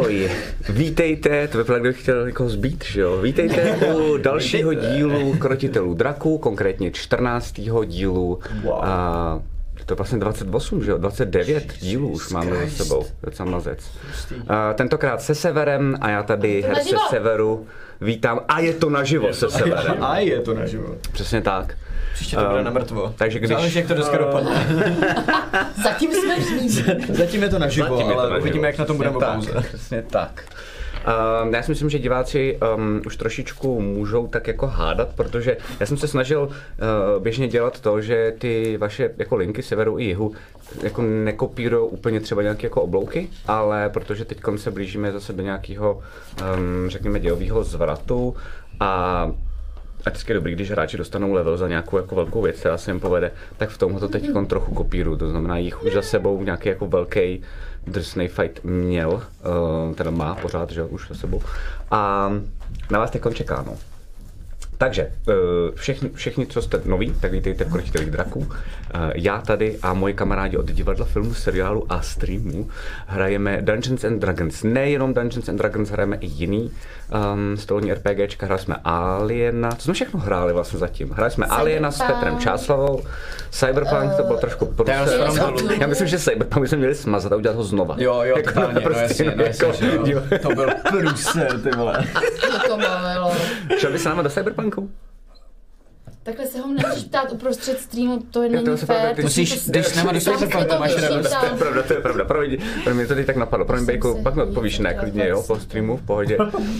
Ahoj, vítejte, to vypadá, kdybych chtěl někoho zbít, že jo? Vítejte u dalšího dílu Krotitelů draků, konkrétně 14. dílu. Wow. To je vlastně 28, že jo? 29 dílů už máme za sebou, docela mazec. Tentokrát se Severem a já tady her se Severu vítám. A je to naživo se Severem. A je to naživo. Přesně tak. Příště to bude na mrtvo. Takže když... Záleží, jak to dneska dopadne. Zatím jsme Zatím je to naživo, ale uvidíme, jak na tom budeme pauze. Přesně tak. Já si myslím, že diváci už trošičku můžou tak jako hádat, protože já jsem se snažil běžně dělat to, že ty vaše jako linky severu i jihu jako nekopírujou úplně třeba nějaké jako oblouky, ale protože teď se blížíme zase do nějakého, řekněme, dějového zvratu a vždycky je dobrý, když hráči dostanou level za nějakou jako velkou věc, která se jim povede, tak v tomhle to teď trochu kopíruju, to znamená jich už za sebou nějaký jako velký drsnej fight měl, teda má pořád, že už za sebou, a na vás teď čeká, no. Takže všichni, co jste noví, tak vítejte v Krotitelích draků. Já tady a moji kamarádi od divadla, filmu, seriálu a streamu hrajeme Dungeons and Dragons. Nejenom Dungeons and Dragons, hrajeme i jiný stolní RPGčka, hráli jsme Aliena. Co jsme všechno hráli vlastně zatím? Hráli jsme Aliena s Petrem Čáslavou, Cyberpunk, to bylo trošku průser. Já myslím, že Cyberpunk bychom měli smazat a udělat ho znova. Jo, totálně, prostě, no jasně, to byl průser, ty vole. To bavilo. Šel by s náma do Cyberpunku? Takhle se ho nemůžeš ptát uprostřed streamu, to je není fér. Musíš, když s náma do Cyberpunku, máš radost. To je pravda. Promiň, mě to teď tak napadlo. Promiň, Bejku, pak mi odpovíš, ne, klidně, jo, po streamu, v pohodě.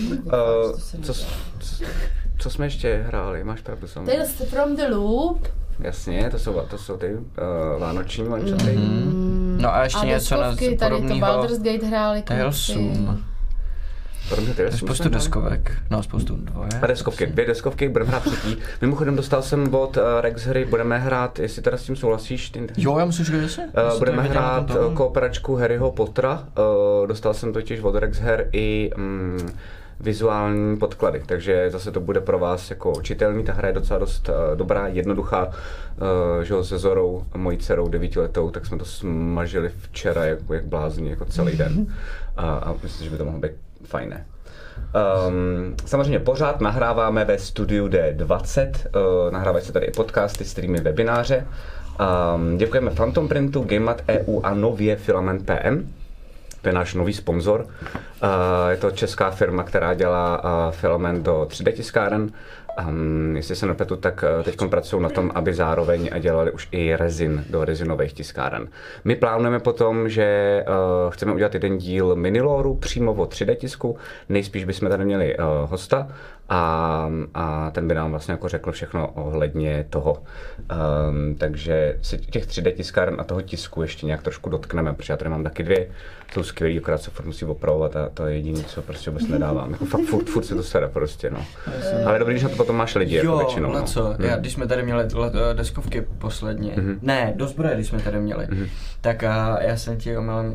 Co jsme ještě hráli? Máš pravdu samozřejmě. Tales from the Loop. Jasně, to jsou ty vánoční mančaty. No a ještě něco na podobného. Tady to Baldur's Gate hráli. Talesum. Spoustu deskovek, no spoustu dvoje. A deskovky, 2 deskovky, budeme hrát třetí. Mimochodem dostal jsem od Rex hry, budeme hrát, jestli teda s tím souhlasíš. Jo, já musím říct, že budeme hrát kooperačku Harryho Pottera, dostal jsem totiž od Rex her i vizuální podklady, takže zase to bude pro vás jako čitelný, ta hra je docela dost dobrá, jednoduchá, že se Zorou, mojí dcerou 9letou, tak jsme to smažili včera jak blázni, jako celý den a myslím, že by to mohlo být fajné. Samozřejmě pořád nahráváme ve studiu D20, nahrávají se tady i podcasty, streamy, webináře. Děkujeme Phantom Printu, GameMat EU a nově Filament PM. To je náš nový sponzor. Je to česká firma, která dělá filament do 3D tiskáren. Jestli se nepletu, tak teď pracují na tom, aby zároveň dělali už i rezin do rezinových tiskáren. My plánujeme potom, že chceme udělat jeden díl Miniloru přímo o 3D tisku. Nejspíš bychom tady měli hosta a ten by nám vlastně jako řekl všechno ohledně toho. Takže si těch 3D tiskáren a toho tisku ještě nějak trošku dotkneme, protože já tady mám taky 2. Jsou skvělý, akorát se furt musí opravovat a to je jediné, co prostě vůbec nedávám. Jako fakt furt se to sere prostě, no. Ale dobrý, když na to potom máš lidi, jako většinou. Jo, co, když jsme tady měli deskovky posledně, ne, do zbroje, když jsme tady měli, tak já jsem ti omylem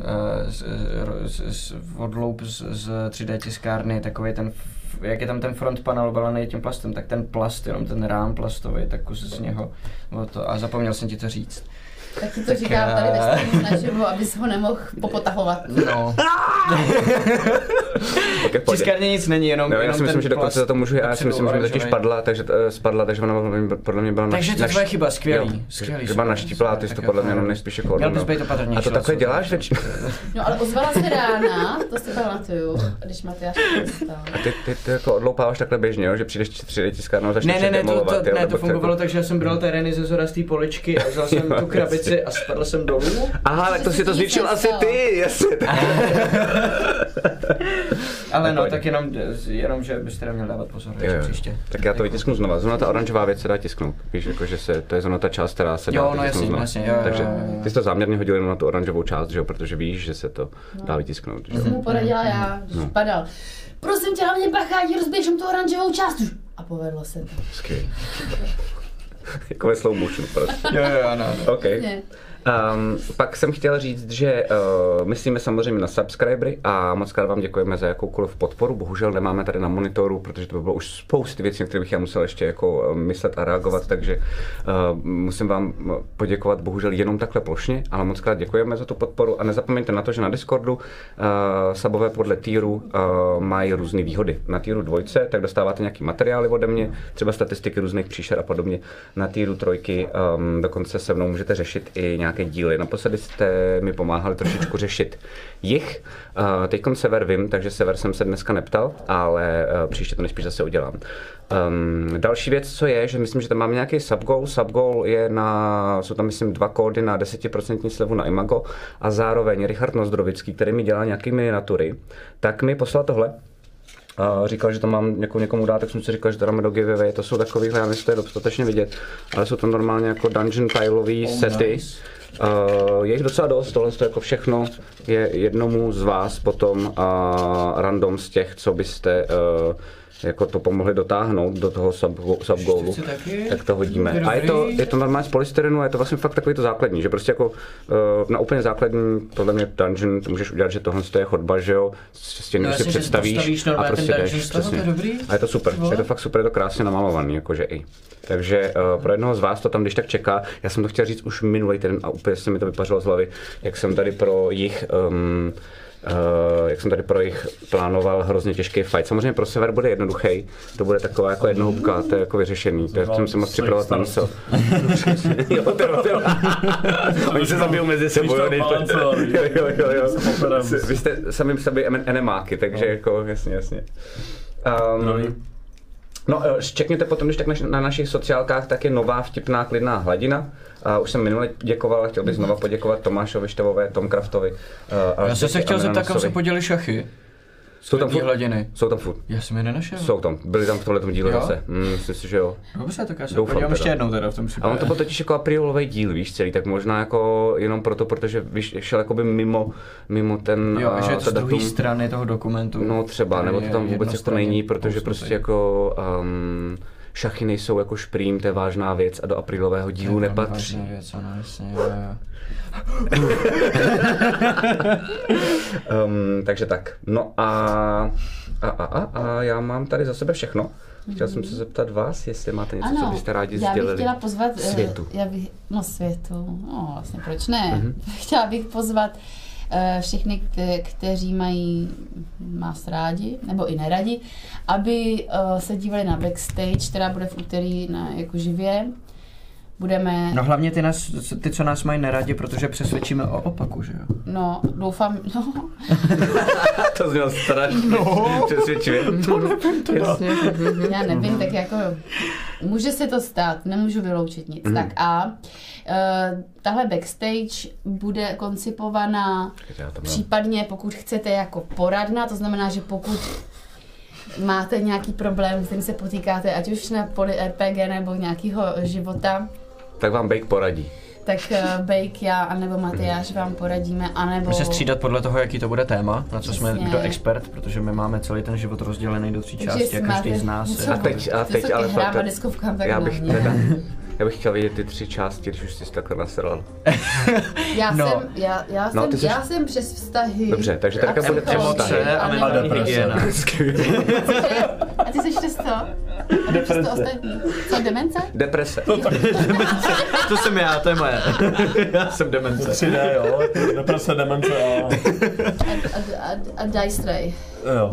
odloup z 3D tiskárny, takový ten, jak je tam ten front panel balený tím plastem, tak ten plast, jenom ten rám plastový, tak kus z něho, a zapomněl jsem ti to říct. Tak ti to říkám tady ve streamu naživo, abys ho nemohl popotahovat. No. V tiskárně nic není, jenom já si myslím, že dokonce za to můžu, já si myslím, že mi totiž spadla, takže ona podle mě byla takže to tvoje chyba, skvělý. Třeba naštípla a ty jsi to podle mě jenom nejspíš jako měl bys být opatrnější. A to takhle děláš většinou? No ale ozvala se rána, to si pamatuju, když Matyáš dostal. A ty jako odloupáváš takhle běžně, jo? Že přijdeš 3D tiskárnou a začneš demolovat. Ne, to fungovalo tak, že já jsem bral terény ze zora z té poličky a vzal jsem tu krabici a spadl jsem dolů. Aha, tak to si to zničil asi ty, jasně. Ale no, tak jenom že byste neměl dávat pozor, takže příště. Tak já to vytisknu znova. Zrovna ta oranžová věc se dá tisknout. Víš, jako, že to je zrovna ta část, která se dá tisknout znova. Jasně, takže ty jsi to záměrně hodil jenom na tu oranžovou část, že jo, protože víš, že se to dá vytisknout. Já jsem mu poradila já, když padal. Prosím tě, hlavně bacha, ať rozbiješ tu oranžovou část. A povedlo se to. Skvělý. Jako ve slow motion prostě. Jo, ano. Okay. Pak jsem chtěl říct, že myslíme samozřejmě na subscribery a moc krát vám děkujeme za jakoukoliv podporu. Bohužel nemáme tady na monitoru, protože to by bylo už spousty věcí, na které bych já musel ještě jako myslet a reagovat, takže musím vám poděkovat bohužel jenom takhle plošně, ale moc krát děkujeme za tu podporu a nezapomeňte na to, že na Discordu subové podle tieru mají různé výhody. Na tieru 2 tak dostáváte nějaký materiály ode mě, třeba statistiky různých příšer a podobně. Na tieru 3 dokonce se mnou můžete řešit i nějaké díly. Naposledy jste mi pomáhali trošičku řešit jich. Teďkon sever vím, takže sever jsem se dneska neptal, ale příště to nejspíš zase udělám. Další věc, co je, že myslím, že tam máme nějaký subgoal. Subgoal je jsou tam myslím 2 kódy na 10% slevu na Imago a zároveň Richard Nozdrovický, který mi dělá nějaký miniatury, tak mi poslal tohle. Říkal, že to mám někomu dát, tak jsem si říkal, že to dáme do giveaway. To jsou takovýhle, já nevím, jestli to je dostatečně vidět, ale jsou to normálně jako dungeon tileový sety. Nice. Je jich docela dost, tohle jako všechno je jednomu z vás potom random z těch, co byste jako to pomohli dotáhnout do toho subgoalu, tak to hodíme. A je to normálně z polystyrenu a je to vlastně fakt takový to základní, že prostě jako na úplně základní, podle mě dungeon, to můžeš udělat, že tohle je chodba, že jo, stěny si představíš a prostě jdeš, přesně. A je to super, je to fakt super, je to krásně namalovaný, jakože i. Takže pro jednoho z vás to tam když tak čeká, já jsem to chtěl říct už minulý týden a úplně se mi to vypařilo z hlavy, jak jsem tady pro jich plánoval hrozně těžký fight. Samozřejmě pro sever bude jednoduchý, to bude taková jako jednohubka, to je jako vyřešený, to jsem se moc připravovat na místo. Oni se zabijou mezi sebou, jo. Vy jste sami sobě enemáky, takže jako jasně. No, čekněte potom, když tak na našich sociálkách, tak je nová vtipná klidná hladina. Už jsem minule děkoval a chtěl bych znova poděkovat Tomášovi Števové, Tomcraftovi. Já jsem se chtěl zeptat, kam se poděli šachy. Jsou tam hladiny. Jsou tam furt. Já jsem je nenašel. Jsou tam, byli tam v tomhletom díle zase. Myslím si, že jo. Dobře, tak já se podívám ještě jednou teda v tom případě. A on to byl totiž jako apriolový díl, víš, celý, tak možná jako jenom proto, protože šel jakoby mimo ten jo, že je to z druhé strany toho dokumentu. No třeba, nebo to tam vůbec jako není, protože prostě jako šachy nejsou jako šprým, to je vážná věc a do aprílového dílu nepatří. Vážná věc, ano, jasně, takže tak. No a já mám tady za sebe všechno. Chtěl jsem se zeptat vás, jestli máte něco, co byste rádi sdělili. Já bych chtěla pozvat světu. Světu. No vlastně proč ne? Chtěla bych pozvat všechny, kteří mají nás rádi, nebo i neradi, aby se dívali na backstage, která bude v úterý jako živě. Budeme... No hlavně ty, co nás mají neradi, protože přesvědčíme o opaku, že jo? No, doufám, no. To znělo strašně přesvědčivě. To nevím teda. Já nevím, tak jako může se to stát, nemůžu vyloučit nic. Tak a tahle backstage bude koncipovaná případně, pokud chcete jako poradna, to znamená, že pokud máte nějaký problém, s kterým se potýkáte, ať už na poli RPG nebo nějakého života, tak vám Bake poradí. Tak Bake, já, anebo Matyáš vám poradíme, anebo... Můžeme se střídat podle toho, jaký to bude téma, na co jsme kdo expert, protože my máme celý ten život rozdělený do 3 částí a každý z nás... A teď ale hrám a deskovkám, tak já bych chtěl vidět ty 3 části, když už jsi takhle nasral. Já jsem přes vztahy. Dobře, takže teďka bude přes vztahy. A mentální hygiena. A ty jsi přes to? A ty přes to ostatní. Co, demence? Deprese. To jsem já, to je moje. Já jsem demence. 3D, jo. Deprese, demence a Die Stray. Jo.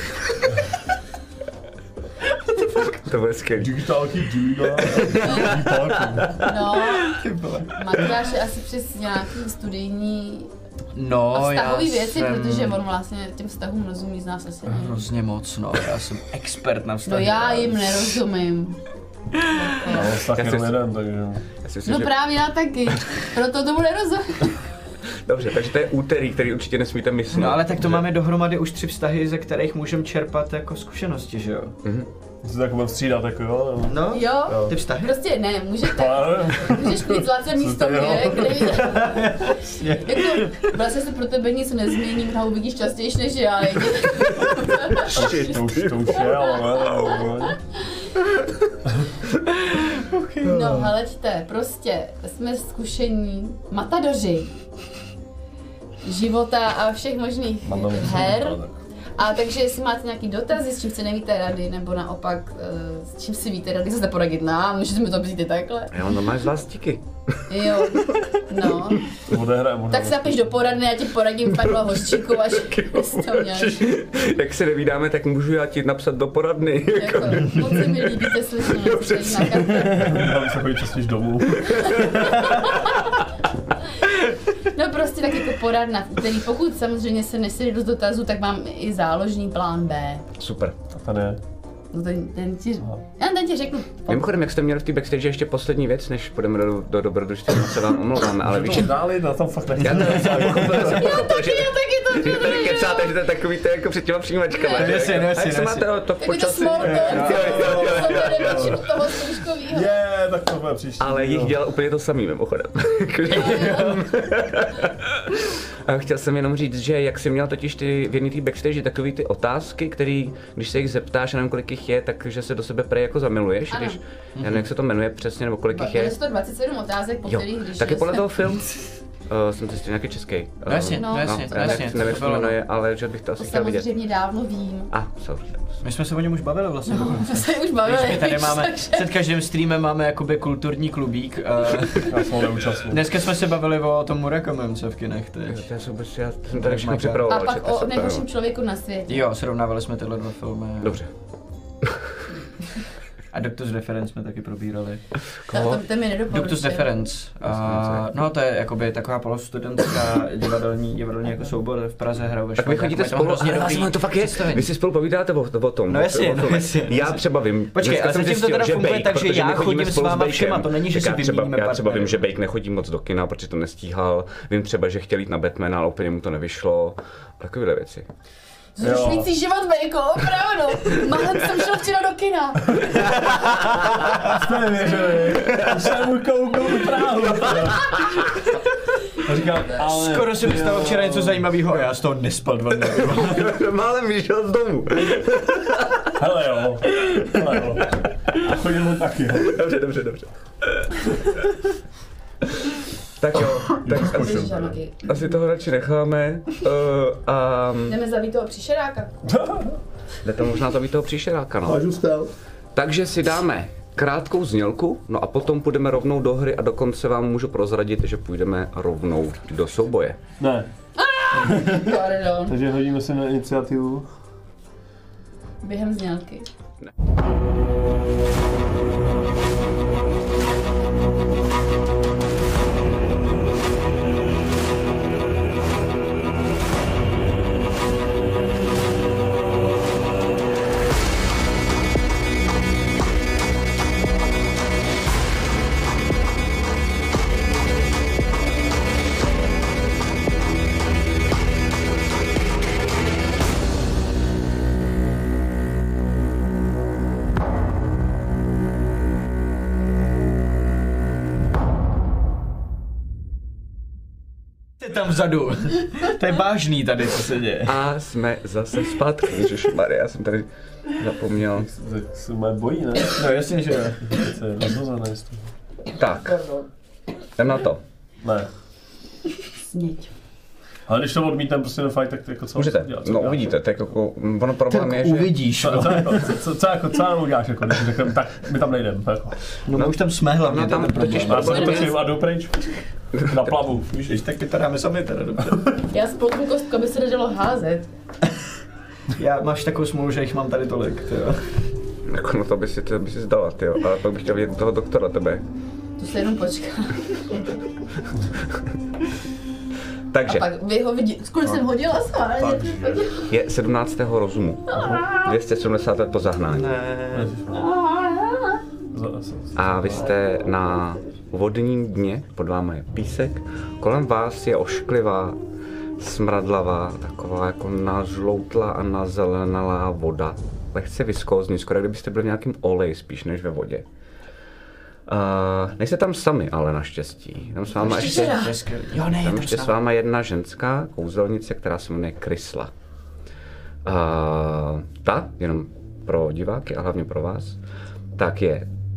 To bude skvělý. Digitálky, díla. No, Matyáš je asi přes nějaký studijní a vztahový věci, protože on vlastně těm vztahům rozumí z nás asi ne. Hrozně moc, no, já jsem expert na vztahy. No já jim nerozumím. No, vztah jenom jeden, takže... No právě já taky, proto tomu nerozumím. Dobře, takže to je úterý, který určitě nesmíte myslet. No ale tak to máme dohromady už 3 vztahy, ze kterých můžeme čerpat jako zkušenosti, že jo? Se tak budeme střídat, jako jo? No, jo. Ty vztahy? Prostě ne, můžeš klid zlace místo mě, kde... Jako, vlastně se pro tebe nic nezmění, mnoho uvidíš častěji než já, To už je, ale ne. No, heleďte, prostě jsme zkušení matadoři života a všech možných her. A takže jestli máte nějaký dotazy, s čím se nevíte rady, nebo naopak s čím si víte rady, zase poradit nám, můžete mi to vzít i takhle. Jo, no máš z vás díky. Jo, no. Tak se napiš do poradny, já ti poradím Karla Hořčíku, až jsi to měl. Jak se nevídáme, tak můžu já ti napsat do poradny. Jako, moc se mi líbíte slyšet, že jsi na kafe. Já se chodit častěji domů. No prostě tak jako poradna, který pokud samozřejmě se nesejde dost dotazů, tak mám i záložní plán B. Super. A ten je? No ten ti řeknu. Mimochodem, jak jste měli v té backstage ještě poslední věc, než půjdeme do dobrodružství, se vám omlouváme, ale víš... Dáli, na tom fakt nechci. Já taky to tady kecáte, že to je takový to jako před těma přijímačkama. Jasně. To počasí. Tak to bude příští. Ale jich dělal úplně to samý, mimochodem. A chtěl jsem jenom říct, že jak jsi měl totiž ty v jedné té backstage takový ty otázky, který, když se jich zeptáš, a nevím kolik jich je, takže se do sebe prej jako zamiluješ, když, já nevím jak se to jmenuje přesně, nebo kolik jich je. Je 127 otázek, po kterých když... Tak je podle toho film? Jsem zjistil nějaký český. Jasně. Nevím, jak se jmenuje, ale že bych to asi chtěl vidět. Samozřejmě dávno vím. My jsme se o něm už bavili vlastně. My se už bavili. My tady máme, před každým streamem máme jakoby kulturní klubík. Já jsem neúčastný. Dneska jsme se bavili o tom Murakamem, co v kinech teď. Já jsem tady všechno připravoval. A pak o nejhorším člověku na světě. Jo, srovnávali jsme tyhle dva filmy. Dobře. A Doctor's Reference jsme taky probírali. To mi nedoporučil. Doctor's Reference. No to je jakoby taková polostudentská divadelní jako soubor v Praze, hrajou ve Tak vy chodíte spolu, ale to fakt je, vy si spolu povídáte o tom. No jasně. Já třeba vím. Počkej, ale zatím to teda funguje tak, že já chodím s váma všema, to není, že si vyměníme partnery. Já třeba vím, že Bake nechodí moc do kina, protože to nestíhal. Vím třeba, že chtěl jít na Batmana, ale úplně mu to nevyšlo. Takovéhle věci. Zrušující život, Bejko, opravdu. Málem jsem šel včera do kina. Jste nevěřili. Už jsem mu koukal do Prahu. Říkám, ale... Skoro si mi stalo včera něco zajímavého a já z toho nespal 2 dny. Málem vyšel z domu. Hele jo. A chodil taky. Dobře. Tak jo, tak asi toho radši necháme a... Jdeme zabít toho příšeráka. Jde to možná zabít toho příšeráka, no. Takže si dáme krátkou znělku, no a potom půjdeme rovnou do hry a dokonce vám můžu prozradit, že půjdeme rovnou do souboje. Ne. Pardon. Takže hodíme se na iniciativu. Během znělky. Ne. Tam vzadu. To je vážný tady, co se děje. A jsme zase zpátky, ježišmarja, já jsem tady zapomněl. Se má bojí, ne? No jasně, že jo. Tak, jdem na to. Ne. Sněď. Ale když to odmítám prostě na fight, tak jako co můžete, dělat? no uvidíte, tak jako, ono problém je, že... uvidíš. Co nám uděláš, jako, když řekneme, tak my tam nejdeme. Jako. No už tam jsme hlavně, no, tam totiž a jdu pryč. Na plavu, víš? Tak ty to dáme sami teda, dobře. Já spolknu kostku, aby se nedalo házet. Já máš takovou smůlu, že jich mám tady tolik, tyjo. Jako no to by si zdala, tyjo, ale pak bych chtěl vidět toho doktora tebe. To se jenom počká. Takže. A pak vy ho vidíte, skoro jsem hodila schválně. Je 17. rozumu. 270 let po zahnání. A vy jste na vodním dně, pod vámi je písek, kolem vás je ošklivá, smradlavá, taková jako nažloutlá a nazelenalá voda. Lehce viskózní, skoro kdybyste byli v nějakým oleji spíš než ve vodě. Nejste tam sami, ale naštěstí. Tam s váma ještě s váma jedna ženská kouzelnice, která se jmenuje Krysla. Ta, jenom pro diváky a hlavně pro vás, tak je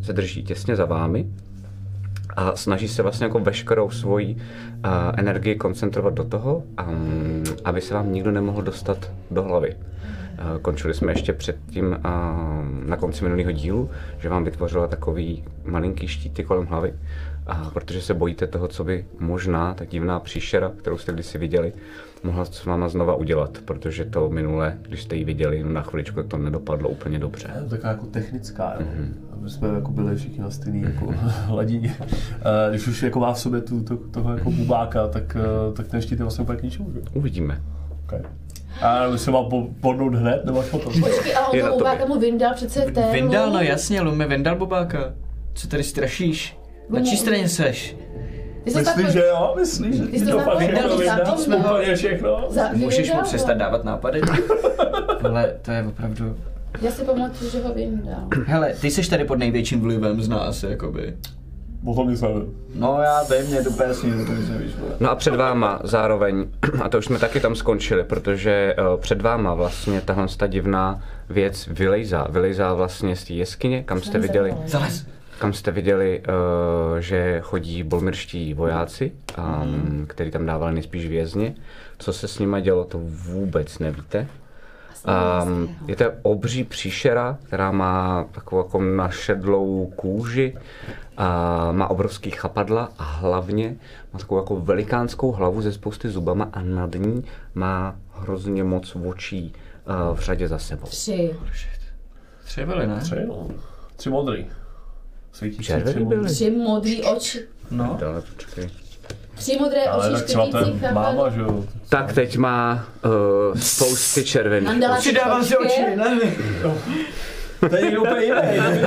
se drží těsně za vámi a snaží se vlastně jako veškerou svoji energii koncentrovat do toho, aby se vám nikdo nemohl dostat do hlavy. Končili jsme ještě předtím na konci minulého dílu, že vám vytvořila takový malinký štíty kolem hlavy, protože se bojíte toho, co by možná ta divná příšera, kterou jste kdysi viděli, mohla s váma znova udělat, protože to minule, když jste ji viděli, na chviličku to nedopadlo úplně dobře. Je to taková jako technická, jo. My jsme jako byli všichni na stejný jako hladině. Když už jako má v sobě toho jako bubáka, tak ten štít je vlastně úplně k ničemu, že? Uvidíme. Okay. A my se mám podnout hned, nebo až potom? Počkej, a on toho bubáka mu vyndal přece v té... Vyndal, no jasně, Lumi, vyndal bubáka. Co tady strašíš? Na čí straně seš? Myslíš, že jo? Myslíš, že ty to fakt vyndal? Všechno? Můžeš mu přestat dávat nápady? Ale to je opravdu... Já si pamatuju, že ho vyndal. Hele, ty seš tady pod největším vlivem z nás, jakoby. O tom nic nevím. No já vím, mě to pěsně, to nic nevíš. No a před váma zároveň, a to už jsme taky tam skončili, protože před váma vlastně tahle divná věc vylejzá vlastně z té jeskyně, kam jste viděli. Zalez. Kam jste viděli, že chodí bolmirští vojáci, který tam dávali nejspíš vězně. Co se s nimi dělo, to vůbec nevíte. Je to obří příšera, která má takovou jako našedlou kůži, má obrovský chapadla a hlavně má takovou jako velikánskou hlavu ze spousty zubama a nad ní má hrozně moc očí v řadě za sebou. 3. 3 byly, ne? 3, no. 3 modrý. Svítí se 3 modrý. 3 modrý oči. No. Dále, počkej. 3 modré ale oči, škrtící máma, že jo? Tak teď má spousty červených. Přidávám si oči, ne? To je úplně jiné.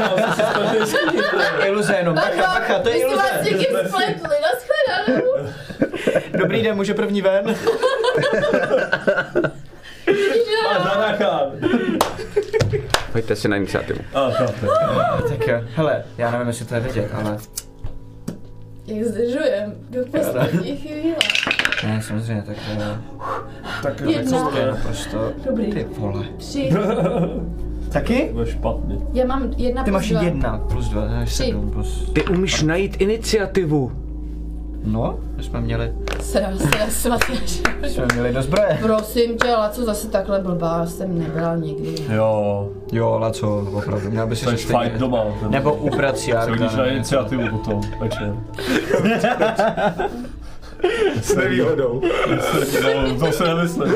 Iluze jenom, bacha, to je iluze. My si vás někým spletli, nashledanou. Dobrý den, může první ven? Máš zanachán. Pojďte si na iniciativu. Tak jo, hele, já nevím, jestli to je vidět, ale... Jak zdržujem do poslední chvíle. Ne, samozřejmě, tak to je... Tak 1. To je naprosto... Dobrý. Ty vole. 3. Taky? To je špatně. Já mám 1 Ty plus máš 2. 1 plus 2, to je 7 plus... Ty umíš najít iniciativu. No, my jsme měli... Jsme měli do zbroje. Prosím tě, Laco, zase takhle blbá jsem nebyla nikdy. Jo, Laco, opravdu, měl by si říct fight doma. Nebo ubrat si Jarka. Co když na iniciativu potom, večer. S nevýhodou. No, to se nemyslím.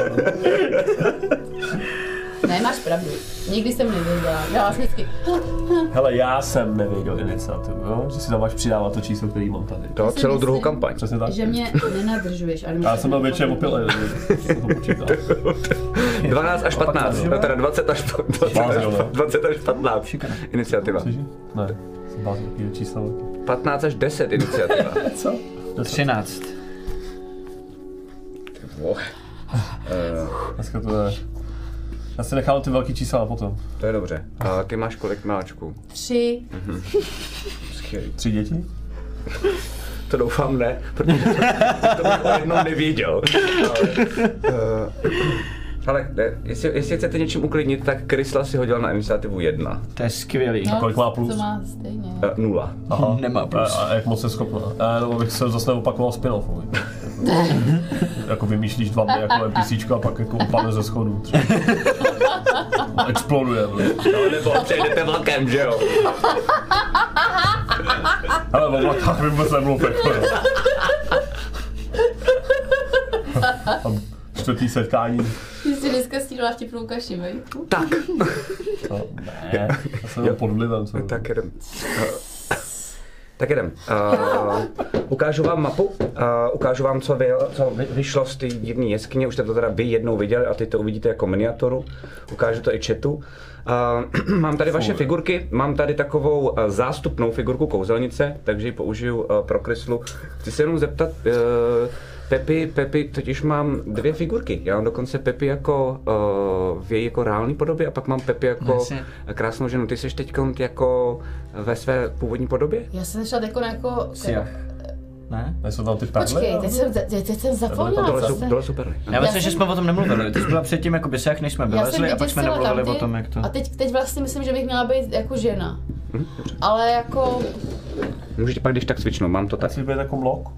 Ne, máš pravdu. Nikdy jsem nevěděla. Já vždycky... Hele, já jsem nevěděl iniciativu, jo? Že si tam máš přidávat to číslo, který mám tady. To celou druhou kampaň. Přesně tak. Že mě nenadržuješ. Já jsem byl většinou opilej, to počítám. 12 až 15, no teda 20 až 15 iniciativa. Ne, jsem bázový čísla. 15 až 10 iniciativa. Co? 13. Dneska to je... Já si nechám ty velký čísla a potom. To je dobře. A ty máš kolik miláčků? 3. Skvělý. 3 děti? To doufám ne, protože to bych o jednou nevěděl. Ale jestli chcete něčím uklidnit, tak Krysla si hodila na iniciativu 1. To je skvělý. No, a kolik má plus? To má stejně. 0. Aha. Nemá plus. A jak moc je schopná? Nebo bych se zase neopakoval spin-off. Jako vymýšlíš 2 dny jako NPCčko a pak jako upadne ze schodů. Exploduje. No, nebo přejdete vlakem, že jo? Ale o vlakách by vůbec nemluv jako. A 4. setkání. Ty jsi dneska stídala vtipnou kaši, vej? Tak. No, ne, já jsem pod vlivem. Tak jedem. Tak jedem. Ukážu vám mapu, ukážu vám, co vyšlo z té divné jeskyně. Už jste to teda vy jednou viděli a teď to uvidíte jako miniaturu. Ukážu to i chatu. Mám tady vaše figurky, mám tady takovou zástupnou figurku kouzelnice, takže ji použiju pro Kryslu. Chci se jenom zeptat, Pepi, totiž mám 2 figurky. Já mám dokonce Pepi jako v její jako reální podobě a pak mám Pepi jako krásnou ženu. Ty jsi teď jako ve své původní podobě? Já jsem šla jako Siach. Ne? Nejsou tam ty perly? Počkej, teď jsem zapomněla, co jsem... Bylo super. Já myslím, že jsme o tom nemluvili. Ty jsi byla předtím jako Siach, než jsme vylezli a pak jsme nemluvili o tom, jak to... A teď vlastně myslím, že bych měla být jako žena. Ale jako... Můžete pak když tak cvičnout, mám to tak. Chci být jako mlok?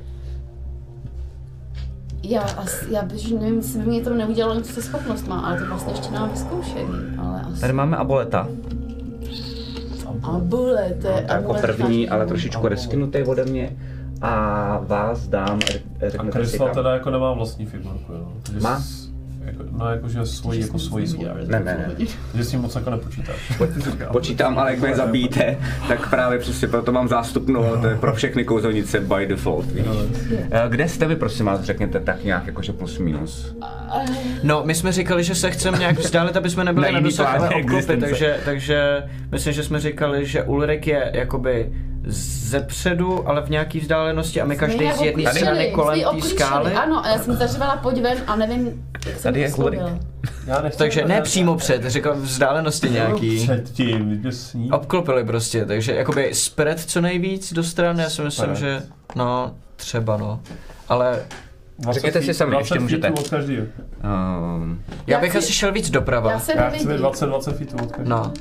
Já nevím, jestli by mě to neudělalo něco se schopnostma, ale to vlastně ještě nemám vyzkoušený, ale asi... Tady máme aboleta. Amulet, to je Jako první, ale trošičku reskinutý ode mě. A vás dám, A Krysla teda jako nemá vlastní figurku, jo? Má? Jakože svoji. Ne. Že s ním moc jako nepočítáš. Počítám, ale jak mě zabíjíte, tak právě přesně proto mám zástupnou, to je pro všechny kouzelnice by default. Kde jste vy, prosím vás, řekněte tak nějak jakože plus minus? No, my jsme říkali, že se chceme nějak vzdálit, aby jsme nebyli na dosah obklopy, takže myslím, že jsme říkali, že Ulrik je jakoby zepředu, ale v nějaký vzdálenosti a my každý z jedné strany kolem té skály. Ano, a já jsem zařvala podíven a nevím, jak jsem Tady je Ulrik. Takže ne přímo před, řekl vzdálenosti nějaký. Předtím, obklopili prostě, takže jakoby spread co nejvíc do strany, já si myslím, že no, třeba no, ale... Řekněte si sami, ještě můžete. Já bych asi šel víc doprava. Já chci 20 feetů od každého. No.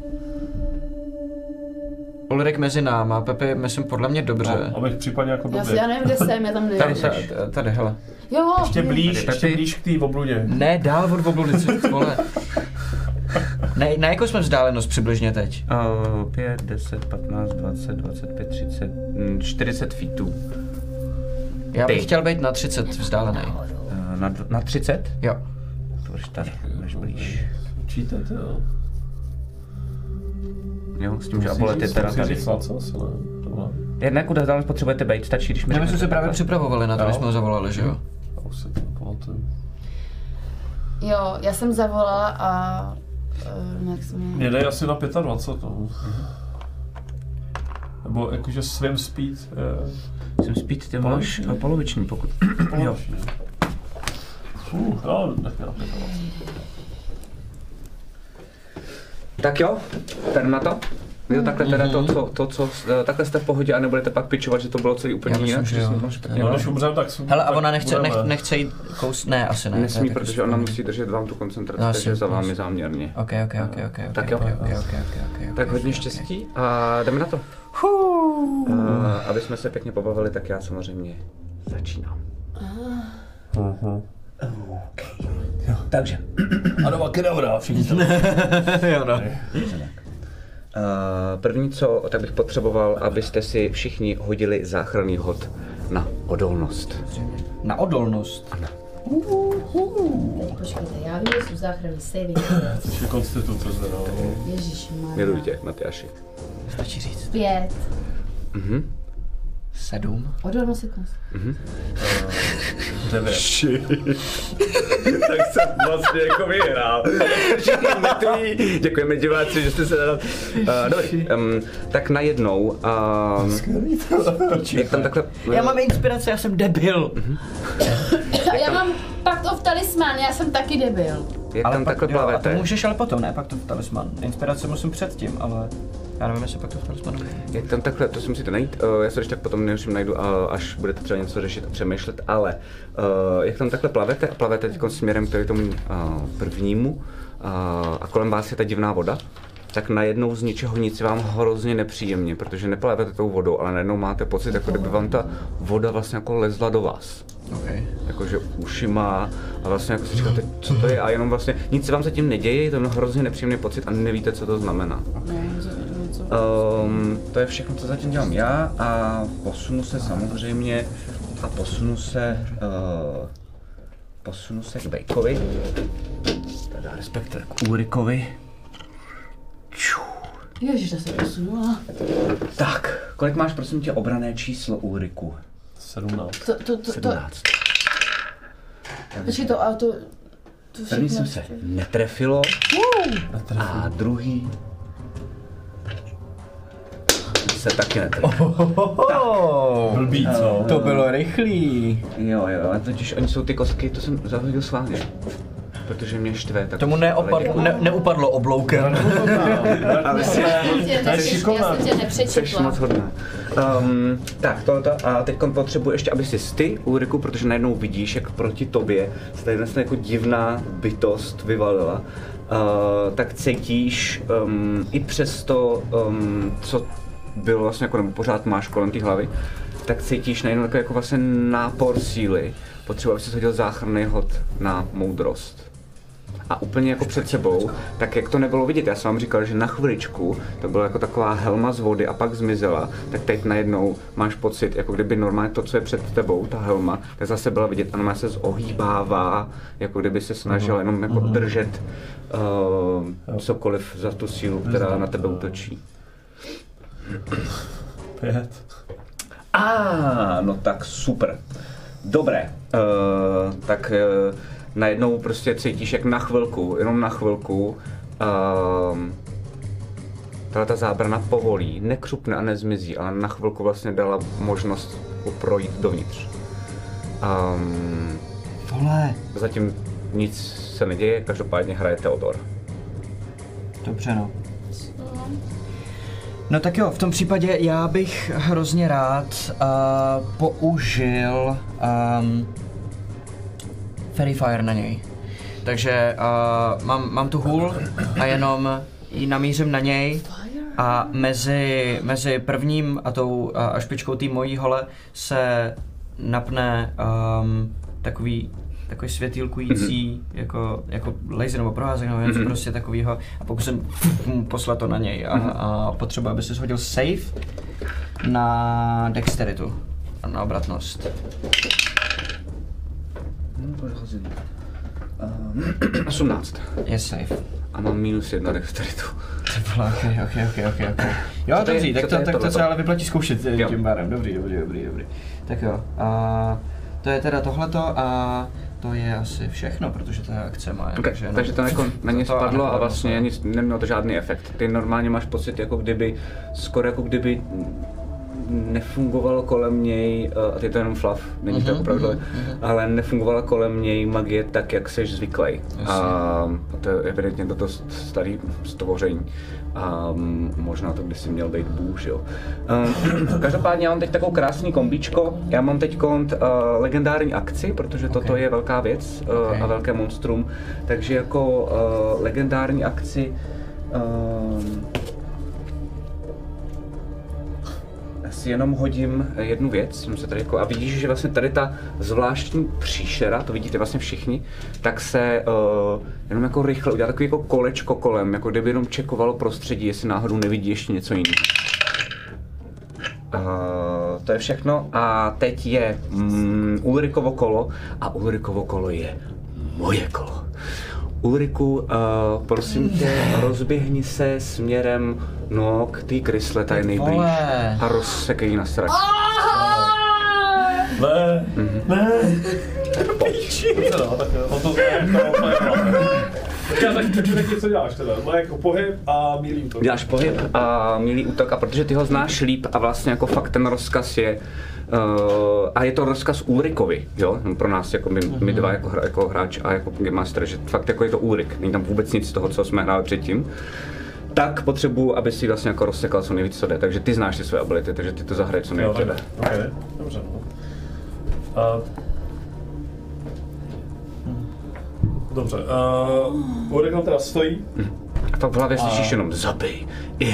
Ulrik mezi náma, Pepi, myslím, podle mě dobře. No, abych případně jako dobře. Já nevím, kde jsem, já tam nevím. Tady, hele. Jo. Ještě blíž k té obludě. Ne, dál od obludy, vole. Ne, na jakou jsme vzdálenost přibližně teď? 5, 10, 15, 20, 25, 30, 40 feetů. Já bych chtěl být na 30 vzdálený. Na 30? Jo. Tvoř tady, než blíž. Čítáte, jo? Jo, s tím, že abolet je teda tady. Ne, kudy dál potřebujete být, stačí, když mi řeknete. My jsme se právě připravovali na to, když jsme ho zavolali, že jo? Já už se to pamatuju. Jo, já jsem zavolala a... jak jsem mě dej asi na 25, no. Nebo jakože svým speed. Svým speed, ty máš poloviční, pokud... Poloviční. No, nech mě na 25. Tak jo, jdem na to. Jo, takhle teda takhle jste v pohodě a nebudete pak pičovat, že to bylo celý úplně jinak. Když umřem, tak hele, a ona nechce jít ne, asi ne. Nesmí, protože ona musí držet vám tu koncentraci, takže za vámi záměrně. Ok. Tak jo. Tak hodně štěstí a jdeme na to. Aby jsme se pěkně pobavili, tak já samozřejmě začínám. Takže. Ano, kedavra, všichni to. Jo, no. První co, tak bych potřeboval, abyste si všichni hodili záchranný hod na odolnost. Na odolnost? Ano. Počkejte, já vím, že jsou záchranný saving. Což je konstituce zde, no. Ježišmarja. Miluji tě, Matyáši. Stačí říct. 5. 7. Odolnost je konstituce. 9. Tak jsem vlastně jako vyhrál. Děkujeme diváci, že jste se dal. Dobrý, tak najednou. Jak tam takhle... Já mám inspiraci, já jsem debil. A já mám Pact of Talisman, já jsem taky debil. Jak tam takhle plavete? A to můžeš ale potom, ne? Pact of Talisman. Inspiraci musím předtím, ale... Já nevím, jestli Pact of Talisman. Jak tam takhle, to si musíte najít, já se když tak potom najdu, až budete třeba něco řešit a přemýšlet, ale jak tam takhle plavete teď směrem k tomu prvnímu a kolem vás je ta divná voda, tak najednou z ničeho nic je vám hrozně nepříjemně, protože neplavete tou vodou, ale najednou máte pocit, jako kdyby vám ta voda vlastně jako lezla do vás. Okay. Jakože ušima a vlastně jako si říkáte, co to je a jenom vlastně nic se vám zatím neděje, je to hrozně nepříjemný pocit a nevíte, co to znamená. To je všechno, co zatím dělám já a posunu se samozřejmě a posunu se k Bejkovi, teda respektive k Ulrikovi. Ježiš, ta se posunula. Tak, kolik máš prosím tě obranné číslo, Ulriku? 17. 17. Počkej, to první jsem se netrefilo a druhý se taky netrefilo. Blbý, co? To bylo rychlý. Jo, a totiž oni jsou ty kostky, to jsem zahodil schválně. protože mě štve. Tak tomu neupadlo obloukem. Já jsem tě nepřečetla. Tak, tohleto. A teď potřebuji ještě, aby si ty, Ulriku, protože najednou vidíš, jak proti tobě se tady vlastně jako divná bytost vyvalila. Tak cítíš i přesto, co bylo vlastně jako, nebo pořád máš kolem té hlavy, tak cítíš najednou jako vlastně nápor síly. Potřebuji, aby si hodil záchranný hod na moudrost. A úplně jako před sebou, tak jak to nebylo vidět, já jsem vám říkal, že na chviličku to byla jako taková helma z vody a pak zmizela, tak teď najednou máš pocit, jako kdyby normálně to, co je před tebou, ta helma, tak zase byla vidět a normálně se zohýbává, jako kdyby se snažil jenom jako držet cokoliv za tu sílu, která na tebe útočí. 5. No tak super. Dobré, najednou prostě cítíš, jak na chvilku, jenom na chvilku, ta zábrana povolí, nekřupne a nezmizí, ale na chvilku vlastně dala možnost projít dovnitř. Zatím nic se neděje, každopádně hraje Theodor. Dobře, no. No tak jo, v tom případě já bych hrozně rád použil Fairy Fire na něj. Takže mám tu hůl a jenom ji namířím na něj a mezi prvním a tou a špičkou té mojí hole se napne takový světýlkující jako laser nebo proházek nebo něco prostě takovýho a pokusím poslat to na něj a potřebuji, aby si shodil save na dexteritu a na obratnost. 18. Je safe. A mám -1 dexteritu. Okay. Jo, dobrý, tak to se ale vyplatí zkoušet tím barem. Dobrý. Tak jo, to je teda tohleto a to je asi všechno, protože to je akce moje. Okay, takže to jako na ně spadlo a vlastně nemělo to žádný efekt. Ty normálně máš pocit, jako kdyby, skoro jako kdyby nefungovalo kolem něj, a ty to jenom fluff, není to opravdu, ale nefungovala kolem něj magie tak, jak seš zvyklý. A to je evidentně toto starý stvoření. A možná to by si měl být bůh, jo. Každopádně já mám teď takovou krásný kombíčko. Já mám teď legendární akci, protože toto je velká věc a velké monstrum. Takže jako legendární akci si jenom hodím jednu věc, a vidíš, že vlastně tady ta zvláštní příšera, to vidíte vlastně všichni, tak se jenom jako rychle udělá takový jako kolečko kolem, jako kdyby jenom čekovalo prostředí, jestli náhodou nevidí ještě něco jiného. To je všechno a teď je Ulrikovo kolo a Ulrikovo kolo je moje kolo. Ulriku, prosím tě, rozběhni se směrem k té krysle tady nejblíž a rozsekej ji na strač. Ne. Píči. Tak co děláš teda? Má jako pohyb a mílý útok. Děláš pohyb a mílý útok a protože ty ho znáš líp a vlastně jako fakt ten rozkaz je a je to rozkaz Ulrikovi, jo? Pro nás jako my dva jako hráč a jako Game Master, že fakt jako je to Ulrik, není tam vůbec nic z toho, co jsme hráli předtím. Tak potřebuji, aby si vlastně jako rozsekal co nejvíc, co jde, takže ty znáš ty své ability, takže ty to zahraj co nejvíc, co jde. Okay, dobře. Dobře, Ulrik tam teda stojí. A pak v hlavě slyšíš jenom zabij,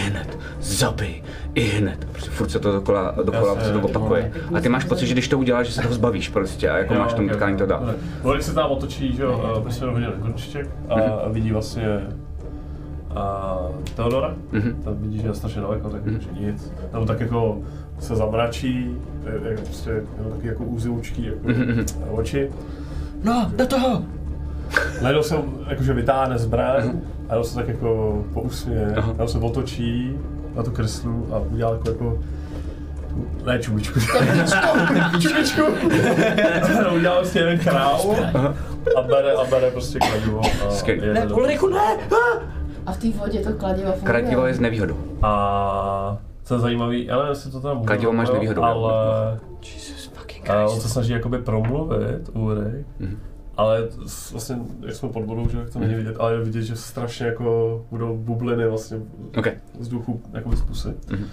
i hned. Prostě furt se to dokola se to opakuje. A ty máš pocit, že když to uděláš, že se toho zbavíš prostě a jako máš tomu tkání to dát. Ulrik se tam otočí, že jo, prostě hodil končiček a vidí vlastně Theodora. Tam vidí, že je strašně daleko, tak nic. Tam tak jako se zamračí, jak prostě taky jako úzoučký jako oči. No, do toho! Najednou se jakože vytáhne zbraň, a najednou se tak jako pousměje, najednou se otočí na tu kreslu a udělá jako ne čubičku. Čubičku! Udělá vlastně jeden král a bere prostě kladivo. Ne, Ulriku, ne! A v té vodě to kladivo funguje? Kladivo je s nevýhodou. A co je zajímavý, ale jestli to tam kladivo máš nevýhodou. Ale on se snaží jakoby promluvit, Ulrik, Ale vlastně, jak jsme pod vodou, že to není vidět, ale je vidět, že strašně jako budou bubliny vlastně vzduchu jako z pusy.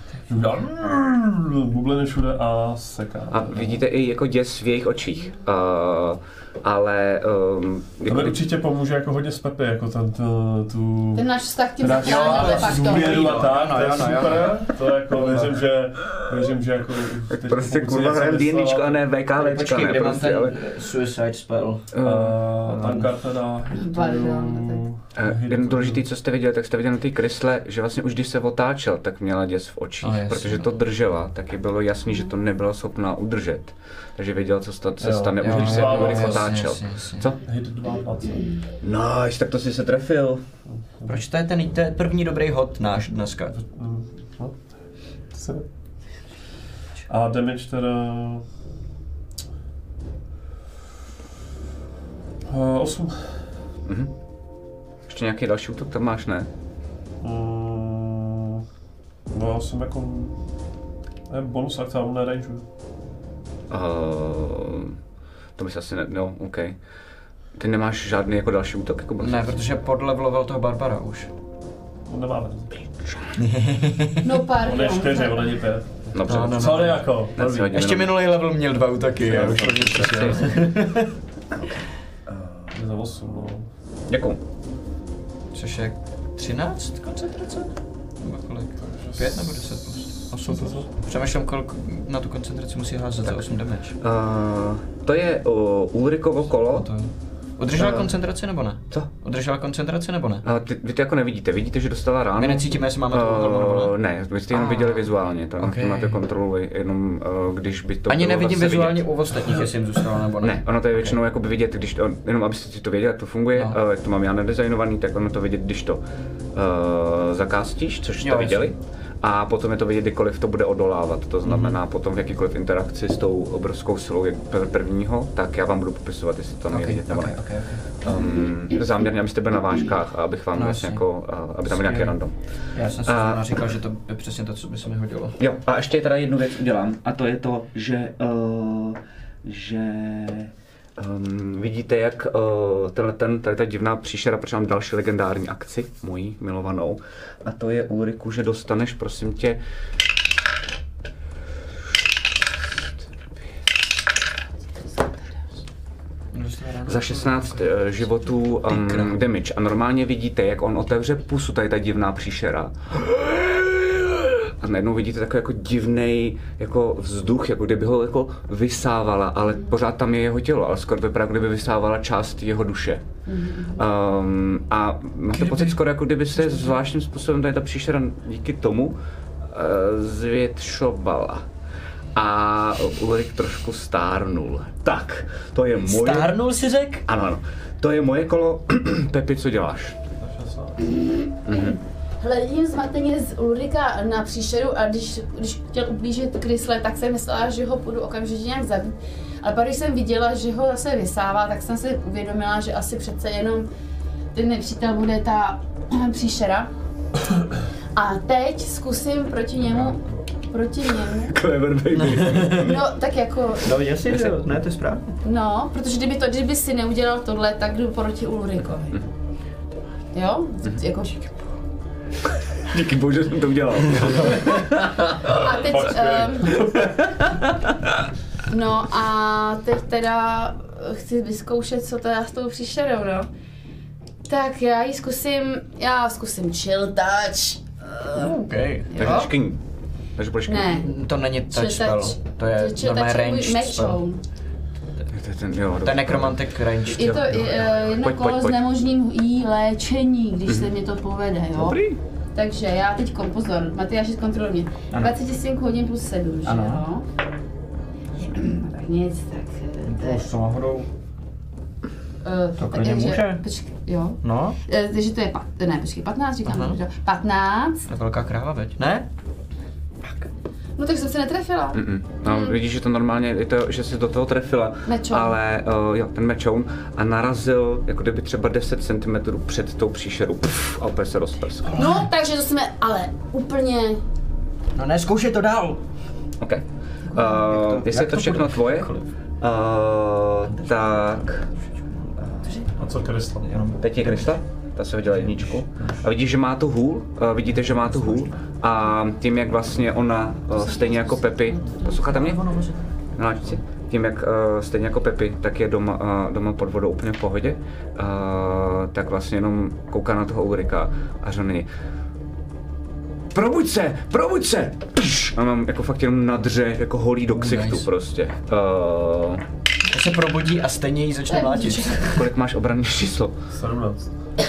Bubliny všude a seká. A vidíte i jako děs v jejich očích. Ale... to mi určitě pomůže jako hodně s Pepi, jako ten náš vztah tím zůvěru a tak, to je super. To jako věřím, že jako... Prostě kurva hrajem D&Dčko a ne VKVčka. Počkej, kde mám ten Suicide Spell? Tam karta dá... Jen důležitý, co jste viděli, tak jste viděli na té krysle, že vlastně už když se otáčel, tak měla děs v očích, protože to držela, tak je bylo jasný, že to nebyla schopná udržet. Takže věděla, co se stane, už když se Ulrik otáčel. Co? Hit 2. Nice, tak to si se trefil. Proč to je ten první dobrý hod náš dneska? A damage teda... 8. Ještě nějaký další útok tam máš, ne? No já jsem jako... bonus akce, ale ne range. To bys asi no, OK. Ty nemáš žádný jako další útok jako bonus? Ne, protože podleveloval toho Barbara už. On nemáme. No pardon. On je 4, on není 5. Dobře. Sorry jako. Ještě minulý level měl 2 útoky. Já už za 8, no. Jakou? Což je 13 koncentrace? Nebo kolik? 5 nebo 10 plus? 8 plus? Přemýšlím, kolik na tu koncentraci musí házet za 8 damage. To je Ulrikovo kolo. Udržela koncentraci nebo ne? Co? Udržela koncentraci nebo ne? Vy to jako nevidíte, vidíte, že dostala ránu. My necítíme, jestli máme tu kontrolu. Ne, vy jste jenom viděli vizuálně, to máte kontrolu jenom když by to ani bylo nevidím zase vizuálně vidět. U ostatních, jestli jim zůstalo nebo ne. Ne, ono to je většinou jakoby vidět, když to, jenom abyste si to věděli, jak to funguje, jak to mám já nadizajnovaný, tak ono to vidět, když to zakástíš, což jste viděli. A potom je to vidět, kdykoliv to bude odolávat, to znamená potom v jakýkoliv interakci s tou obrovskou silou prvního, tak já vám budu popisovat, jestli to je vidět nebo ne. Záměrně, abyste byli na vážkách a abych vám vlastně jako, aby tam byl nějaký random. Já jsem si říkal, že to je přesně to, co by se mi hodilo. Jo, a ještě teda jednu věc udělám, a to je to, že vidíte, jak tady ta divná příšera, protože mám další legendární akci, moji milovanou, a to je Ulriku, že dostaneš, prosím tě, za 16 životů damage. A normálně vidíte, jak on otevře pusu, tady ta divná příšera. A najednou vidíte takový jako divnej jako vzduch, jako kdyby ho jako vysávala, ale pořád tam je jeho tělo, ale skoro to vypadá, jako kdyby vysávala část jeho duše. A máte pocit skoro, jako kdyby se zvláštním způsobem tady ta příšera díky tomu zvětšovala. A Ulrik trošku stárnul. Tak, to je moje... Stárnul si řek? Ano. To je moje kolo. Pepi, co děláš? Hledím zmateně z Ulrika na příšeru a když chtěl ublížit Krysle, tak jsem myslela, že ho půjdu okamžitě nějak zabít. Ale pak když jsem viděla, že ho zase vysává, tak jsem si uvědomila, že asi přece jenom ten nepřítel bude ta příšera. A teď zkusím proti němu. Clever baby. No, tak jako... No, jasně, ne, to je správně. No, protože kdyby si neudělal tohle, tak jdu proti Ulrikovi. Jo? Jako... Díky bohu, že jsem to udělal. A teď... no a teď teda chci vyzkoušet, co teda s tou příšerou, no. Tak já zkusím chill touch. Takže budeš ne. To není touch spell, to je normální range spell. To je necromantic range. Je to jedno kolo znemožním jí léčení, když se mi to povede, jo? Dobrý. Takže já teď pozor, Matyáši zkontroluj mě. 27 hodin plus 7, že jo? Tak nic, tak... To s náhodou... To klidně může. Počkej, jo? No? Takže to je, 15 říkám, 15. To je velká kráva, veď? Ne? No tak jsem se netrefila. No, vidíš, že to normálně, je to, že jsi do toho trefila, mečoun. Ale ten mečoun a narazil jako kdyby třeba 10 cm před tou příšerou a opět se rozprskl. No, takže to jsme ale úplně... No ne, zkoušej to dál. OK. Jestli je to všechno tvoje, tak... A co Krystal? Teď je Krystal, ta se hodila jedničku. A vidíš, že má tu hůl, vidíte, že má tu hůl a tím, jak vlastně ona, stejně jako Pepi, posloucháte mě? Naláčci? Tím, jak stejně jako Pepi, tak je doma pod vodou úplně v pohodě, tak vlastně jenom kouká na toho Ulrika a řve na něj. Probuď se! Pš! A mám jako fakt jenom nadře, jako holí do ksichtu prostě. To se probudí a stejně jí začne mlátit. Kolik máš obranné číslo? 17.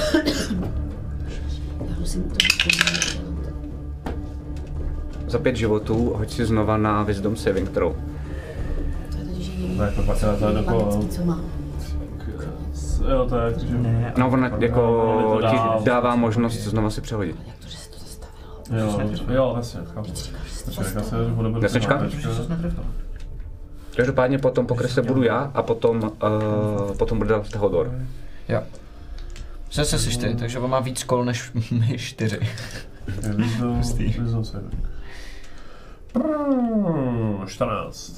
Za 5 životů hoď si znova na Wisdom Saving Throw. Ne, jako pak se na to jako... Jo, to je, že... No, ona jako ti dává možnost znova si přehodit. Jo, vlastně, chápu. Desečka? Každopádně potom po kresle budu já a potom bude dát Theodor. Jo. Zase jsi ty, takže on má víc kol než my 4. Wisdom saving. 14.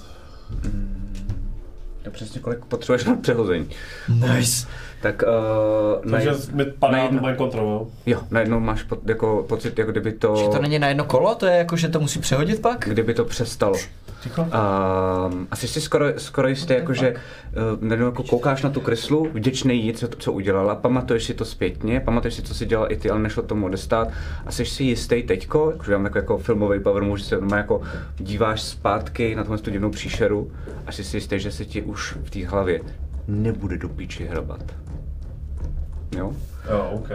To přesně kolik potřebuješ na přehození. Nice. Tak takže mi padá tu moje kontrolu. Jo, najednou máš jako pocit, jako kdyby to... Že to není na jedno kolo, to je jako, že to musí přehodit pak? Kdyby to přestalo. Asi si skoro jistý, jako, že jako koukáš na tu kreslu, vděčnej jí, co udělala, pamatuješ si to zpětně, pamatuješ si, co si dělal i ty, ale nešlo tomu odestát. A jsi si jistý teďko, jakože mám takový jako filmový power move, že se jako díváš zpátky na tu divnou příšeru a jsi si jistý, že se ti už v té hlavě nebude do píči hrabat. Jo? Jo, ok.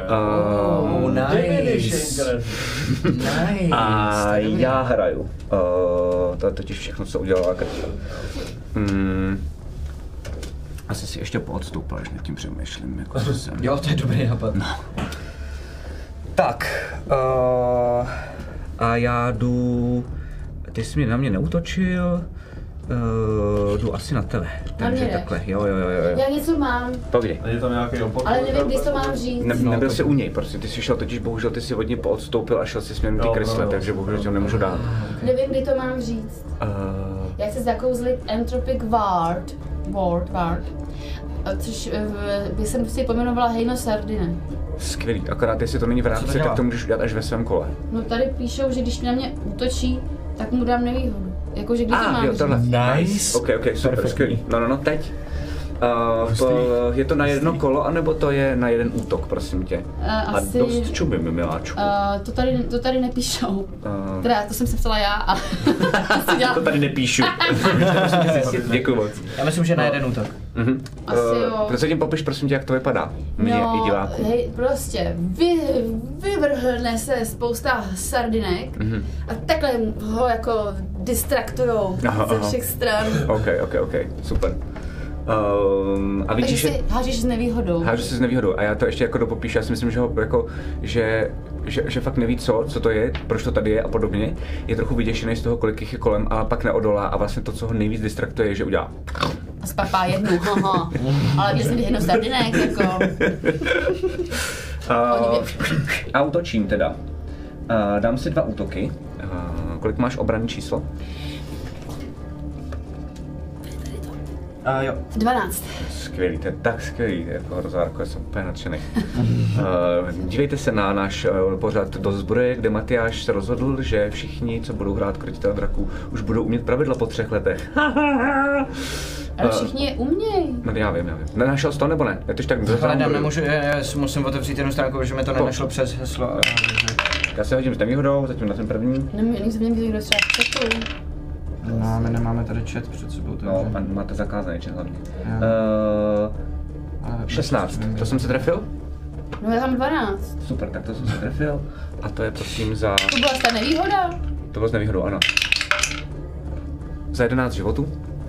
Nice. A já hraju. To je totiž všechno, co udělala Krystal. Asi si ještě poodstoupila, až nad tím přemýšlím. Jako jo, to je dobrý nápad. No. Tak. A já jdu... Ty jsi mě na mě neútočil. Jdu asi na tebe. Takže takhle, jo. Já něco mám. Povídej. Je tam nějaký opor? Ale nevím, kdy to mám říct. Nebyl jsi u něj, prostě ty jsi šel, totiž bohužel ty si hodně poodstoupil a šel si směrem ty krysle, takže bohužel tě nemůžu dát. Nevím, kdy to mám říct. Já chci zakouzlit Entropic Ward, což jsem si pojmenovala Hejno Sardine. Skvělý, akorát jestli to není v reakci, tak to můžeš udělat až ve svém kole. No tady píšou, že když na mě útočí, tak mu dám nevýhodu. Jakože kdy to mám jo, tohle. Nice. Ok, super, skvělý. No, teď. Je to na jedno kolo, anebo to je na jeden útok, prosím tě? Asi... A dost čumím, miláčku. To tady nepíšou. Teda, to jsem se ptala já a... To tady nepíšu. Děkuju moc. Já myslím, že na jeden útok. Asi jo. Zatím popiš, prosím tě, jak to vypadá. Mě i diváků. Hej, prostě vyvrhlne se spousta sardinek a takhle ho jako distraktujou ze všech stran. Ok, super. A vidíš, že hážeš s nevýhodou. Hážu si s nevýhodou a já to ještě jako dopopíšu, já si myslím, že ho jako, že fakt neví co to je, proč to tady je a podobně. Je trochu vyděšený z toho, kolik jich je kolem, ale pak neodolá a vlastně to, co ho nejvíc distraktuje, je, že udělá. A spapá jednu, ale když jsem jednou sardinek, jako... A útočím teda. Dám si 2 útoky. Kolik máš obranné číslo? Jo. 12. Skvělý, to je tak skvělý, jako Hrozárko, já jsem úplně nadšený. Dívejte se na náš pořad Do zbroje, kde Matyáš se rozhodl, že všichni, co budou hrát Krotitele draků, už budou umět pravidla po 3 letech. Ale všichni je umějí. No já vím. Nenašel jsi to nebo ne? Je to tak hledám, nemůžu, já musím otevřít jednu stránku, že mi to nenašlo přes heslo. Já se hodím s nevýhodou, zatím na ten první. Nemůžu mě někdo třeba četu. No, my nemáme tady chat před sebou, takže... No, máte zakázaný chat hlavně. 16, to jsem se trefil? No já mám 12. Super, tak to jsem se trefil. A to je prosím za... To byla ta nevýhoda? To bylo s nevýhodou, ano. Za 11 životů.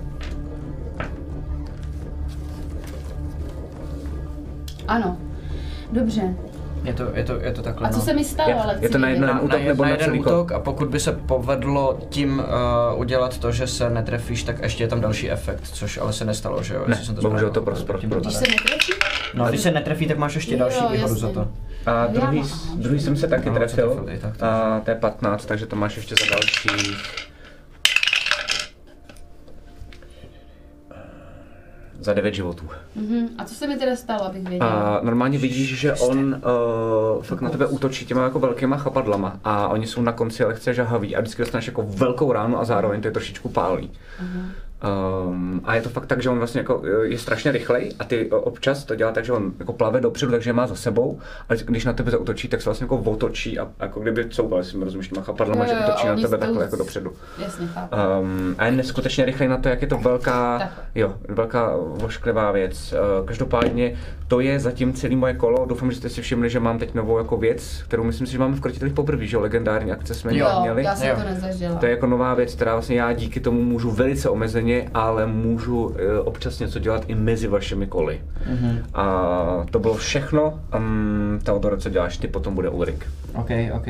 Ano. Dobře. Je to takhle. A co se mi stalo, ale je to na jeden útok nebo na celý útok a pokud by se povedlo tím udělat to, že se netrefíš, tak ještě je tam další efekt, což ale se nestalo, že jo? Ne, bohužel to prostě. Když se netrefí? No, když se netrefí, tak máš ještě další výhodu za to. A druhý jsem se taky trefil, a to je 15, takže to máš ještě za další... za 9 životů. A co se mi teda stalo, abych věděla? Normálně vidíš, že on fakt na tebe útočí těma jako velkýma chapadlama a oni jsou na konci lehce žahaví a vždycky dostaneš jako velkou ránu a zároveň to je trošičku pálí. A je to fakt tak, že on vlastně jako je strašně rychlej a ty občas to dělá tak, že on jako plave dopředu, takže má za sebou, ale když na tebe zaútočí, tak se vlastně jako otočí a jako kdyby couval, jestli mi rozumíš, těma chapadlama, že útočí na tebe takhle jako dopředu. Jasně, chápu. A je neskutečně rychlej na to, jak je to velká vošklivá věc. Každopádně to je zatím celý moje kolo. Doufám, že jste si všimli, že mám teď novou jako věc, kterou myslím si, že máme v Krotitelích poprvé, že legendární akce jsme měli. Já jsem to nezažila. To je jako nová věc, která vlastně já díky tomu můžu velice omezeně, ale můžu občas něco dělat i mezi vašimi koly. A to bylo všechno. Teodore, co děláš ty, potom bude Ulrik. OK,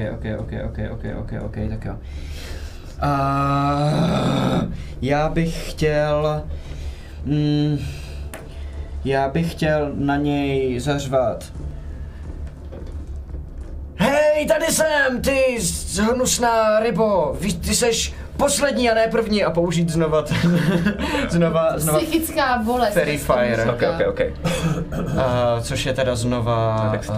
tak jo. Já bych chtěl na něj zařvat. Hej, tady jsem, ty hnusná rybo, ty seš poslední a ne první a použít znova Psychická bolest. Fairy Fire. OK. Což je teda znova... Na Dextru.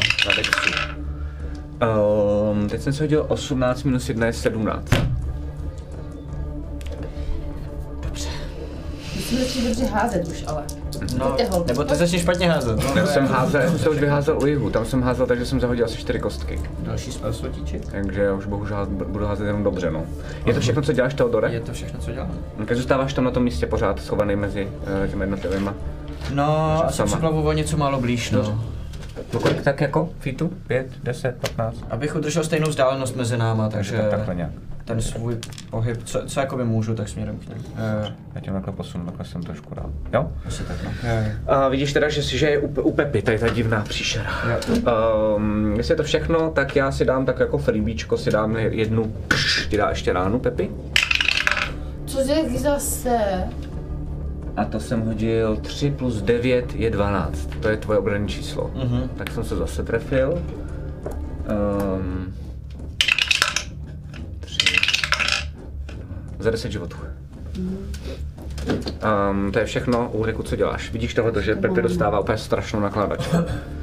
Teď jsem se hodil 18 minus 1 je 17. Dobře. Musím začít dobře házet už, ale. No, nebo ty začneš špatně házet. Já jsem se už vyházel u jihu, tam jsem házel, takže jsem zahodil asi 4 kostky. Další spell slotíček. Takže já už bohužel budu házet jenom dobře, no. Je to všechno, co děláš, Teodore? Je to všechno, co dělám. Takže zůstáváš tam na tom místě pořád schovaný mezi těmi jednotlivýma. No, a jsem připlavu o něco málo blíž, no. Kolik tak jako? Feetu? 5, 10, 15? Abych udržel stejnou vzdálenost mezi náma, takže takhle nějak. Ten svůj pohyb, co jakoby můžu, tak směrem k něm. Já tě takhle posunu, takhle jsem trošku rád. Jo? Asi tak, no. A vidíš teda, že je u Pepy, tady ta divná příšera. Jestli je to všechno, tak já si dám tak jako freebíčko, si dám jednu, ti dá ještě ránu, Pepy. Co zase? A to jsem hodil 3 plus 9 je 12, to je tvoje obranné číslo. Tak jsem se zase trefil. 3. Za 10 životů. To je všechno. Ulriku, co děláš? Vidíš tohle, že Pepe dostává úplně strašnou nakladačku.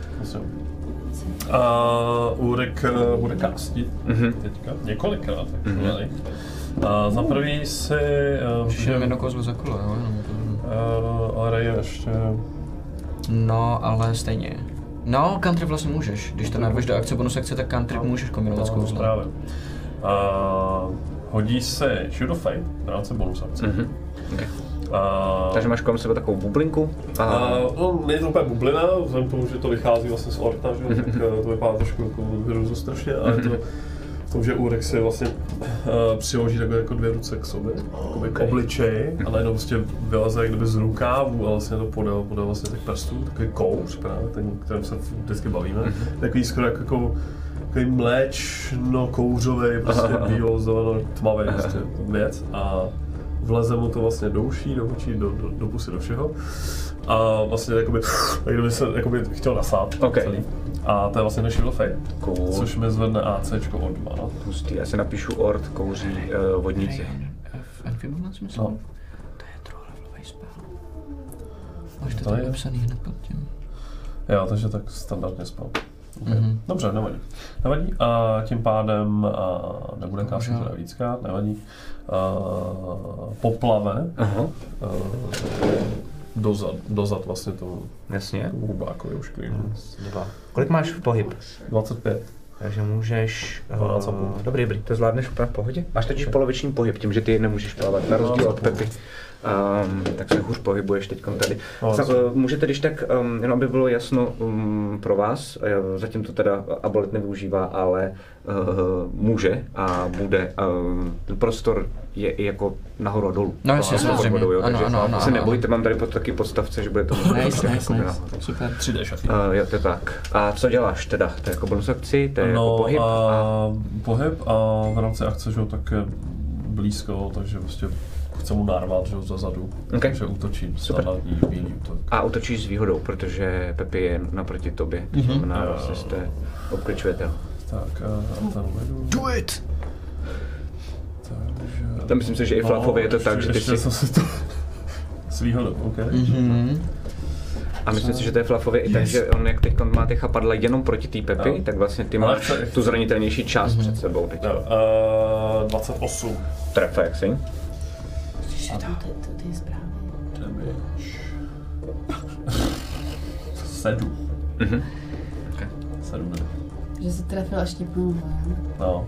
Ulrik bude kástit teďka několikrát. Za prvý si... Přišel jedno kouzlo za kolo, jo? Ale Ray ještě... No, ale stejně. No, country vlastně můžeš. Když to narveš do akce, bonus akce, tak country můžeš kombinovat s kouzlem. Právě. Hodí se Shield of Fate v rámci bonus akce. Okay. Takže máš kolem sebe takovou bublinku? Není to úplně bublina, vzhledem k tomu, že to vychází vlastně z orta, že? Tak to vypadá trošku jako hrůzostrašně, ale to v tom, že Ulrik si vlastně přiloží takové jako 2 ruce k sobě, k obličeji a najednou vlastně vyleze kdyby z rukávu a vlastně to podél vlastně těch prstů, takový kouř právě, ten, kterým se vždycky bavíme, takový skoro jako takový mléčno-kouřový, prostě bílo-zeleno-tmavý prostě věc a vleze mu to vlastně do uší, do očí, do pusy, do všeho a vlastně jakoby, tak kdyby se jakoby chtěl nasát celý. A to je vlastně Shield of Fate, což mi zvedne ACčko o 2. Pustý, já si napíšu Ord, kouří vodníci. Enfibulance myslím? To je trojlevelový spell. Máš to tady napsaný hned pod tím. Jo, takže tak standardně spell. Okay. Dobře, nevadí. A tím pádem nebude kásat teda víckrát, nevadí. Poplave dozad vlastně tomu. Jasně. Hubákovi už klínu. Kolik máš v pohyb? 25. Takže můžeš... Dobrý, to zvládneš úplně v pohodě? Máš totiž poloviční pohyb, tím, že ty nemůžeš plavat, na rozdíl od Pepy. Tak se hůř pohybuješ teď tady. Můžete, když tak, jenom aby bylo jasno pro vás, zatím to teda Abolet nevyužívá, ale může a bude. Ten prostor je i jako nahoru a dolů. No jasně, samozřejmě. Ano, se nebojte, mám tady taky podstavce, že bude to nice. Super. 3D šachy. Jo, to je tak. A co děláš teda? To je jako bonus akci, to je jako pohyb? Pohyb a v rámci akce, že tak je blízko, takže prostě chce mu narvat, že zazadu, takže útočí standardní bílý útok. A útočíš s výhodou, protože Pepi je naproti tobě, to znamená, vlastně jste obkličujete. Tak a ten uvedu. Do it! Tam myslím si, že i Flafovi je to tak, že ty si... S výhodou, OK. A myslím si, že to je Fluffově i tak, že on jak teď má ty chapadla jenom proti té Pepi, tak vlastně ty máš tu zranitelnější část před sebou teď. 28. Trefa, jak si? To je správně. 7. Okay. 7. Že se trefil až štipnou. No.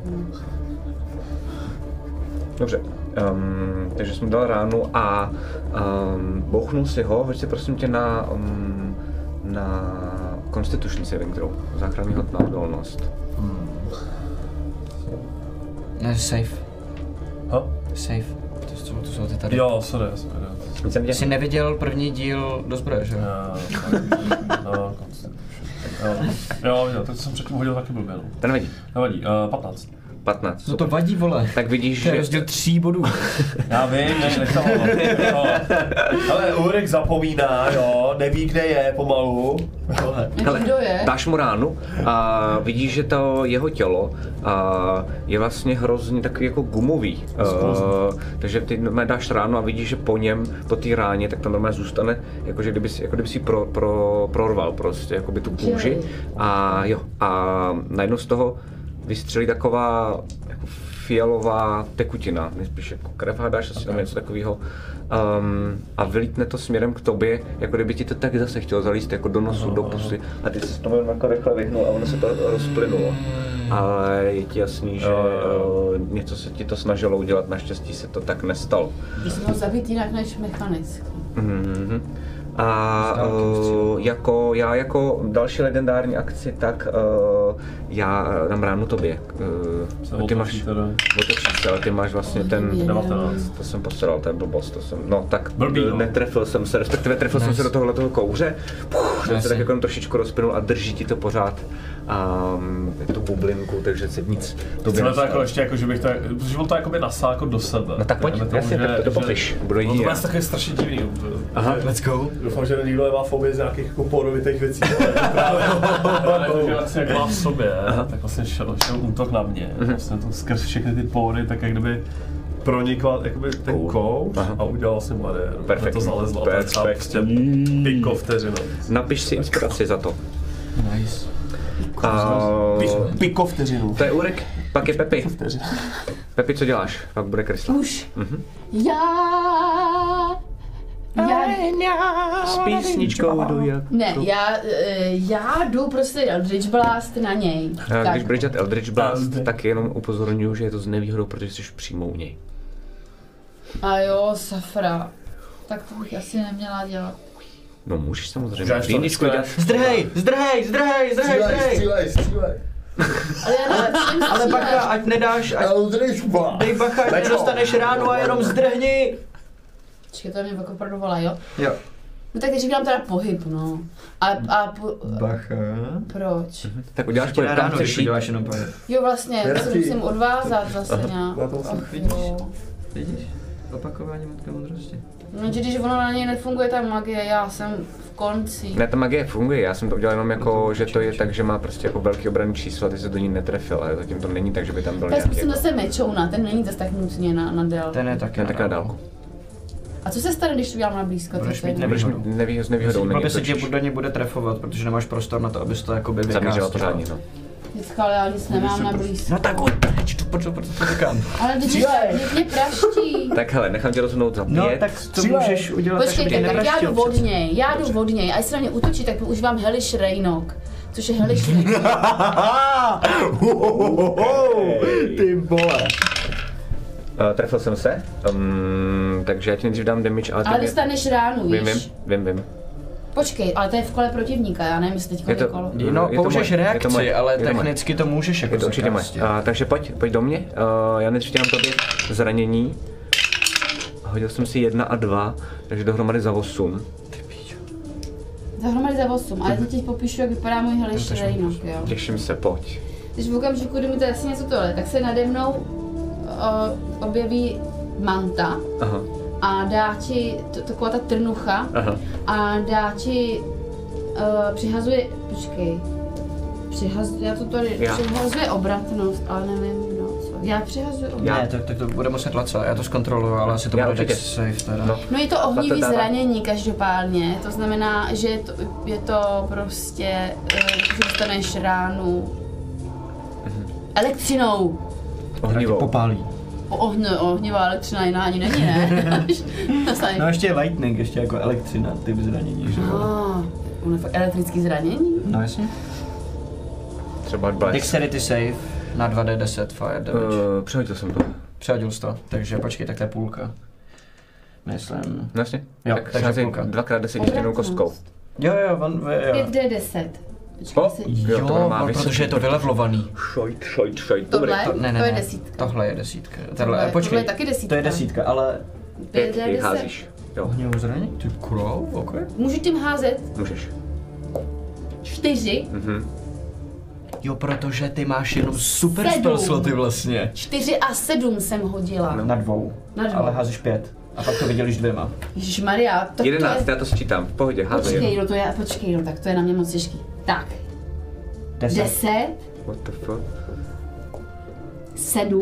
Dobře, takže jsem dal ránu a bouchnul si ho, hoď si prosím tě na Constitution saving throw, záchranný hod na odolnost. Ne, safe. Ha? Safe. To jsou ty tady. Jo, sorry. Jsi neviděl první díl do zbroje, že jo? No, jo, tak jsem předtím hodil taky blbě, no. To nevadí. Nevadí, 15. 15. No to vadí, vole. Tak vidíš, to je že... rozdíl 3 bodů. Já vím, nechám ho. Ale Ulrik zapomíná, jo, neví, kde je pomalu. Ale dáš mu ránu a vidíš, že to jeho tělo je vlastně hrozně takový jako gumový. Takže ty dáš ránu a vidíš, že po něm, po té ráně, tak to normálně zůstane, jako kdyby si prorval prostě, jako by tu kůži. A najednou z toho vystřelí taková jako fialová tekutina, nejspíš jako krev, hádáš asi tam něco takového. A vylítne to směrem k tobě, jako kdyby ti to tak zase chtělo zalíst jako do nosu, do pusy. A ty se s tomu jako rychle vyhnul a ono se to rozplynulo. Ale je ti jasný, že něco se ti to snažilo udělat, naštěstí se to tak nestalo. Ty jsi mohl zabít jinak než mechanicky. A jako další legendární akci, tak já dám ránu tobě. Ty máš otočí se, ale ty máš vlastně ten 19. To jsem postaral, to je blbost, no tak netrefil jsem se, respektive trefil jsem se do tohoto kouře, jsem se tak jako trošičku rozplynul a drží ti to pořád tu bublinku, takže se nic tobě chceme to jako ještě jako, že bych to, protože on to jakoby nasál jako do sebe. No tak pojď, jasně, tak to popiš, budu jít. No to bude takový strašně divný. Aha, let's go. Doufám, že nikdo nemá fobii z nějakých jako porovitých věcí. Vlastně jak má v sobě, tak vlastně šel útok na mě. Vlastně to skrz všechny ty pory, tak jak kdyby pronikl jakoby ten kouř a udělal vlastně bariéru. Perfektní. To zalezlo, tak třeba prostě piko vteřinu. Napiš si inspiraci za to. Nice. Piko vteřinu. To je Ulrik, pak je Pepi. Pepi, co děláš? Pak bude Krysla. Už. S písničkou jdu jak... Ne, já jdu prostě Eldritch Blast na něj. Když budeš dělat Eldritch Blast, tak jenom upozorňuji, že je to z nevýhodou, protože jsi přímo u něj. A jo, safra. Tak to bych asi neměla dělat. No můžeš samozřejmě. Zdrhej! Ale bacha, ať nedáš, dej bacha, ať nedostaneš ránu a jenom zdrhni! Počkej, to mě opravdu volá, jo? Jo. No tak teď říkám teda pohyb, no. Bacha. Proč? Tak uděláš pohyb, ráno, když uděláš jenom pohyb. Jo, vlastně, to se musím odvázat zase nějak. Vidíš? Opakování matka moudrosti. No, že když ono na něj nefunguje ta magie, já jsem v konci. Ne, ta magie funguje, já jsem to udělal jenom jako, že to je tak, že má prostě jako velký obranný číslo a ty se do ní netrefil, ale zatím to není tak, že by tam byl nějaký. Tak zkusím zase mečouna, ten není zase tak nutně na délku. Ten je taky na dálku. A co se stane, když to udělám na blízko? Budeš mít nevýhodou. Nevýhodou se tě do něj bude trefovat, protože nemáš prostor na to, abys to jakoby zamířila pořádně, no. Ale já nic nemám na blízko. No tak proč to říkám? Ale když mě praští. Tak hele, nechám tě rozhodnout za 5. No tak to můžeš udělat. Počkejte, tak já jdu od něj, a jestli na mě útočí, tak používám Hellish Rainok. Což je Hellish Rainok. Ty vole. Trefil jsem se, takže já ti nejdřív dám damage, ale dostaneš ránu, víš? Vím. Počkej, ale to je v kole protivníka, já nevím, jestli teďko je kolo. No, použiješ reakci, ale technicky to můžeš jako to určitě moje. Takže pojď do mě, já nejdřív dělám tobě zranění. Hodil jsem si 1 a 2, takže dohromady za 8. Dohromady za 8, ale teď popíšu, jak vypadá můj Hellish Rainok, jo. Těším se, pojď. Když v okamžiku, kdy mi to jasně něco tohle, tak se nade mnou objeví manta. Aha. A dá ti, taková ta trnucha, a dá ti, přihazuje, počkej, přihazuje obratnost, ale nevím, no, co Já přihazuju. Ne, tak to bude muset Laca, já to zkontroluju, ale asi to bude Dex save teda. No je to ohnivý zranění každopádně, to znamená, že je to prostě, že dostaneš ránu elektřinou. Ohnivou. Popálí. Ohnivá elektřina jiná ani není, ne? No ještě je lightning, ještě jako elektřina, typ zranění, že jo? Ono je fakt elektrický zranění? No jasně. Třeba blast. Dexterity save na 2d10 fire damage. Přehodil jsem to. Přehodil jsi to, takže počkej, tak to je půlka. Myslím. No jasně. Jo, tak takže půlka. 2x10 stěnou kostkou. Jo, 5d10. Jo, protože je to vylevlovaný. Šojt. Tohle? Ne, to je desítka. Tohle je desítka. Tohle je taky desítka. To je desítka, ale... 5 házíš. Jo. Ohnivou zranění? Ty kurou, ok. Můžu tím házet? Můžeš. 4. Jo, protože ty máš jenom super spell sloty vlastně. 4 a 7 jsem hodila. Na dvou. Ale házíš 5. A pak to vydělíš 2. Ježišmarja, to 11, to je... já to sčítám, v pohodě, házej. Počkej, tak to je na mě moc těžký. Tak. 10. What the fuck? 7.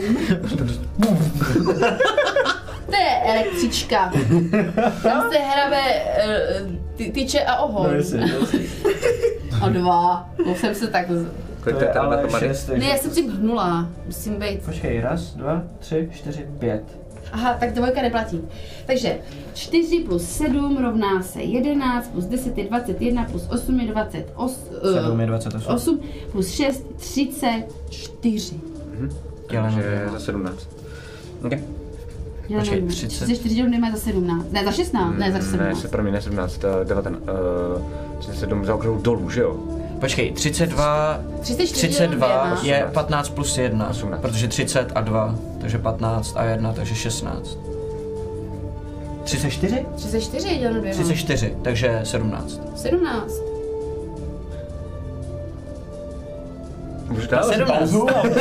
To je elektřička. Tam se hrabe tyče a ohoň. No jasně. A 2. To jsem se tak... Kolik to je ale 6, Ne, já jsem si hnula. Musím být... Počkej, 1, 2, 3, 4, 5. Aha, tak dvojka neplatí. Takže 4 plus 7 rovná se 11, plus 10 je 21, plus 8 je 7 je 28. 8 plus 6 34. Takže za 17. Ok. Počkej, 30. 34 dělím nemáme za 17. Ne, za 16. Ne, za 17. Ne, pro mě ne 17, 19. 37 za okruhu dolů, že jo? Počkej, 32 je 15 plus 1, 18. protože 30 a 2, takže 15 a 1, takže 16. 34? 34 je děleno 2. 34, takže 17. 17. Můžu dát 17.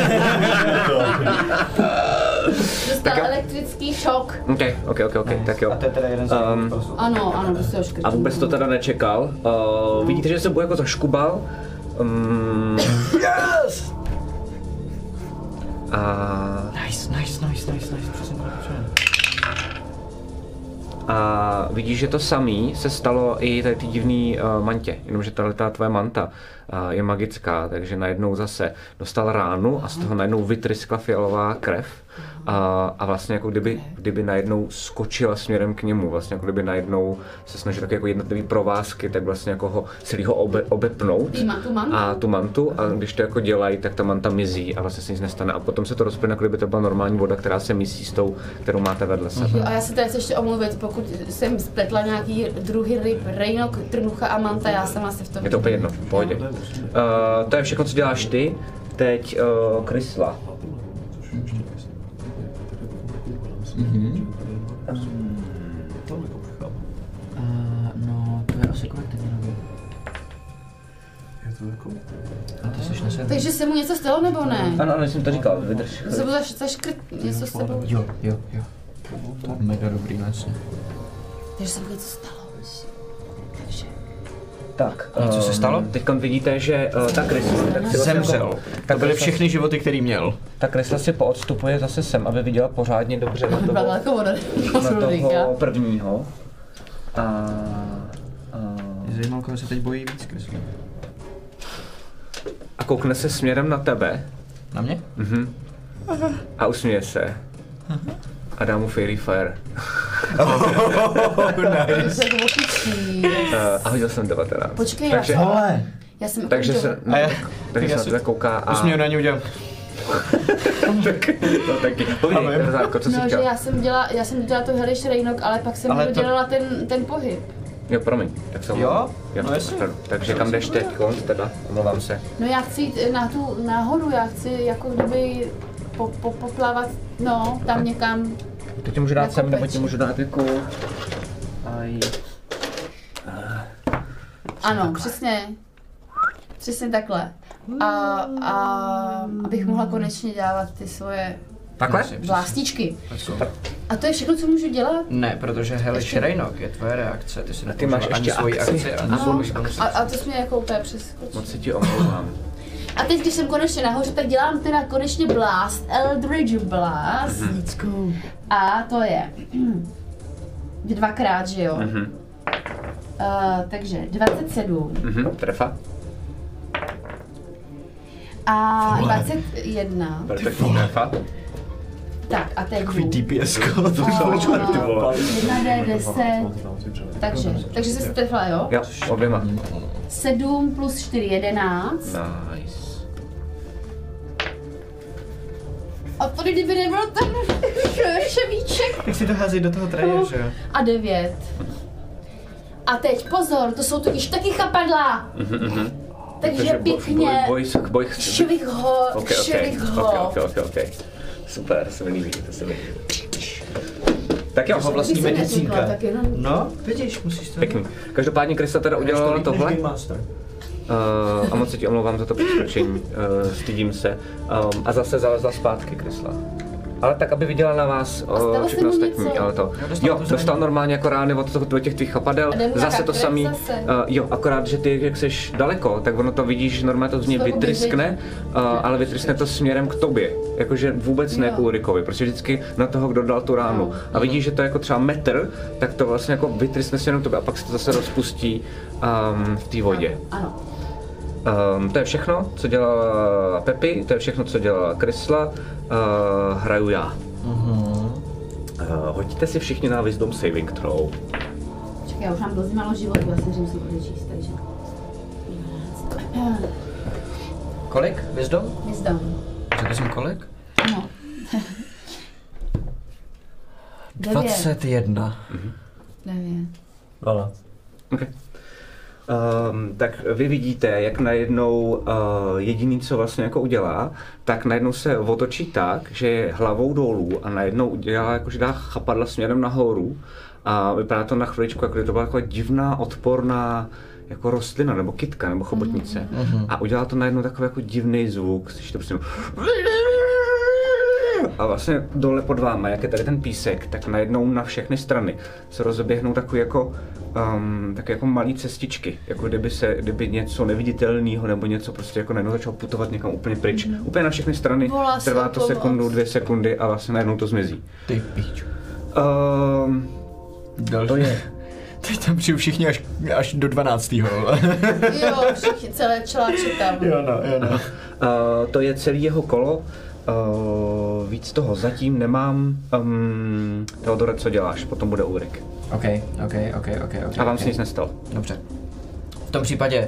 Dostal elektrický šok. Ok, tak jo. A to je teda jeden z Ano, to se ho škrtím. A vůbec to teda nečekal. Vidíte, že se bude jako zaškubal. Yes! A... Nice, přesně tak. A vidíš, že to samý se stalo i tady ty divný mantě, jenomže ta tvoje manta je magická, takže najednou zase dostal ránu a z toho najednou vytryskla fialová krev a vlastně jako kdyby najednou skočila směrem k němu, vlastně jako kdyby najednou se snažil tak jako jednotlivý provázky, tak vlastně jako ho celýho obepnout a tu mantu a když to jako dělají, tak ta manta mizí a vlastně se nic nestane a potom se to rozplyne, jako kdyby to byla normální voda, která se mísí s tou, kterou máte vedle sebe. A já se tady ještě omluvit, pokud jsem spletla nějaký druhý ryb, rejnok, trnucha a manta, já jsem asi v tom. Je to úplně jedno, v pohodě. To je všechno, co děláš ty. Teď Krysla. No, to je asi kolektivní nový. Je to jako... A ty jsi na Takže se mu něco stalo nebo ne? Ano, jsem to říkal, vydrž. Se mu zaškrt něco s tebou? Jo. To je mega dobrý, vlastně. Takže se mu něco stalo. Takže... Tak, co se stalo? Teď vidíte, že ta Krysla zemřel. Tak byly všechny životy, který měl. Ta Krysla si poodstupuje zase sem, aby viděla pořádně dobře na toho prvního. Mě zajímalo, koho se teď bojí víc, Krysla. A koukne se směrem na tebe. Na mě? A usměje se. A dá mu Fairy Fire. Nice. A hodil jsem 19. Počkej, takže, já jsem takže se na tebe kouká a... Usměju na ní udělám. Taky. Povídej, Zárko, co jsi chtěla? Že já jsem dělala to Hellish Rejnok, ale pak jsem dodělala ten pohyb. Jo, promiň, tak jsem... Jo? No jasně. Takže kam jdeš teď, teda? Omlouvám se. No já chci jít nahoru, já chci jako kdyby poplavat, no, tam někam. To ti můžu dát sem, nebo ti můžu dát jako... Ano, přesně takhle. A abych mohla konečně dávat ty svoje takhle? Vlástičky. A to je všechno, co můžu dělat? Ne, protože Hellish Rejnok je tvoje reakce, ty si ty máš ještě svoji akci. A to jsme jako úplně přeskočili. Moc si ti omlouvám. A teď, když jsem konečně nahoře, tak dělám teda konečně Blast, Eldritch Blast. Let's go. A to je 2x, že jo? Takže 27. Trefa. A 21. Perfektní trefa. Tak a teď Takový DPS-ko, to už 1D10. Takže se trefila, jo? Jo, oběma. 7 plus 4, 11. Nice. A tady kdyby nebyl ten ševíček. Tak si to hází do toho traje, že jo? A 9. A teď pozor, to jsou totiž taky chapadla. Takže pěkně. Švih ho. Okay. Super, to se mi líbí, Tak jo, jeho vlastní medicínka. No, vidíš, musíš to... Pěkný. Každopádně Krysta teda udělala tohle. A moc se ti omlouvám za to přeskočení, stydím se. A zase zalezla zpátky Krysla. Ale tak, aby viděla na vás všechno ostatní, ale to. Jo, dostal normálně jako rány od těch tvých chapadel, zase to samý. Jo, akorát, že ty, jak seš daleko, tak ono to vidíš, normálně to z něj vytryskne, ale vytryskne to směrem k tobě. Jakože vůbec ne k Ulrikovi, prostě vždycky na toho, kdo dal tu ránu. A vidíš, že to je jako třeba metr, tak to vlastně jako vytryskne směrem k tobě a pak se to zase rozpustí v té vodě. Ano. To je všechno, co dělala Pepi, to je všechno, co dělala Krysla, hraju já. Hoďte si všichni na Wisdom Saving Throw. Čekaj, já už mám dost málo životů, já se musím odečíst, takže... Kolik? Wisdom? Wisdom. Řekl jsem kolik? Ano. 21. 9. 12. Okay. Tak vy vidíte, jak najednou jediný, co vlastně jako udělá, tak najednou se otočí tak, že je hlavou dolů a najednou udělá, jakože dá chapadla směrem nahoru a vypadá to na chviličku, jako to byla taková divná, odporná jako rostlina, nebo kytka, nebo chobotnice. A udělá to najednou takový jako divný zvuk, slyšíte prostě a vlastně dole pod váma, jak je tady ten písek, tak najednou na všechny strany se rozeběhnou takové jako malé cestičky, jako kdyby něco neviditelného nebo něco prostě jako najednou začalo putovat někam úplně pryč. Úplně na všechny strany, trvá to sekundu, 2 sekundy a vlastně najednou to zmizí. Ty piču. To je. Teď tam přijdu všichni až do 12. Jo, všichni, celé čeláče tam. Jo no. To je celý jeho kolo. Víc toho zatím nemám. Teodore, co děláš? Potom bude Ulrik. OK. A vám se nic nestalo. Dobře. V tom případě...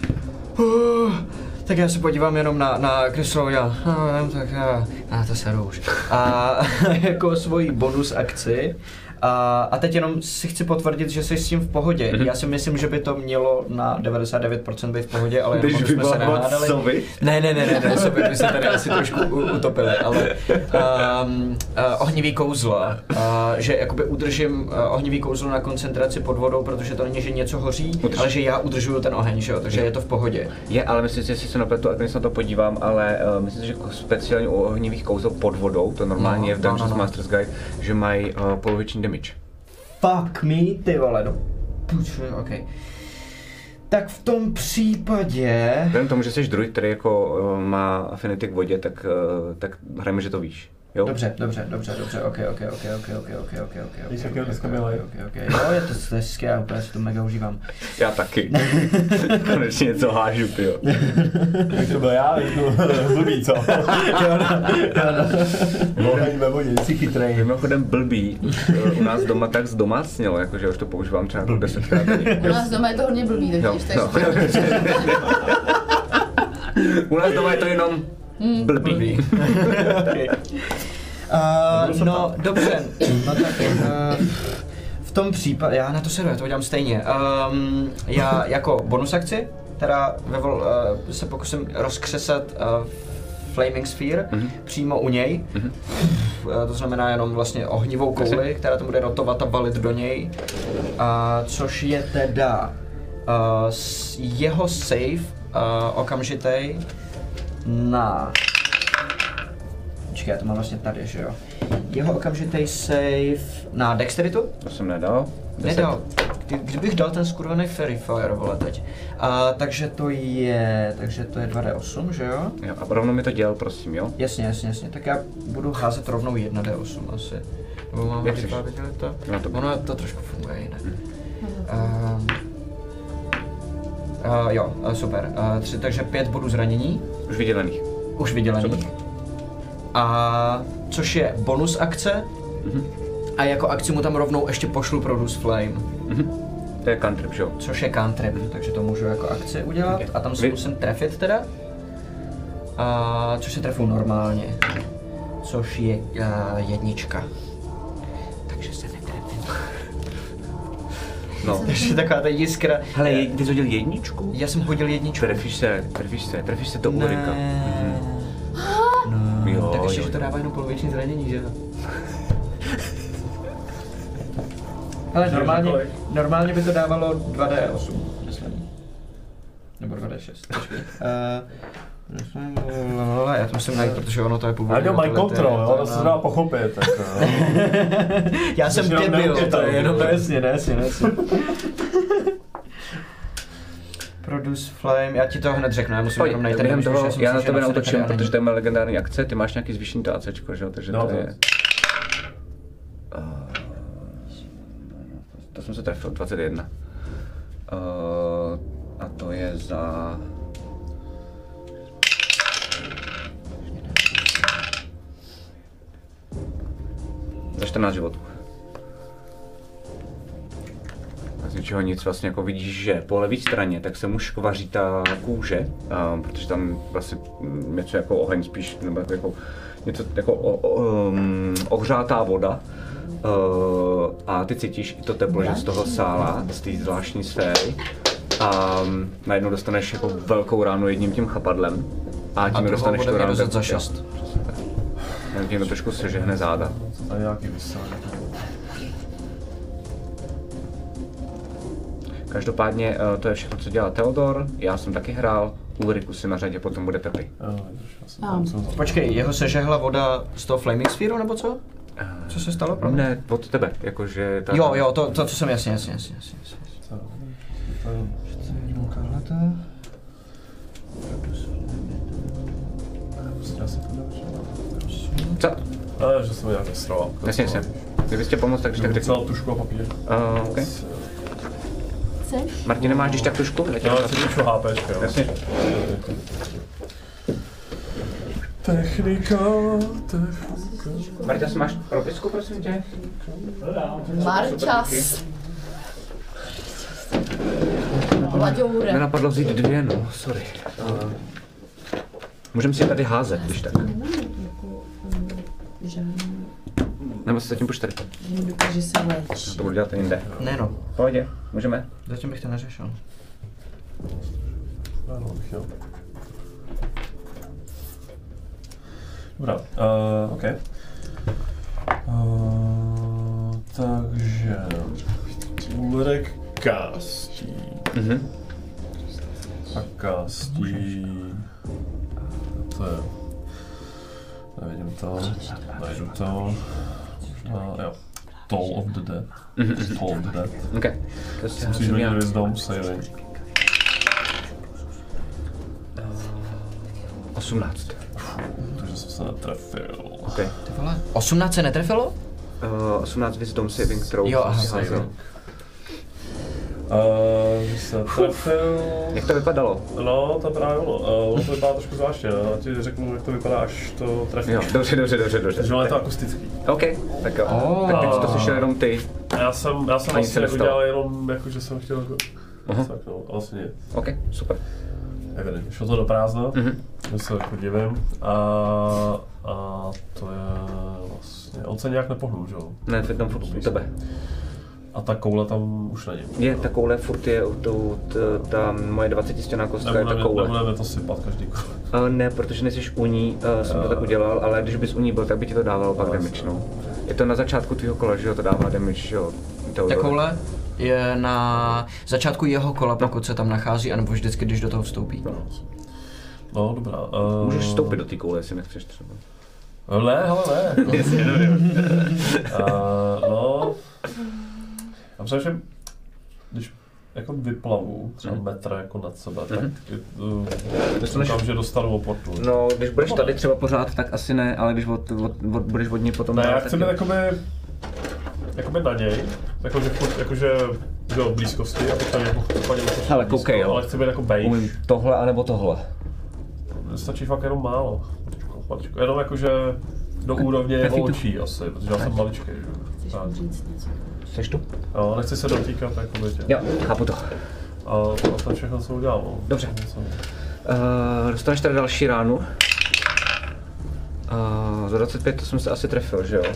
tak já se podívám jenom na Kryslovu to se už. A jako svoji bonus akci. A teď jenom si chci potvrdit, že jsi s tím v pohodě. Já si myslím, že by to mělo na 99% být v pohodě, ale jenom jsme se nehádali. Ne, soby by se tady asi trošku utopili, ale ohnivý kouzlo, že jakoby udržím ohnivý kouzlo na koncentraci pod vodou, protože to není, že něco hoří, ale že já udržuju ten oheň, že jo, takže je to v pohodě. Je, ale myslím si, že si se napletu, a když se na to podívám, ale myslím si, že speciálně u ohnivých kouzel pod vodou, to normálně je v Dungeons Master's Guide, že mají poloviční damage. Fuck me, ty vole, ok. Tak v tom případě... Vzhledem tomu, že jsi druid, který jako má affinity k vodě, tak hrajme, že to víš. Jo? Dobře, ok. Víš, jakého dneska byla, jo? Jo, je to hezké, já úplně si to mega užívám. Já taky. Konečně něco hážu, tyjo. Jak to byl já, blbý, co? Bohaní ve vodě, jsi chytrej. Mimochodem blbý, u nás doma tak zdomácnělo, jakože už to používám třeba 10krát. U nás doma je to hodně blbý, takže U nás doma je to jenom blbý. No dobře, no tak v tom případě, já na to sedu, já to udělám stejně. Já jako bonus akci, teda se pokusím rozkřesat Flaming Sphere přímo u něj. To znamená jenom vlastně ohnivou kouli, která to bude rotovat a valit do něj. Což je teda jeho save okamžitej na Počkej, já to mám vlastně tady, že jo. Jeho okamžitý save na dexteritu? To jsem nedal. Nedal. Kdybych dal ten skurvený Fairy Fire, vole, teď. Takže to je 2d8, že jo? Jo, a rovnou mi to dělal, prosím, jo? Jasně. Tak já budu házet rovnou 1d8 asi. Nebo mám vypávět to? No, ono to trošku funguje jinak. Jo, super. 3, takže 5 bodů zranění. Už vydělených. Super. A což je bonus akce. A jako akci mu tam rovnou ještě pošlu Produce Flame. To je cantrip, že jo? Což je cantrip, takže to můžu jako akci udělat. Okay. A tam se musím trefit teda. Což se trefu normálně. Což je 1. Takže se netrefím. No. Takže taková ta jiskra. Hele, ty jsi hodil 1? Já jsem hodil 1. Trefíš se do Ulrika. No, jo, tak ještě, že to dává jenom poloviční zranění, že jo? Ale normálně by to dávalo 2d8, myslím. Nebo 2d6. Já to musím najít, protože ono to je původně. Ale mají kontrol, jo, to se dá pochopit. Tak, já jsem 5 byl, to je jenom jasně. Produce Flame, já ti to hned řeknu, já musím jenom najít ten toho, já na tebe nautočím, protože to je moje legendární akce, ty máš nějaký zvýšený to ACčko, že jo, takže to je... To jsem se trefil, 21. A to je za... Za 14 životů. Z ničeho nic vlastně jako vidíš, že po levé straně tak se mu škvaří ta kůže, protože tam vlastně něco jako oheň spíš, nebo jako něco jako ohřátá voda. A ty cítíš i to teplo, že z toho sála, z té zvláštní sféry. A najednou dostaneš jako velkou ránu jedním tím chapadlem. A tím dostaneš tu ránu za 6. Tím to trošku sežehne záda. A nějaký vysání. Každopádně to je všechno, co dělá Theodor. Já jsem taky hrál. Ulriku si na řadě, potom bude Pepi. Počkej, jeho sežehla voda z toho Flaming Sphere, nebo co? Co se stalo? Ne, od tebe, jakože... Ta... Jo, to co jsem jasně. Co? Ale že jsem nějak nesroval. Jasně. Kdyby jste pomoct, tak když tak řekl. Celou tušku a papír. Okay. Martin, máš když tak tušku? Já si tušku HPčka, jo. Jasně. Technika. Marťas, máš propisku, prosím tě? Marťas. Laďoure. Nenapadlo vzít 2, no, sorry. Můžeme si je tady házet, když tak. Nebo se zatím poštěli. Dokáže se léčit. To budu dělat jinde. Ne no. Pohodě, můžeme? Zatím bych to neřešil. Ano, bych jo. Dobrá, OK. Takže... Ulrik kástí. A kástí... To je... Nevidím to, najdu to. Jo. Toll of the Dead. Toll of the Dead. OK. Musíš hodit Wisdom saving. 18. Takže jsem se netrefil. OK. Ty vole, 18 se netrefilo? 18 Wisdom saving throw. Jo, aha. Že se trefil... Jak to vypadalo? No, to právě ono to vypadá trošku zvláštně, já ti řeknu, jak to vypadá, až to trefíš. Jo, dobře. Takže je to akustický. OK, tak jo. Tak teď to slyšel jenom ty. Já jsem vlastně udělal jenom, jako, že jsem chtěl jako... Tak no, vlastně nic. OK, super. Evidentně, šlo to do prázdna, že se jako divím a to je vlastně... On se nějak nepohnul, že jo? Ne, tam furt u tebe. A ta koule tam už není. Je, ta koule furt je ta moje 20stěnná kostka je ta koule. Nebudeme to sypat každý koule. Ne, protože nejsiš u ní, jsem to tak udělal, ale když bys u ní byl, tak by ti to dávalo pak damage, no. Je to na začátku tvýho kola, že jo, to dává damage, jo. Ta koule je na začátku jeho kola, pokud se tam nachází, anebo vždycky, když do toho vstoupí. No, dobrá. Můžeš vstoupit do té koule, jestli nechceš třeba. Ne, hele, ne. No, já přemýšlím, když jako vyplavu třeba metr jako nad sebe, tak doufám, že dostanu oportu. No, když budeš tady třeba pořád, tak asi ne, ale když budeš od něj potom... Ne, já chci být jakoby na něj, jakože byl v blízkosti a potom jako ale koukej, jo. Ale chci být jako bejš. Umím tohle anebo tohle. Stačí fakt jenom málo. Jenom jakože do úrovně jeho očí asi, protože já jsem maličký. Chceš říct něco? Chceš tu? Jo, nechci se dotýkat jakoby tě. Jo, chápu to. A to všechno, co udělal. No. Dobře. Dostaneš tady další ránu. Za 25 to jsem se asi trefil, že jo?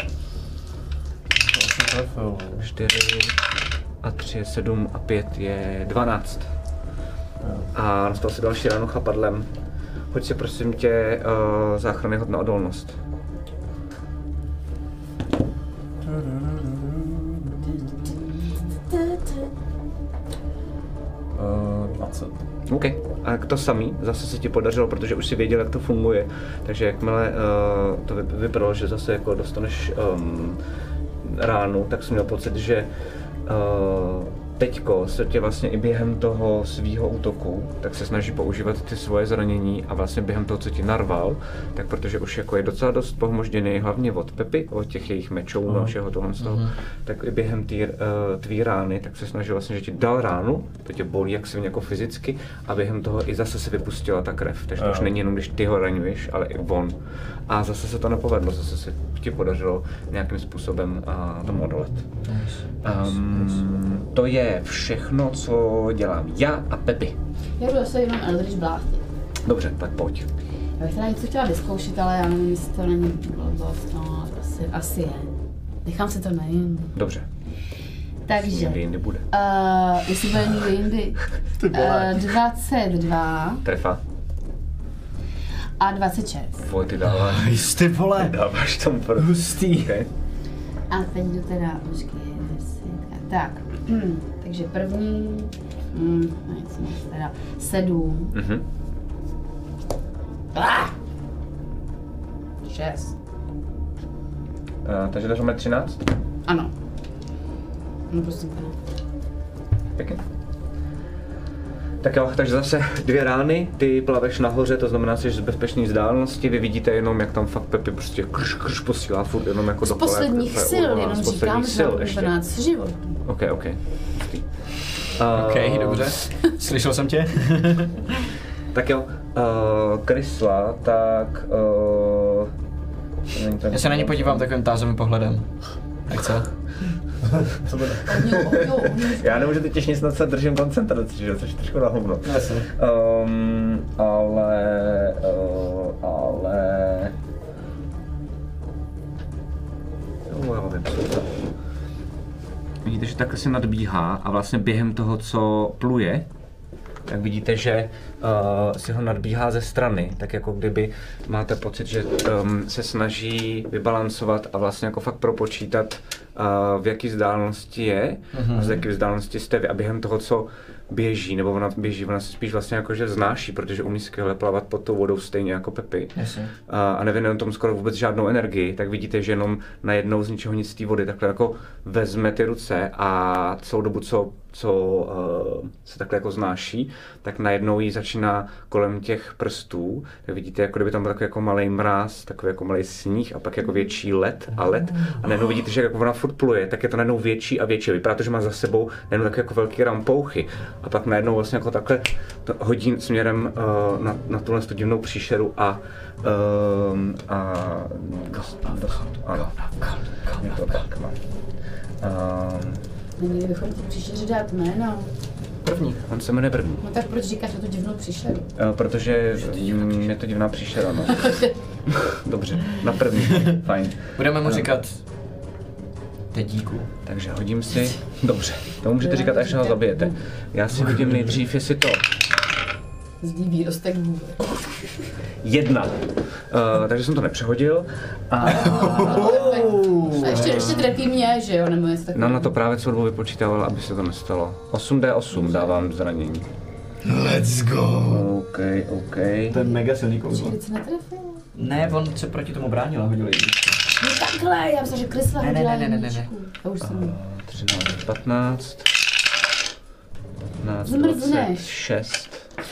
Trefil. 4 a 3 je 7 a 5 je 12. A dostal si další ránu chapadlem. Hoď si prosím tě záchranný hod na odolnost. 20. OK. A to samý, zase se ti podařilo, protože už si věděl, jak to funguje. Takže jakmile to vypadalo, že zase jako dostaneš ránu, tak jsem měl pocit, že teďko se tě vlastně i během toho svýho útoku, tak se snaží používat ty svoje zranění a vlastně během toho, co ti narval, tak protože už jako je docela dost pohmožděný hlavně od Pepy, od těch jejich mečů a všeho tohle z toho, tak i během tvý rány, tak se snažil vlastně, že ti dal ránu, to tě bolí jak svým jako fyzicky a během toho i zase se vypustila ta krev, takže to už není jenom, když ty ho raňuješ, ale i on. A zase se to nepovedlo, zase se ti podařilo nějakým způsobem tomu odolat. To je všechno, co dělám já a Pepi. Já jdu zase jenom Eldritch Blasty. Dobře, tak pojď. Já bych teda něco chtěla vyzkoušet, ale já nevím, jestli to není blbost, no, asi je. Nechám si to na jindy. Dobře. Takže, někdy jindy bude. Jestli bude někdy jindy, 22. Trefa. A 26. Voj, ty dáváš. Ty vole. Dáváš tam hustý. Okay. A teď jdu teda, počkej, 10. Tak, takže první, teda 7. 6. Takže dáme 13? Ano. No prosím, pane. Pěkně. Tak jo, takže zase 2 rány, ty plaveš nahoře, to znamená, že jsi z bezpečné vzdálenosti, vy vidíte jenom, jak tam fakt Pepi prostě krš posílá furt jenom jako dokola. Z posledních sil, jenom říkám, že mám 12 životů. OK. OK, dobře. Slyšel jsem tě. Tak jo, Krysla, tak... Já se na ně podívám takovým tázovým pohledem. Tak co? Já nemůžu teď nic na co držím koncentraci, že což trošku na hovno. Ale... Jo, já vím, co. Vidíte, že takhle se nadbíhá a vlastně během toho, co pluje, tak vidíte, že si ho nadbíhá ze strany, tak jako kdyby máte pocit, že se snaží vybalancovat a vlastně jako fakt propočítat, v jaký vzdálenosti je a z jaké vzdálenosti jste vy a během toho, co běží, nebo ona běží, ona se spíš vlastně jako že vznáší, protože umí skvěle plavat pod tou vodou stejně jako Pepi. A nevěnuje tomu skoro vůbec žádnou energii, tak vidíte, že jenom najednou z ničeho nic z té vody takhle jako vezme ty ruce a celou dobu, co se takhle jako znáší, tak najednou jí začíná kolem těch prstů, tak vidíte, jako kdyby tam byl takový jako malej mráz, takový jako malej sníh a pak jako větší led a najednou vidíte, že jako ona furt pluje, tak je to najednou větší a větší. Vypadá to, že má za sebou najednou takové jako velký rampouchy a pak najednou vlastně jako takhle to hodí směrem na tuhle divnou příšeru a Neměli bychom ti příšeře dát jméno. První. On se jmenuje První. No tak proč říkáš tu divnou příšeru? Protože je to divná příšera, no. Dobře, na První, fajn. Budeme mu říkat Tedíku. Takže hodím si, dobře, to můžete říkat, až ho zabijete. Já si hodím nejdřív, jestli to... Zdý výrostek vůbec. 1. Takže jsem to nepřehodil. A ještě trefí mě, že jo? Nebo něco no na to právě celou dobu vypočítával, aby se to nestalo. 8D8 dávám zranění. Let's go. OK. To je mega silný kouzlo. Počkej, se netrefil. Ne, on se proti tomu bránil a hodil jedničku. No takhle, já myslím, že Krysla hodila jedničku. Ne. 13, 15. 15, Zmrzneš. 26.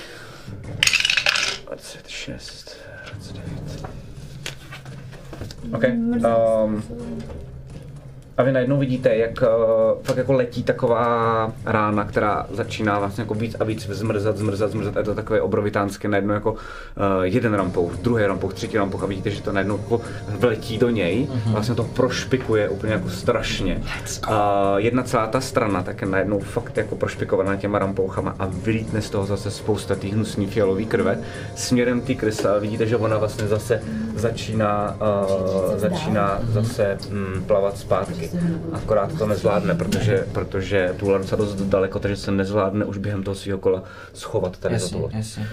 26. 29. OK. A vy najednou vidíte, jak fakt jako letí taková rána, která začíná vlastně jako víc a víc zmrzat. Je to takové obrovitánské, najednou jako jeden rampouch, druhý rampouch, třetí rampouch a vidíte, že to najednou jako vletí do něj. Vlastně to prošpikuje úplně jako strašně. Jedna celá ta strana tak je najednou fakt jako prošpikovaná těma rampouchama a vylítne z toho zase spousta té hnusný fialové krve. Směrem té Krysla vidíte, že ona vlastně zase začíná zase plavat zpátky. Akorát to nezvládne, protože tu docela dost daleko, takže se nezvládne už během toho svého kola schovat tady do toho. Jasně.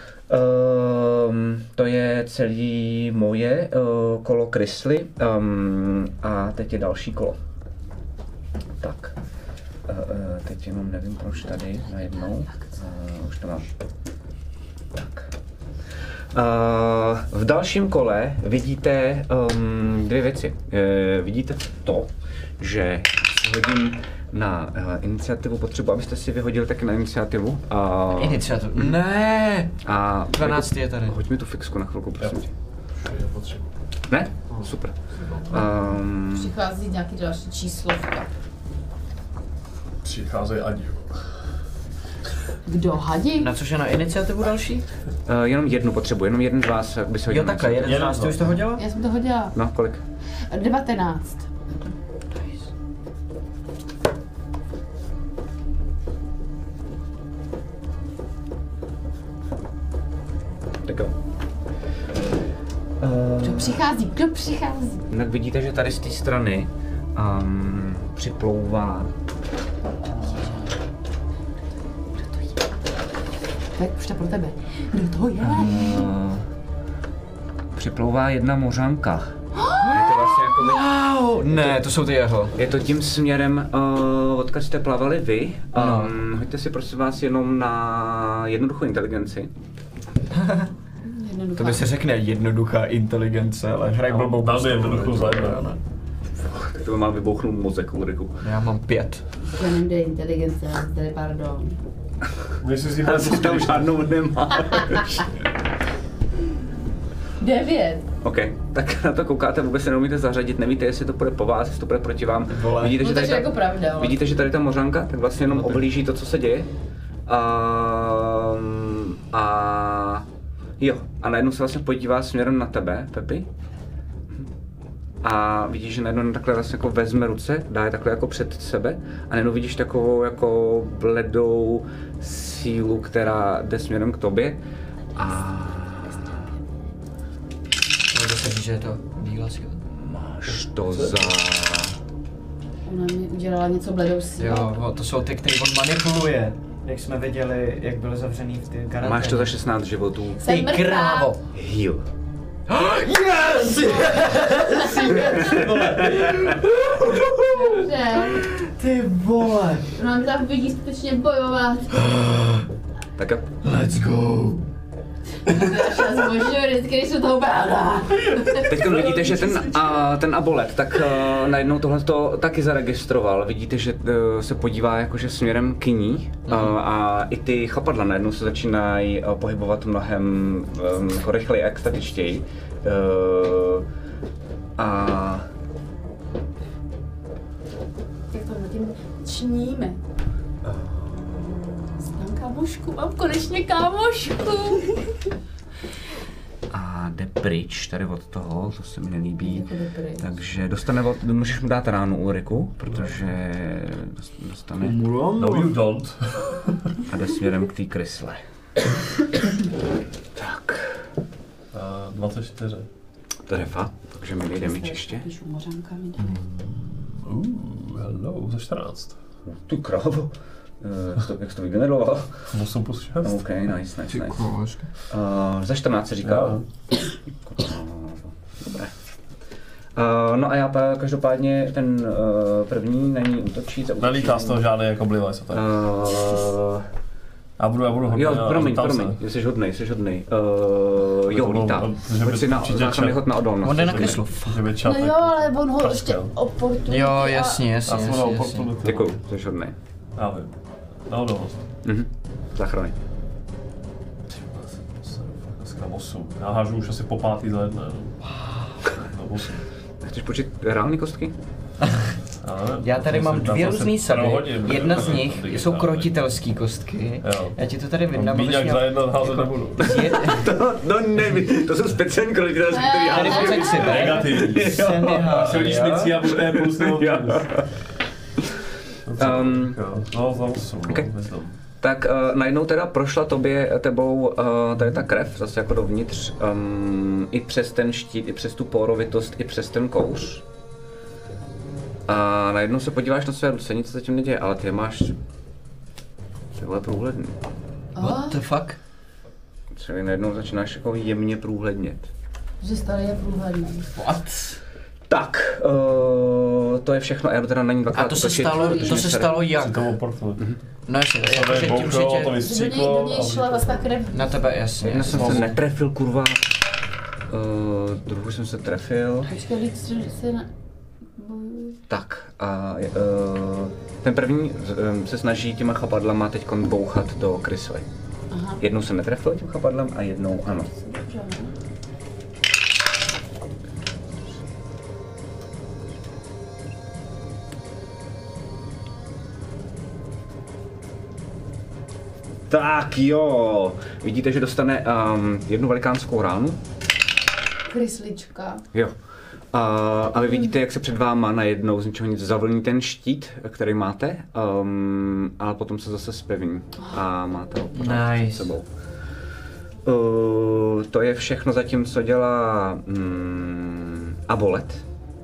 To je celý moje kolo Krysly a teď je další kolo. Tak, teď jenom nevím proč tady najednou, už to mám. Tak. V dalším kole vidíte dvě věci. Vidíte to, že hodím na iniciativu, potřebuji, abyste si vyhodili taky na iniciativu. Iniciativu? Ne! 12 je tady. Hoď mi tu fixku na chvilku, prosím tě. Ne? Super. Přichází nějaký další číslovka. Přicházejí ani. Kdo, Hadi? Na což je na iniciativu další? Jenom jednu potřebuji, jenom jeden z vás by se hodil. Jo takhle, jeden z vás, ty už to hodila? Já jsem to hodila. No, kolik? 19. Tak jo. Kdo přichází? Tak vidíte, že tady z té strany připlouvá. Tak už to pro tebe. Kdo to je? Připlouvá jedna mořanka. Je to vlastně jako Wow! Ne, to jsou ty jeho. Je to tím směrem, odkud jste plavali vy. Hoďte si prosím vás jenom na jednoduchou inteligenci. To by se řekne jednoduchá inteligence, ale hraj blbou Velmi jednoduchou zájemnou. Tak to by mal vybouchnout mozek, Ulriku. Já mám 5. Já nevím, kde je inteligence, tady pardon. Já si tam žádnou nemáš. 9. OK, tak na to koukáte, vůbec se neumíte zařadit, nevíte, jestli to půjde po vás, jestli to půjde proti vám. Vidíte, že tady jako pravda, vidíte, že tady ta mořanka tak vlastně jenom ohlíží to, co se děje. A najednou se vlastně podívá směrem na tebe, Pepi. A vidíš, že najednou takhle vlastně jako vezme ruce, dá je takhle jako před sebe a najednou vidíš takovou jako bledou sílu, která jde směrem k tobě a... Můžu se říct, že je to bílá síla. Máš to za... Ona mi udělala něco bledou sílu. Jo, to jsou ty, který on manipuluje. Jak jsme viděli, jak byl zavřený v ty karanténě. Máš to za 16 životů. Ty krávo! Heal. Yes! Ty vole! Ona tam vidí skutečně bojovat. Tak jo. Let's go! Já zbožňuji vždycky, když se toho bála. Teď vidíte, že ten Abolet tak najednou tohleto taky zaregistroval. Vidíte, že se podívá jakože směrem k ní a i ty chapadla najednou se začínají pohybovat mnohem jako rychleji a extatičtěji. Jak to na tím čníme? Znám kámošku, mám konečně kámošku. A jde pryč tady od toho, to se mi nelíbí. Takže můžeš mu dát ránu Ulriku, protože dostane. No you don't. A jde směrem k té Krysle. Tak. 24. Trefa, takže mi nejde mi ještě. Hello, za 14. Tu krávo. Jak jsi to vygeneroval? 8 plus 6. OK, nice. Za 14 se říkal. Dobré. No a já každopádně ten první na ní útočí. Nelítá z toho žádný jako blivaj, co tak? Já budu hodný. Jo, promiň, jsi hodnej. Jo, vítám. Pojď si na záchranný hod na odolnost. On jde na kryslu. No jo, ale on ho ještě oportunuje. Jo, jasně. Děkuju, jsi hodnej. Já vím. Na odolnost. Záchrany. Dneska 8. Já hážu už asi po 5. za jedné. Na 8. Chceš počít reální kostky? Já tady mám 2 různý sady. Jedna z nich jsou krotitelský kostky. Já ti to tady vydám. Míňák za jedno házet nebudu. To jsou speciální krotitelský, který házet. Negativní. Silíš micí a bude plus nebo minus. No, za 8. Tak najednou teda prošla tebou tady ta krev, zase jako dovnitř, i přes ten štít, i přes tu porovitost, i přes ten kouř. A najednou se podíváš na své ruce, nic se tím neděje, ale ty máš tyhle průhledný. What the fuck? Čili najednou začínáš jako jemně průhlednět. Že stále je průhledný. What? Tak, to je všechno, já teda na ní dvakrát utočit. A to se stalo jak? No jasně, že tím, že tě... Do něj šla vlastně krev. Na tebe, jasně. Jedna jsem se netrefil, kurva. Druhou jsem se trefil. Počkej, se na... Tak, a ten první se snaží těma chapadlama teď bouchat do Krysly. Jednou jsem netrefil tím chapadlem a jednou ano. Tak jo, vidíte, že dostane jednu velikánskou ránu. Kryslička. Jo. A vy vidíte, jak se před váma najednou z ničeho nic zavlní ten štít, který máte, ale potom se zase zpevní a máte ho pořád před sebou. To je všechno zatím, co dělá Abolet.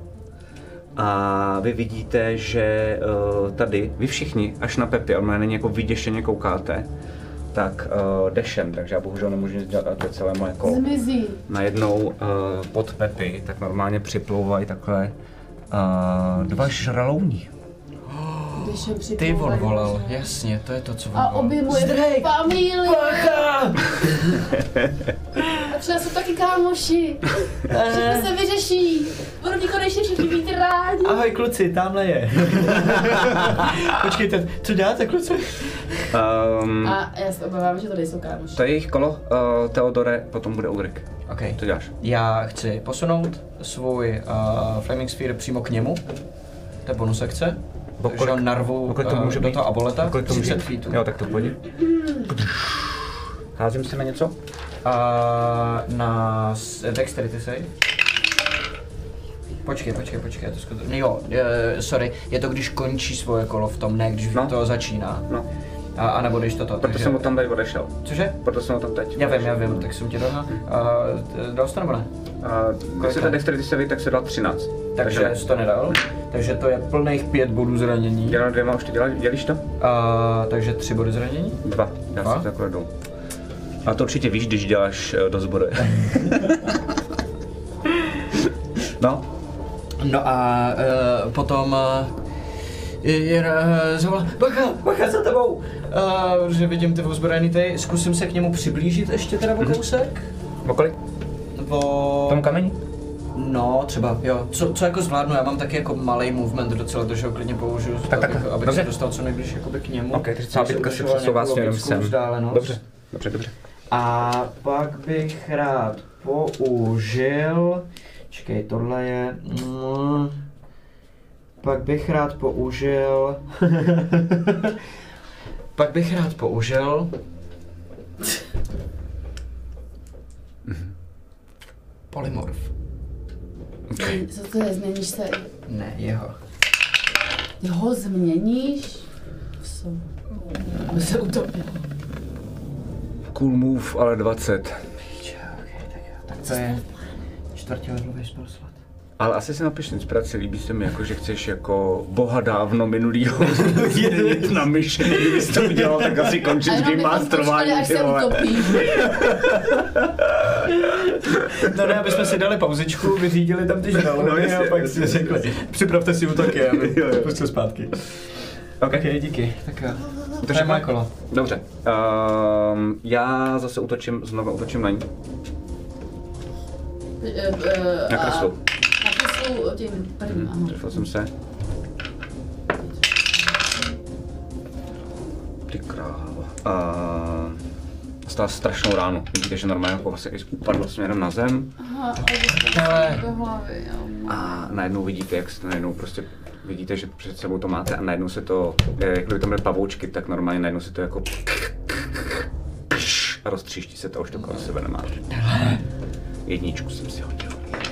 A vy vidíte, že tady, vy všichni, až na Pepi, on na ně jako vyděšeně koukáte, tak dešem, takže já bohužel nemůžu nic dělat, to je celé moje kolo. Zmizí. Najednou pod Pepi, tak normálně připlouvají takhle 2 žralouni. Ty volal, jasně, to je to, co volal. A obě moje familie. A třeba jsou taky kámoši. Všechno se vyřeší. Budu konečně všichni být rádi. Ahoj kluci, tamhle je. Počkejte, co děláte kluci? A já se obávám, že to nejsou kámoši. To je jejich kolo, Theodore, potom bude Ulrik. Okay. Co děláš? Já chci posunout svůj Flaming Sphere přímo k němu. To je bonus akce. Takže ho narvu do toho Aboleta 30 feetů. Jo, tak to pojď. Házím si na něco? Na Dexterity save. Počkej, to skutečně. Jo, sorry, je to když končí svoje kolo v tom, ne když to začíná. No. A nebo když toto. Proto jsem o tam teď odešel. Cože? Proto jsem o tam teď. Já vím, tak jsem ti dohnal. Dal jsi to nebo ne? Když se ta Dexterity save, tak se dal 13. Takže jsi to nedal. Takže to je plných 5 bodů zranění. Dělám 2, už ty dělíš to? Takže 3 body zranění? 2, já si takhle jdu. A to určitě víš, když děláš do zboru. No. No a potom zavolá, bacha za tebou! Protože vidím ty ozbrojený tady, zkusím se k němu přiblížit ještě teda o kousek. O kolik? O tom kameni? No, třeba, jo. Co jako zvládnu, já mám taky jako malej movement docela, takže ho klidně použiju, abych se dostal co nejblíž jakoby k němu. Ok, takže celá bitka se přesouvá směrem sem. Dobře. A pak bych rád použil... Čekej, tohle je... Pak bych rád použil... Polymorf. Okay. Co to je, změníš se? Ne, jeho. Jeho změníš? Se utopil. Cool move, ale 20. Tak to je 4. levelový spell slot. Ale asi si napiš inspiraci, líbí se mi, jako, že chceš jako boha dávno minulýho jet na myš, kdybys to udělal, tak asi končit s game masterováním. Až se utopí. No ne, abychom si dali pauzičku, vyřídili tam ty žraloky a pak si řekli, připravte si útoky, aby pustil zpátky. Okay, díky. Tak jo. To je moje kolo. Dobře. Já zase znovu útočím na ní. Na kreslu. Na kreslu tím prvním, Trefil jsem se. Ty krávo. Dostala strašnou ránu. Vidíte, že normálně jako vlastně upadlo směrem na zem. Aha, do hlavy, a najednou vidíte, jak se najednou prostě vidíte, že před sebou to máte a najednou se to, jak kdyby tam byly pavoučky, tak normálně najednou se to jako a roztříští se to, už to kolem sebe nemáš. Jedničku jsem si hodil.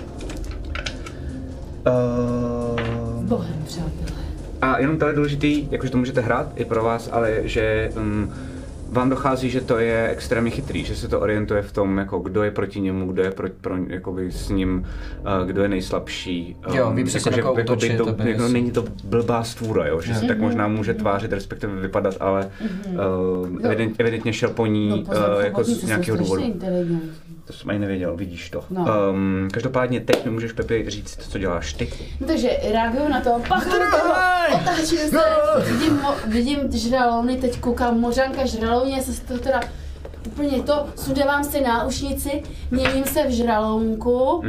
Bohem, přátelé. A jenom to je důležitý, jakože to můžete hrát i pro vás, ale že vám dochází, že to je extrémně chytrý, že se to orientuje v tom, jako kdo je proti němu, kdo je jakoby s ním, kdo je nejslabší. Jo, ví přesně jako útočit. Jako není to blbá stvůra, jo, že se tak možná může tvářit, respektive vypadat, ale evidentně šel po ní jako z nějakého důvodu. To jsem ani nevěděl, vidíš to. No. Každopádně teď mi můžeš, Pepi, říct, co děláš ty. No, takže reaguju na to, otáčím se, vidím žralouny, teď koukám, mořanka žralouně, se z toho teda úplně to, sundávám si náušnici, měním se v žralounku.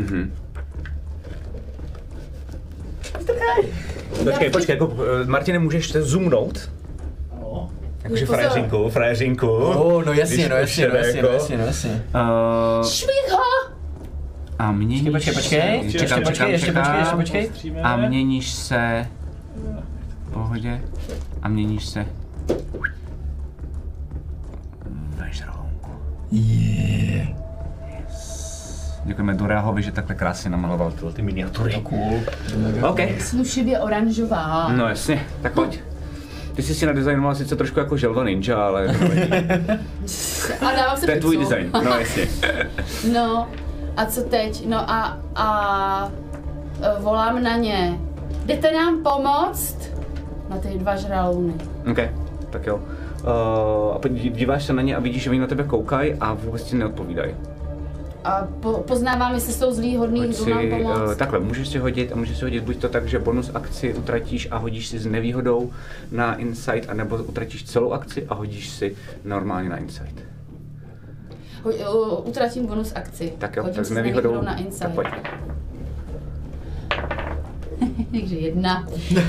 Počkej, jako Martine, můžeš se zoomnout? Jakože frajeřinku. No jasně. Švih ho! A měníš Počkej. Ještě počkej. A měníš se... V pohodě. A měníš se... ve žralounku. Yeah. Děkujeme Doráhovi, že takhle krásně namaloval ty miniatury. Cool. OK. Slušivě oranžová. No jasně, tak pojď. Ty jsi si nadizajnovala sice trošku jako želva ninja, ale... A dávám se to je tvůj design, no jasně. No, a co teď? No a volám na ně. Jdete nám pomoct? Na ty 2 žralouny. OK, tak jo. A díváš se na ně a vidíš, že oni na tebe koukají a vůbec ti neodpovídají. A poznávám, jestli jsou zlí, hodný, jdu nám pomoct. Takhle, můžeš si hodit buď to tak, že bonus akci utratíš a hodíš si s nevýhodou na insight, anebo utratíš celou akci a hodíš si normálně na insight. Utratím bonus akci. Tak jo, hodím tak s s nevýhodou na insight. Tak pojď. Takže 1.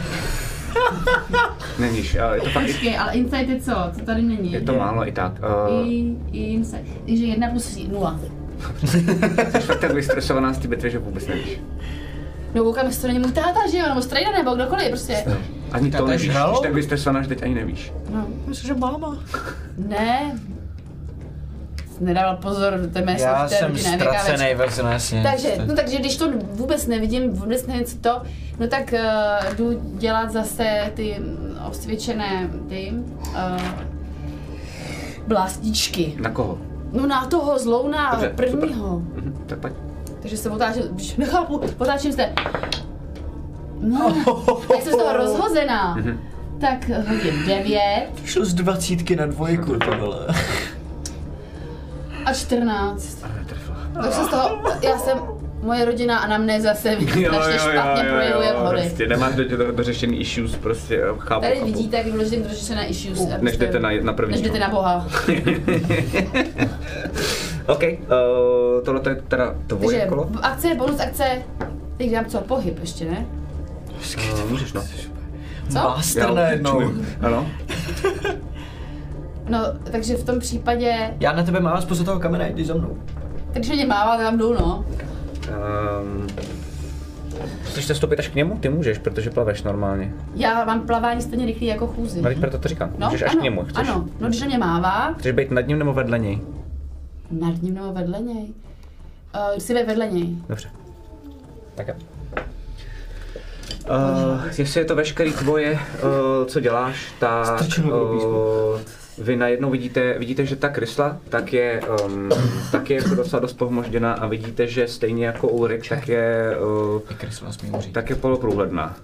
Neníš, ale je to fakt... Počkej, ale insight je co? Co tady není? Je to málo i tak. I insight. Takže 1 plus 0. Jsi fakt tak vystresovaná z té bitvy, že vůbec nevíš. No koukám, jestli to není můj táta, že jo? Nebo strejda, nebo kdokoliv, prostě. Ani to nevíš, jsi tak vystresovaná, že teď ani nevíš. No. Myslím, že máma. Ne. Nedával pozor, to je mé já jsem ztracenej, jasně. Takže když to vůbec nevím, co to, no tak jdu dělat zase ty osvědčené blastičky. Na koho? No na toho zlouna prvního. Tak pojď. Takže se otáčím, nechápu, otáčím se. No, jak jsem z toho rozhozená, tak hodím 9. Šel z 20 na 2, tohle. A 14. Takže z toho, moje rodina anamnéza se strašně špatně projevuje v hody. Prostě nemáš dořešený issues, prostě chápu. Tady vidíte, jak důležitým dořešené issues. Než jdete na první. Než jdete na Boha. OK, tohle je teda tvoje kolo. Akce, bonus akce, teď dám co, pohyb ještě, ne? Můžeš, no. Co? Master najednou. Ano. No, takže v tom případě... Já na tebe mávám způsob toho kamene, jdi za mnou. Takže mě mává, tam jdu, no. Chceš se stoupit až k němu? Ty můžeš, protože plaveš normálně. Já mám plavání stejně rychlý jako chůzi. No, proto to říkám. No, můžeš až k němu, chceš? Ano, no když na mě mává... Chceš být nad ním nebo vedle něj? Nad ním nebo vedle něj? Chci být vedle něj. Dobře. Tak jo. Jestli je to veškerý tvoje, co děláš, tak vy najednou vidíte, že ta krysla tak je jako docela dost pohmožděná a vidíte, že stejně jako Ulrik, tak je poloprůhledná.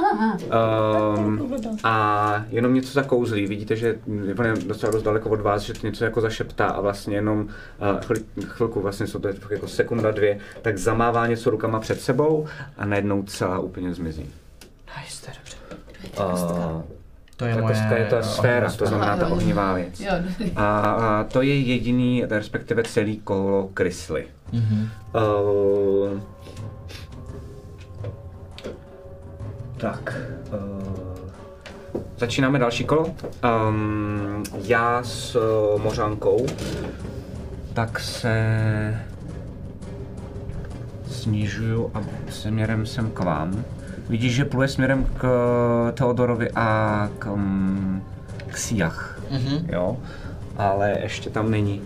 A jenom něco zakouzlí, vidíte, že je docela dost daleko od vás, že to něco jako zašeptá a vlastně jenom chvilku, vlastně jsou to jako sekunda, 2, tak zamává něco rukama před sebou a najednou celá úplně zmizí. Nice, to je dobře. To je ta moje... kostka je ta sféra, to znamená ta ohnivá věc. A to je jediný, respektive celý kolo krysly. Začínáme další kolo. Já s mořankou tak se snižuju a směrem sem k vám. Vidíš, že pluje směrem k Theodorovi a k Siach, jo? Ale ještě tam není.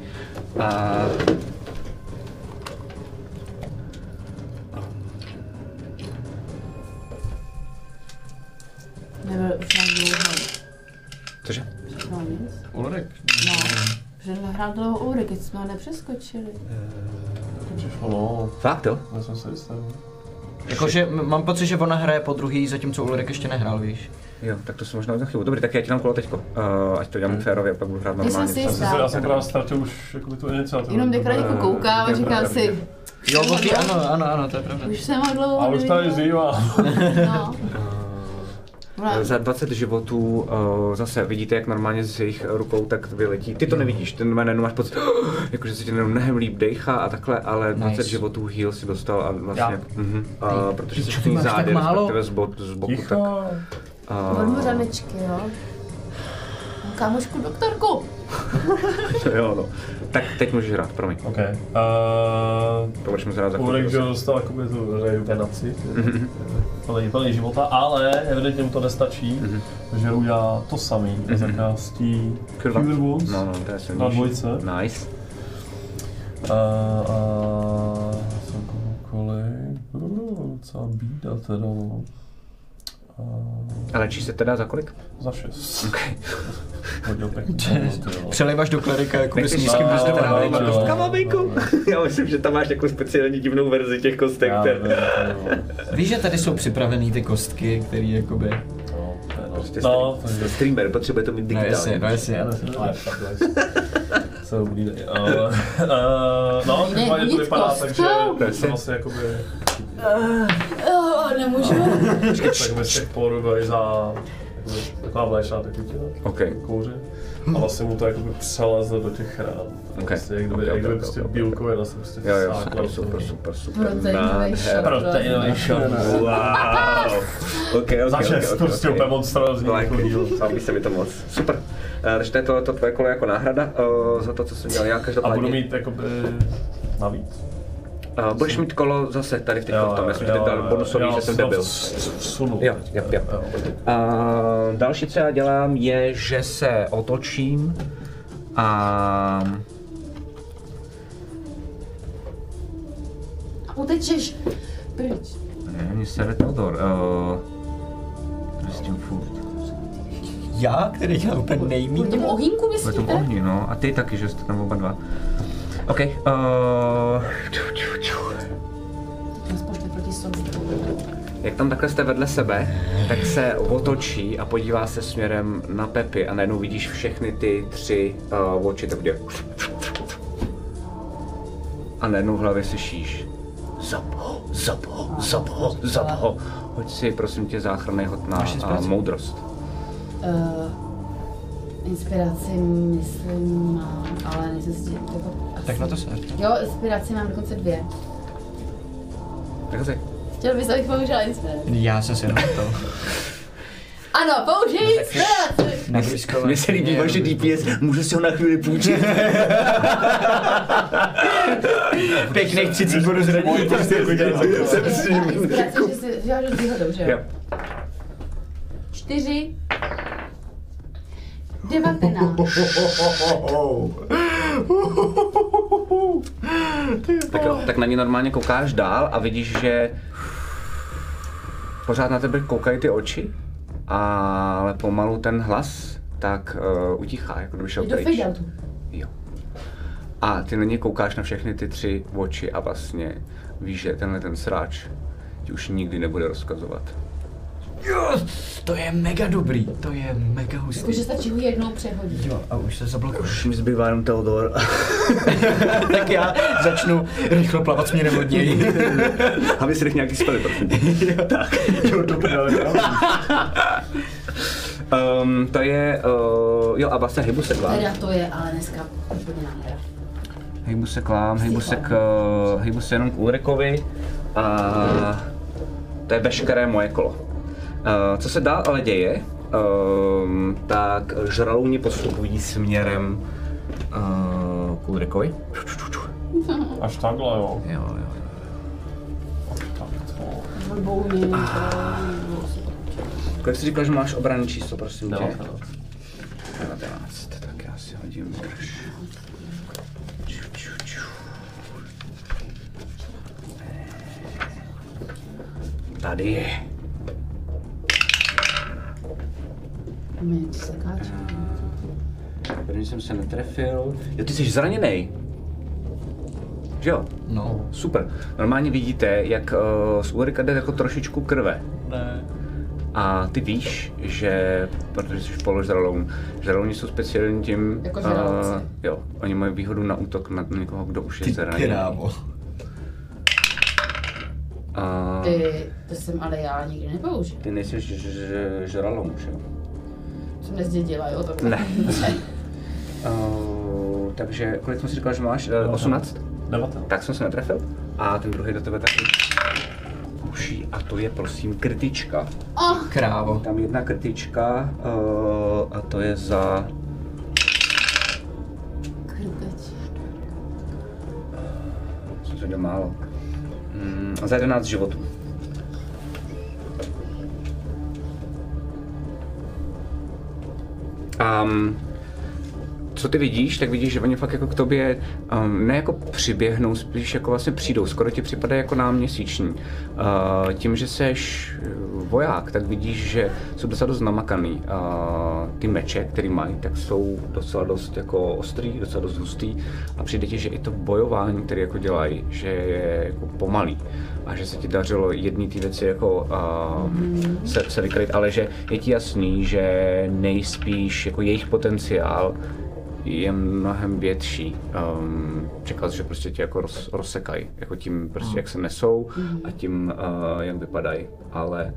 Nebyl už nějak dlouho. Cože? No nic. Ulrik? No, že nehrál dlouho Ulrik, teď jsme ho nepřeskočili. No. Fakt jo? Já jsem se jistý. Jakože mám pocit, že ona hraje po druhý, zatímco Ulrik ještě nehrál, víš. Jo, tak to jsem možná za chvíli. Dobrý, tak já ti dám kolo teďko. Ať to dělám férově, pak budu hrát normálně. Já jsem právě ztratil už tu iniciativu. Jenom teďka jako koukám a říkám si... Jo, ano, to je pravda. Už jsem ho dlouho ale už tady zývá. No. Za 20 životů zase vidíte, jak normálně z jejich rukou tak vyletí. Ty to nevidíš, ten jméno máš pocit, jakože se ti mnohem líp dejchá a takhle, ale 20 životů heal si dostal a vlastně, protože jsi v zády, respektive z boku, tak... Vodnu ramečky, jo. Mám kámošku doktorku. Jo, no. Tak teď můžeš hrát, promiň. OK. To budeš muset hrát za Ulrik, že dostal jakoby tu rejuvenaci, plný života, ale evidentně mu to nestačí, takže udělá to samý, zakází Cure Wounds to je silnější. na dvojce. Nice. Jsem kolik? Docela bída teda, no. A léčí se teda za kolik? Za 6. Okay. Hodil pěkně. Přelejváš do klerika jako s nízkým vyzdobením. Kamabejku. Já myslím, že tam máš takovou speciální divnou verzi těch kostek. Víš, že tady jsou připravený ty kostky, které jakoby... Prostě streamer, potřebuje to mít digitálně. No jasně. Co bude. No, každopádně to vypadá tak, že to vlastně jakoby... Nemůžu. Tak ve těch porubej za taková vléčná tekutina, kouře. A vlastně mu to jakoby přeleze do těch rán. Prostě jak kdyby prostě bílkovina se prostě vsákla. Super. Proteinový shot. Wow. Za 6, prostě úplně monstrózní. Líbí se mi to moc. Super. Takže to je to tvoje kolo jako náhrada za to, co jsem dělal já každopádně. A budu mít jakoby navíc? Budeš mít kolo zase tady v těch tom, já jsem ti dal bonusový, že jsem debil. Jo. Další, co já dělám, je, že se otočím a... Utečeš pryč. Ne, mě sere Theodor. S tím furt. Já, který dělá úplně nejmíň. V tom ohýnku myslíte? V tom ohni, no. A ty taky, že jste tam oba dva. OK. Jak tam takhle jste vedle sebe, tak se otočí a podívá se směrem na Pepi a najednou vidíš všechny ty 3 oči, tak bude. A najednou v hlavě slyšíš. Zabho. Hoď si prosím tě záchranný hod na moudrost. Inspiraci myslím mám, ale nejsem si tak na to se. Jo, inspiraci mám dokonce 2. Tak si. Chtěl bys, abych použila inspiraci? Já jsem si jenom to. Ano, použij inspiraci! Mně se líbí vaše DPS, můžu si ho na chvíli půjčit. Pěkných 30 bodů zranění. Inspiraci, že si žádnou výhodou, že jo? 4 19. Tak jo, tak na ně normálně koukáš dál a vidíš, že pořád na tebe koukají ty oči, ale pomalu ten hlas tak utichá, jako kdyby šel pryč. Jo. A ty na ně koukáš na všechny ty 3 oči a vlastně víš, že tenhle ten sráč ti už nikdy nebude rozkazovat. Yes, to je mega dobrý, to je mega hustý. Jakože stačí ho jednou přehodit. Jo, a už se zablokuje. Už mi zbývá jenom Theodor. Tak já začnu rychle plavat směrem od něj. A vy si nějaký spely, prosím. Jo, tak. Jo, dobré. To je, jo a vlastně hejbu se k vám. Teda to je, ale dneska úplně náhra. Hejbu se k vám, hejbu se jenom k Ulrikovi a to je veškeré moje kolo. Co se dál ale děje, tak žralouni postupují směrem k Ulrikovi. Až takhle, jo. Jo. Kolik jsi říkal, že máš obranné číslo, prosím tě? 19, tak já si hodím drž. Tady je. První jsem se netrefil. Jo, ty jsi zraněnej. Že jo? No. Super. Normálně vidíte, jak z Ulrika jde jako trošičku krve. Ne. A ty víš, že, protože jsi položraloun, žralouni jsou speciální tím, jako žraloci. Jo, oni mají výhodu na útok na někoho, kdo už je zraněný. Ty krávo. To jsem ale já nikdy nepoužil. Ty nejsi žraloun, že jo? Jsem nezdědila, jo, takhle. Ne. Takže, kolik jsem si říkal, že máš? 18? 19. Tak jsem se netrefil. A ten druhý do tebe taky uší. A to je prosím kritička. Krávo. Tam jedna kritička a to je za... Co to jde málo? Za 11 životů. Co ty vidíš, tak vidíš, že oni fakt jako k tobě ne jako přiběhnou, spíš jako vlastně přijdou, skoro ti připadají jako náměsíční. Tím, že seš voják, tak vidíš, že jsou docela dost namakaný. Ty meče, který mají, tak jsou docela dost jako ostrý, docela dost hustý a přijde ti, že i to bojování, které jako dělají, že je jako pomalý a že se ti dařilo jedný ty věci jako se vykryt, ale že je ti jasný, že nejspíš jako jejich potenciál je mnohem větší. Čekal jsi, že prostě tě jako rozsekají, jako tím prostě jak se nesou a tím jak vypadají, ale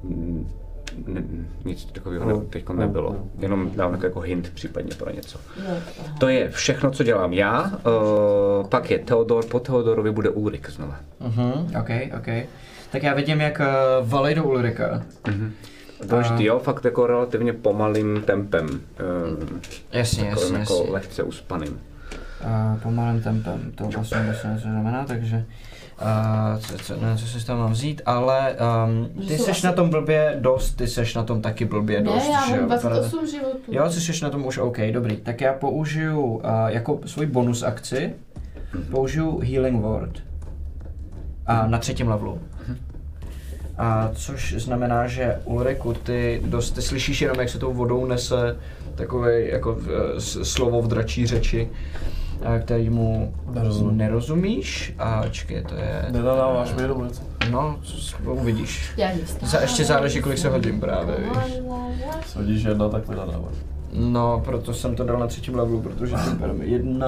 nic takového teď nebylo. Jenom dám jako hint případně pro něco. To je všechno, co dělám já, pak je Theodor, po Theodorovi bude Ulrik znova. OK. Tak já vidím, jak valej do Ulrika. Důležitý, jo, fakt jako relativně pomalým tempem. Jasně. Jako lehce uspaným. Pomalým tempem, to vlastně neznamená, takže co si z toho mám vzít, ale ty seš na tom blbě dost, ty seš na tom taky blbě dost. Ne, já mám 28 životů. Jo, ty seš na tom už OK, dobrý. Tak já použiju jako svůj bonus akci, použiju Healing Word na 3. levelu. Což znamená, že Ulriku, ty slyšíš jenom, jak se tou vodou nese takové jako slovo v dračí řeči, kterému nerozumíš. Čekaj, to je... Nenadáváš mi jenom něco. No, uvidíš. Ještě záleží, kolik se hodím právě, víš. Co hodíš 1, tak nenadáváš. No, proto jsem to dal na 3. levelu, protože tím bereme 1,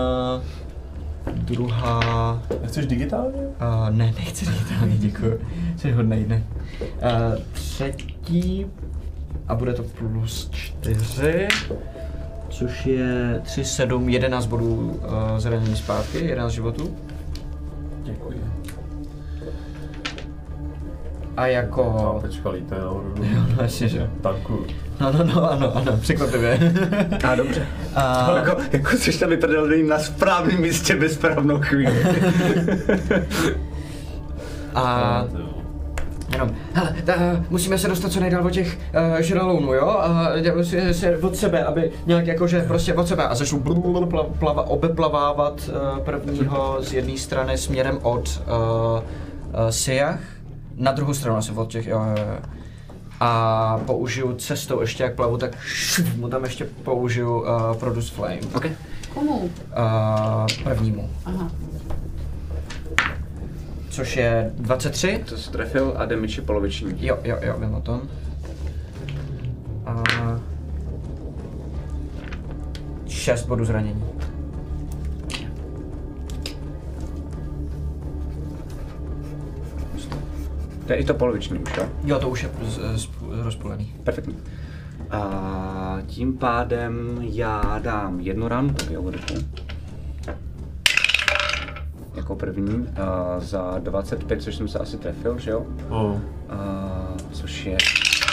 druhá... Nechceš digitálně? Ne, nechci digitálně, děkuji. Jsi hodnej, ne. 3. a bude to plus 4, což je 3, 7, 11 bodů zranění zpátky, 11 životů. Děkuji. A jako... Tápečka líté nahoru. Jo, no jasně, že. Tanku. No, ano, překvapivě. Dobře. Jako jsi tam vyprdelný na správném místě ve správnou chvíli. Jenom, hele, musíme se dostat co nejdál od těch žralounů, jo? Musíme se od sebe, aby nějak jakože prostě od sebe a začnu obeplavávat prvního z jedné strany směrem od Siach, na druhou stranu asi od těch, jo. A použiju cestou ještě jak plavu, tak mu tam ještě použiju Produce Flame. Okay. Komu? Prvnímu. Aha. Což je 23. To jsi trefil a damage je poloviční. Jo, vím o tom. 6 bodů zranění. To je i to poloviční už, jo? Jo, to už je rozpůlený. Perfektní. A tím pádem já dám 1 ránu tobě, Ulriku. Jako první, za 25, což jsem se asi trefil, že jo? Což je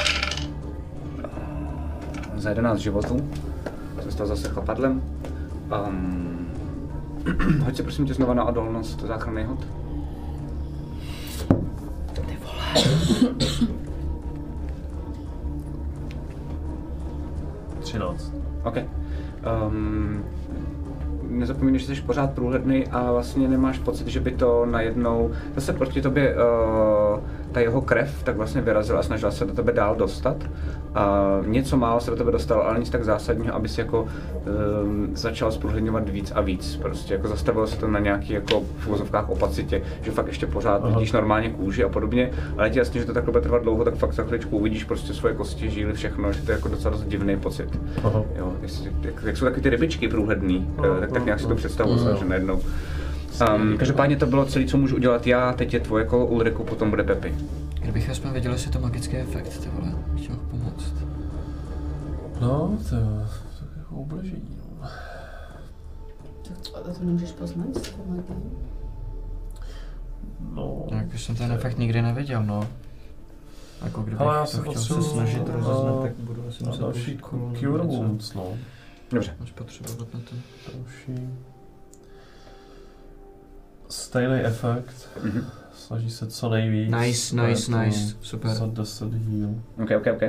za 11 životů. Jsem stal zase chlapadlem. Hoď si prosím tě znova na odolnost záchranný hod. Ty vole. 13. OK. Nezapomínej, že jsi pořád průhledný a vlastně nemáš pocit, že by to najednou... Zase proti tobě ta jeho krev tak vlastně vyrazila a snažila se do tebe dál dostat. Něco málo se do tebe dostalo, ale nic tak zásadního, aby si jako začal zprůhledňovat víc a víc. Prostě jako zastavilo se to na nějaký jako v uvozovkách opacitě, že fakt ještě pořád vidíš normálně kůži a podobně, ale ti jasně, že to takhle bude trvat dlouho, tak fakt za chviličku uvidíš prostě svoje kosti, žíly, všechno, že to je jako docela dost divný pocit. Jo, jak jsou taky ty rybičky průhledný, tak nějak si to představuji, že najednou. Každopádně to bylo celé, co můžu udělat já, teď je tvoje kolo, Ulriku, potom bude Pepi. Kdybych aspoň věděl, jestli je to magický efekt, ty vole, bych mohl pomoct. No, to je jako ubližení, no. A to nemůžeš poznat s tou magií? No. Jak jsem ten efekt nikdy neviděl, no. Jako kdybych já to chtěl se snažit rozeznat, tak budu asi muset další Cure Wounds, no. Dobře. Máš potřebovat na to. Další. Stejný efekt. Snaží se co nejvíc. Nice, super. Za 10 heal. OK.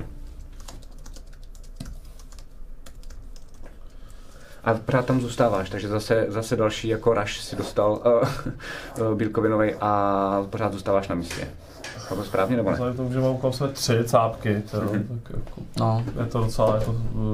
A pořád tam zůstáváš, takže zase další jako rush si dostal bílkovinovej a pořád zůstáváš na místě. Chápu správně nebo ne? Vzhledem k tomu, že mám kolem své 3 cápky, tak jako, no. Je to docela jako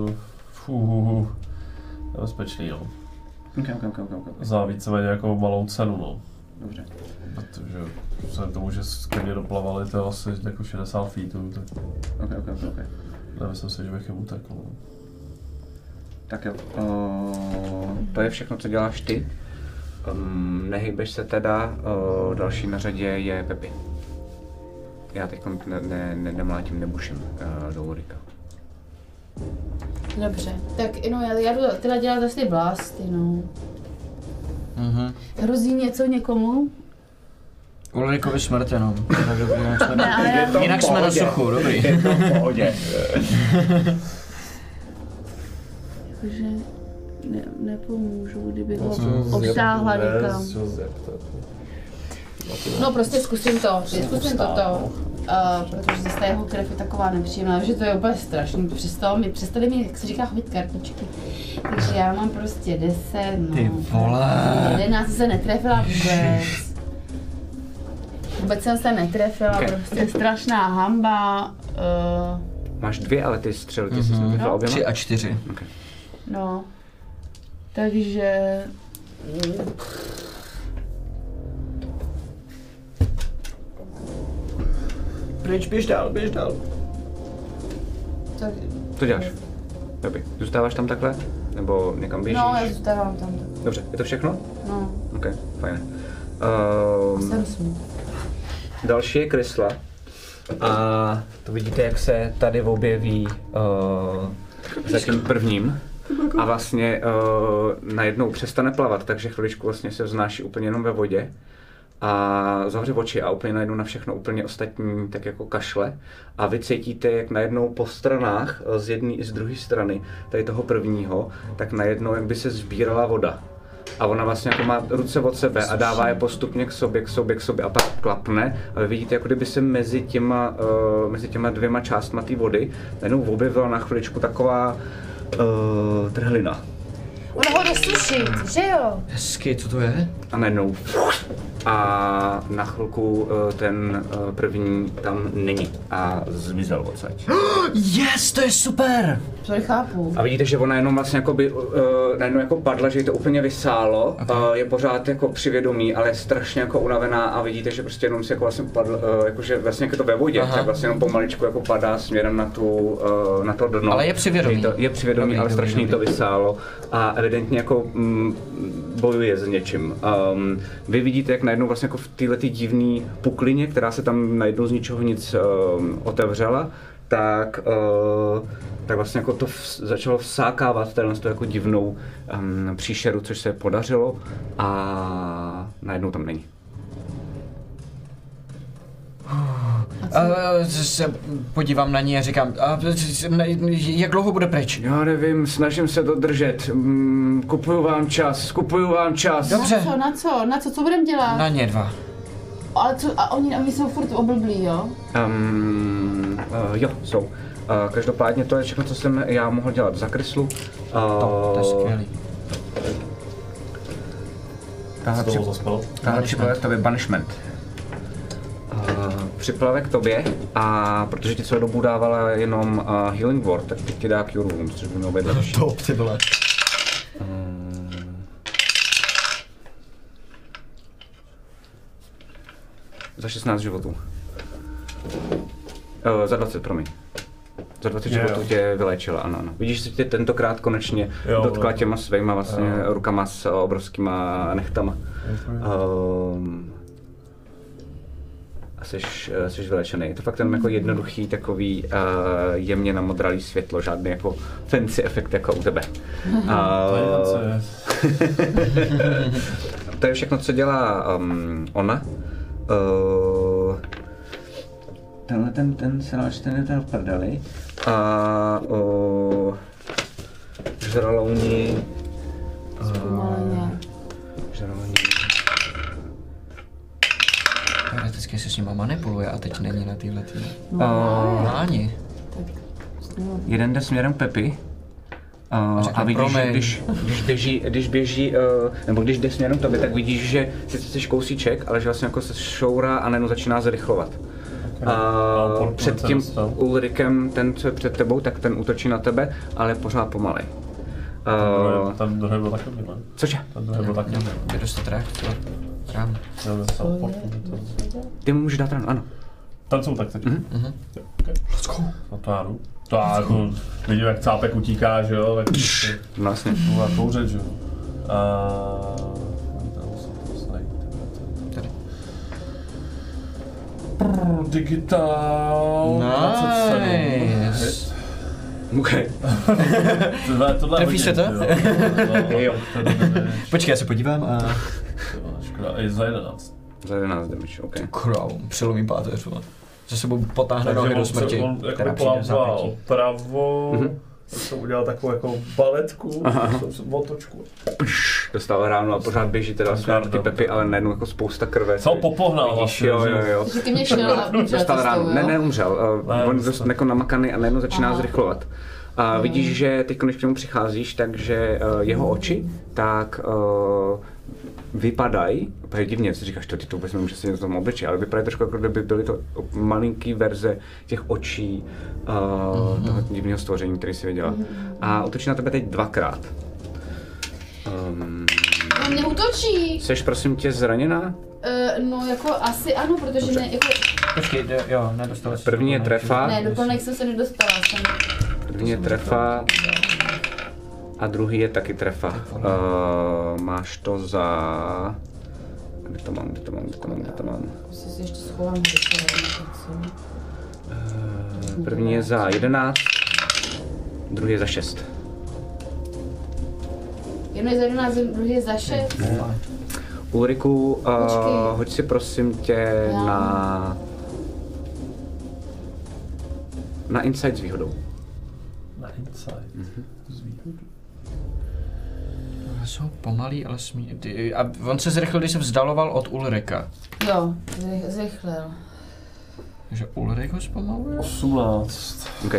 nebezpečný, no. OK. Za víceméně jako malou cenu, no. Dobře. Protože vzhledem k tomu, že ke mně doplavali to asi jako 60 feetů, tak... OK. Nemyslím si, že bych jim utekl, no. Tak jo, to je všechno, co děláš ty. Nehybeš se teda, další na řadě je Pepi. Já teď nemlátím, nebuším do Ulrika. Dobře, tak já jdu teda dělat asi blasty, no. Hrozí něco někomu? Ulrikovi smrt jenom. Jinak jsme na suchu, dobrý. Je to v pohodě. Jakože nepomůžu, kdyby ho obsáhla někam. No prostě zkusím toto, protože zase ta jeho krev je taková nepříjemná, že to je úplně strašný. Přestali mi, jak se říká, chodit kartičky. Takže já mám prostě 10, no. Ty vole. 11 se netrefila vůbec. Vůbec jsem se netrefila, prostě strašná hamba. Máš 2, ale ty střely, ty jsi netrefila oběma? 3 a 4. Okay. No, takže... Pryč, běž dál. Tak... Co děláš? Pepi, zůstáváš tam takhle? Nebo někam běžíš? No, já zůstávám tam. Dobře, je to všechno? No. OK, fajn. Jsem. Další je Krysla. A to vidíte, jak se tady objeví za tím prvním. A vlastně najednou přestane plavat, takže chviličku vlastně se vznáší úplně jenom ve vodě. A zavře oči a úplně najednou na všechno úplně ostatní tak jako kašle. A vy cítíte, jak najednou po stranách, z jedné i z druhé strany, tady toho prvního, tak najednou jak by se sbírala voda. A ona vlastně jako má ruce od sebe a dává je postupně k sobě a pak klapne. A vy vidíte, jako kdyby se mezi těma 2 částma té vody najednou objevila na chviličku taková trhlina. Ono ho jde sušit, že jo? Hezky, co to je? A najednou a na chvilku ten první tam není a zmizel odsaď. Yes, to je super! To nechápu. A vidíte, že ona jenom vlastně najednou jako padla, že jí to úplně vysálo, okay. Je pořád jako při vědomí, ale je strašně jako unavená a vidíte, že prostě jenom si jako vlastně padl, jakože vlastně jako to ve vodě, tak vlastně jenom pomaličku jako padá směrem na to dno. Ale je při vědomí. Je při vědomí, ale strašně jí to vysálo a evidentně jako bojuje s něčím. Vy vidíte, jak najednou vlastně jako v této divné puklině, která se tam najednou z ničeho nic otevřela, tak vlastně jako to začalo vsákávat to jako divnou příšeru, což se podařilo a najednou tam není. Se podívám na ní a říkám, jak dlouho bude pryč? Já nevím, snažím se to držet. Kupuju vám čas. Dobře. Na co budeme dělat? Na ně 2. Ale co, a oni jsou furt oblblí, jo? Jo, jsou. Každopádně to je všechno, co jsem já mohl dělat za Kryslu. To je skvělý. Tahle připlavek tobě banishment. Připlavek tobě a protože ti celou dobu dávala jenom healing word, tak teď ti dá cure wounds, což by mělo být lepší. To ty vole. Za 16 životů. Za 20, promiň. Za 20 životů tě vylečila, ano. Vidíš, že tě tentokrát konečně dotkla těma svýma vlastně rukama s obrovskýma nechtama. A jsi vylečený. Je to fakt jako jednoduchý, takový jemně namodralý světlo, žádný jako fancy efekt jako u tebe. To je všechno, co dělá ona. Ten senáč, ten je ten v prdeli. A žralouni. Teoreticky se s nima manipuluje a teď není na téhletý. Ani. Jeden jde směrem Pepi. A vidíš, když běží, nebo když jde směrem tobě, tak vidíš, že sice jsi kousíček, ale že vlastně jako se šourá a najednou začíná zrychlovat. Před tím Ulrikem, ten, co je před tebou, tak ten útočí na tebe, ale pořád pomalej. Ten druhý byl taky měl. Cože? Ten druhý byl taky měl. Jde dostat reakci. Rám. Ty mu můžeš dát ráno, ano. Tam jsou tak teď. Let's go. No to já jdu. To já jako vidím, jak cápek utíká, že jo, tak vlastně. Můžu kouřet, že jo. Digitál. Nice. OK. Trefíš se to? Jo. Počkej, já se podívám a... Škoda, za 11. Za 11 damage, OK. Král, přelomím páteř, za sebou potáhne nohy do smrti, která přijde v zápětí. Pravo, jsem udělal takovou jako baletku, jsem otočku. Dostal ráno a pořád běží teda směr ty Pepy, ale najednou jako spousta krve. Co popohnal vlastně. Jo. Že ty mě šel a umřel dostal ráno, ne, neumřel, on dost jako namakaný a najednou začíná zrychlovat. A vidíš, že teď když k němu přicházíš, takže jeho oči tak vypadají, úplně divně, si říkáš, ty to vůbec nemůže se něco tomu obličeji, ale vypadají trošku jako kdyby byly to malinký verze těch očí toho divného stvoření, který si viděla. A útočí na tebe teď 2krát. No mě útočí. Jseš prosím tě zraněná? No jako asi ano, protože ne, jako... Počkej, jo, nedostala se. První je trefa. Ne, doplněk jsem se nedostala. První je trefa. A druhý je taky trefa. Máš to za... Kde to mám? Musím si ještě schovám. První je za 11, druhý je za 6. Jedno je za 11, druhý je za 6. Ulriku, hoď si prosím tě na insight s výhodou. Na insight s výhodou? Jsou pomalý, ale smí... A on se zrychlil, když se vzdaloval od Ulrika. Jo, zrychlil. Takže Ulrik ho zpomaluje? 18. Okay.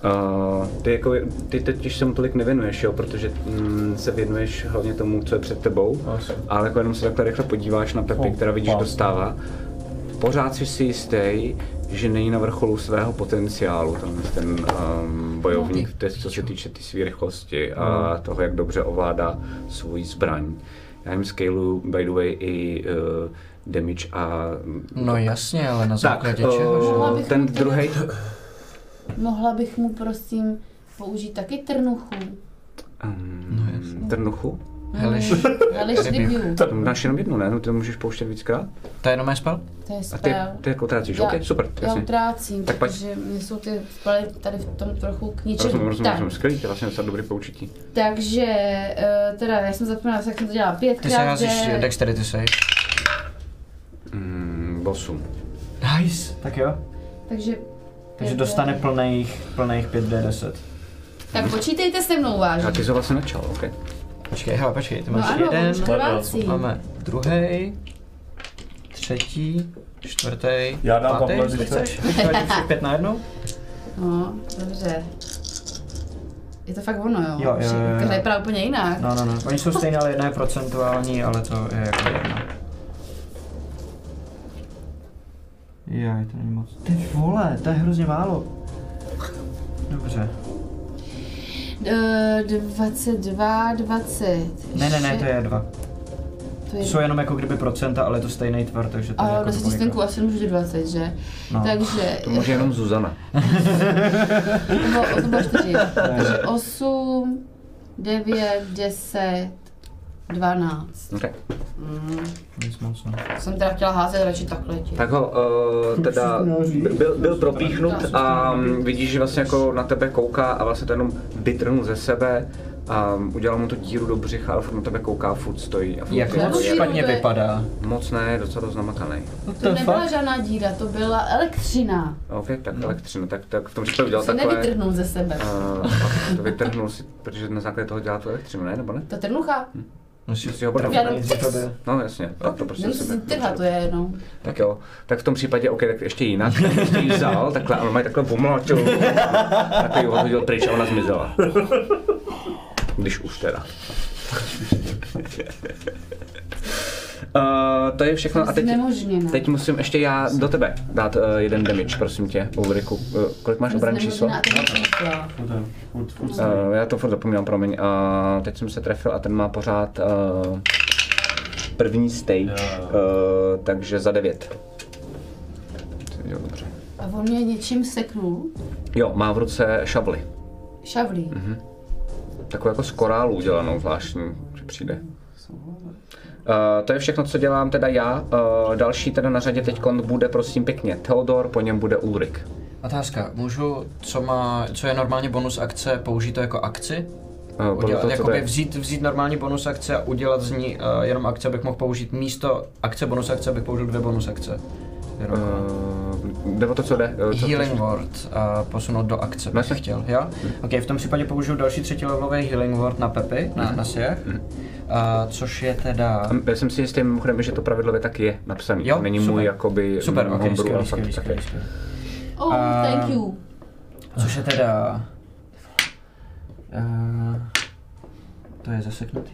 Ty totiž se mu tolik nevěnuješ, jo, protože se věnuješ hlavně tomu, co je před tebou, ale jako jenom se takhle rychle podíváš na Pepi, která vidíš dostává. Pořád jsi si jistý, že není na vrcholu svého potenciálu, ten bojovník, co se týče té své rychlosti a toho, jak dobře ovládá svůj zbraň. Já jim scaleu, by the way, i damage a... No jasně, ale na základě čeho, že? Ten druhej... Mohla bych mu prosím použít taky trnuchu? Trnuchu? Hellish Rebuke. To máš jenom jednu, ne? No ty můžeš pouštět víckrát? To je jenom mé spell? To je A spell. ty jako utrácíš, ok, super. Já utrácím, tak protože mě jsou ty spely tady v tom trochu k ničemu. Rozumím, skvělý, to je vlastně docela dobrý poučití. Takže, teda já jsem zapomněla, jak jsem to dělala 5krát. Ty se házíš dexterity save. 8. Nice, tak jo. Takže dostane plných 5d10. Tak počítejte se mnou, vážně. A ty jsi vlastně načal, ok. Počkej, ty máš jeden, máme druhý, třetí, čtvrtý, já dám pátý, Pavle, když chceš? 5 na jednou? No, dobře. Je to fakt ono, jo? Jo. Každá je právě úplně jinak. No. Oni jsou stejné, ale jedna je procentuální, ale to je jako jedna. Jaj, to není moc. Ty vole, to je hrozně málo. Dobře. 22, 20. Ne, to je 2. To jsou jenom jako kdyby procenta, ale je to stejný tvar, takže to je jako 10 stínku asi můžu 20, že? No. Takže... To může jenom Zuzana. To bylo 4. Takže 8, 9, 10, 12. Okay. Jsem teda chtěla házet radši takhle. Tak ho teda byl propíchnut a vidíš, že vlastně jako na tebe kouká a vlastně to jenom vytrhnul ze sebe a udělal mu tu díru do břicha, ale furt na tebe kouká, furt stojí. A furt jak moc špatně vypadá? Moc ne, docela dost namakanej. To nebyla žádná díra, to byla elektřina. Ok, tak elektřina, tak v tom případě udělal takhle. To nevytrhnul ze sebe. To vytrhnul si, protože na základě toho dělá tu elektřinu, ne? Nebo ne? To trnucha. Musíš si ho brát. No jasně, tak to prostě si trhá, to je jenom. Tak jo, tak v tom případě, ok, tak ještě jinak, ještě jí vzal, takhle, a on mají takhle pomláčil, takový ho hodil pryč a ona zmizela. Když už teda. To je všechno a teď musím ještě já do tebe dát jeden damage, prosím tě, Ulriku. Kolik máš obranné číslo? Já to furt zapomínám, promiň. Teď jsem se trefil a ten má pořád první stage, takže za 9. Dobře. A on mě něčím seknul? Jo, má v ruce šavli. Šavli? Takovou jako z korálu udělanou zvláštní, že přijde. To je všechno, co dělám teda já. Další teda na řadě teď bude prosím pěkně Theodor, po něm bude Ulrik. Otázka, můžu, co je normálně bonus akce, použít to jako akci? Vzít normální bonus akce a udělat z ní jenom akce, abych mohl použít místo akce bonus akce, abych použil 2 bonus akce. Jde o to, co jde? Healing Word posunout do akce, bych chtěl, jo? Ok, v tom případě použiju další 3. levelový Healing Word na Pepi, na Siech. Což je teda... Já jsem si jistý mimochodem, že to pravidlově tak je napsaný. Jo, není super. Můj jakoby super, okay, skvělý. Oh, thank you. Což je teda... to je zaseknutý.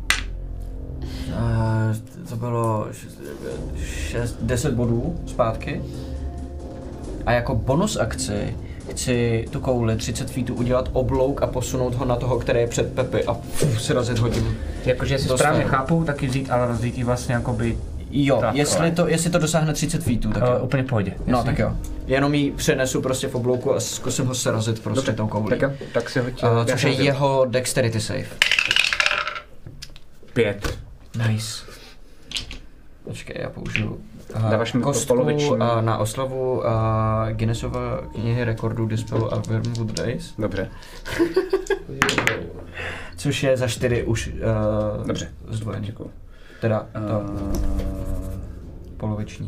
To bylo 10 bodů zpátky. A jako bonus akci chci tu kouli 30 feetů udělat oblouk a posunout ho na toho, který je před Pepi a srazit hodinu. Jakože si správně chápu, taky vzít, ale rozjít vlastně jakoby... Jo, jestli to dosáhne 30 feetů, tak jo. Úplně v pohodě. No tak jo. Jenom ji přenesu prostě v oblouku a zkusím ho srazit prostě tou koulí. Tak si hoď. Což je jeho dexterity save. 5. Nice. Počkej, já použiju kostku na oslavu Guinnessova knihy rekordů Dispelu a Wormwood Days. Dobře. Což je za 4 už dobře. Zdvojený. Teda poloviční.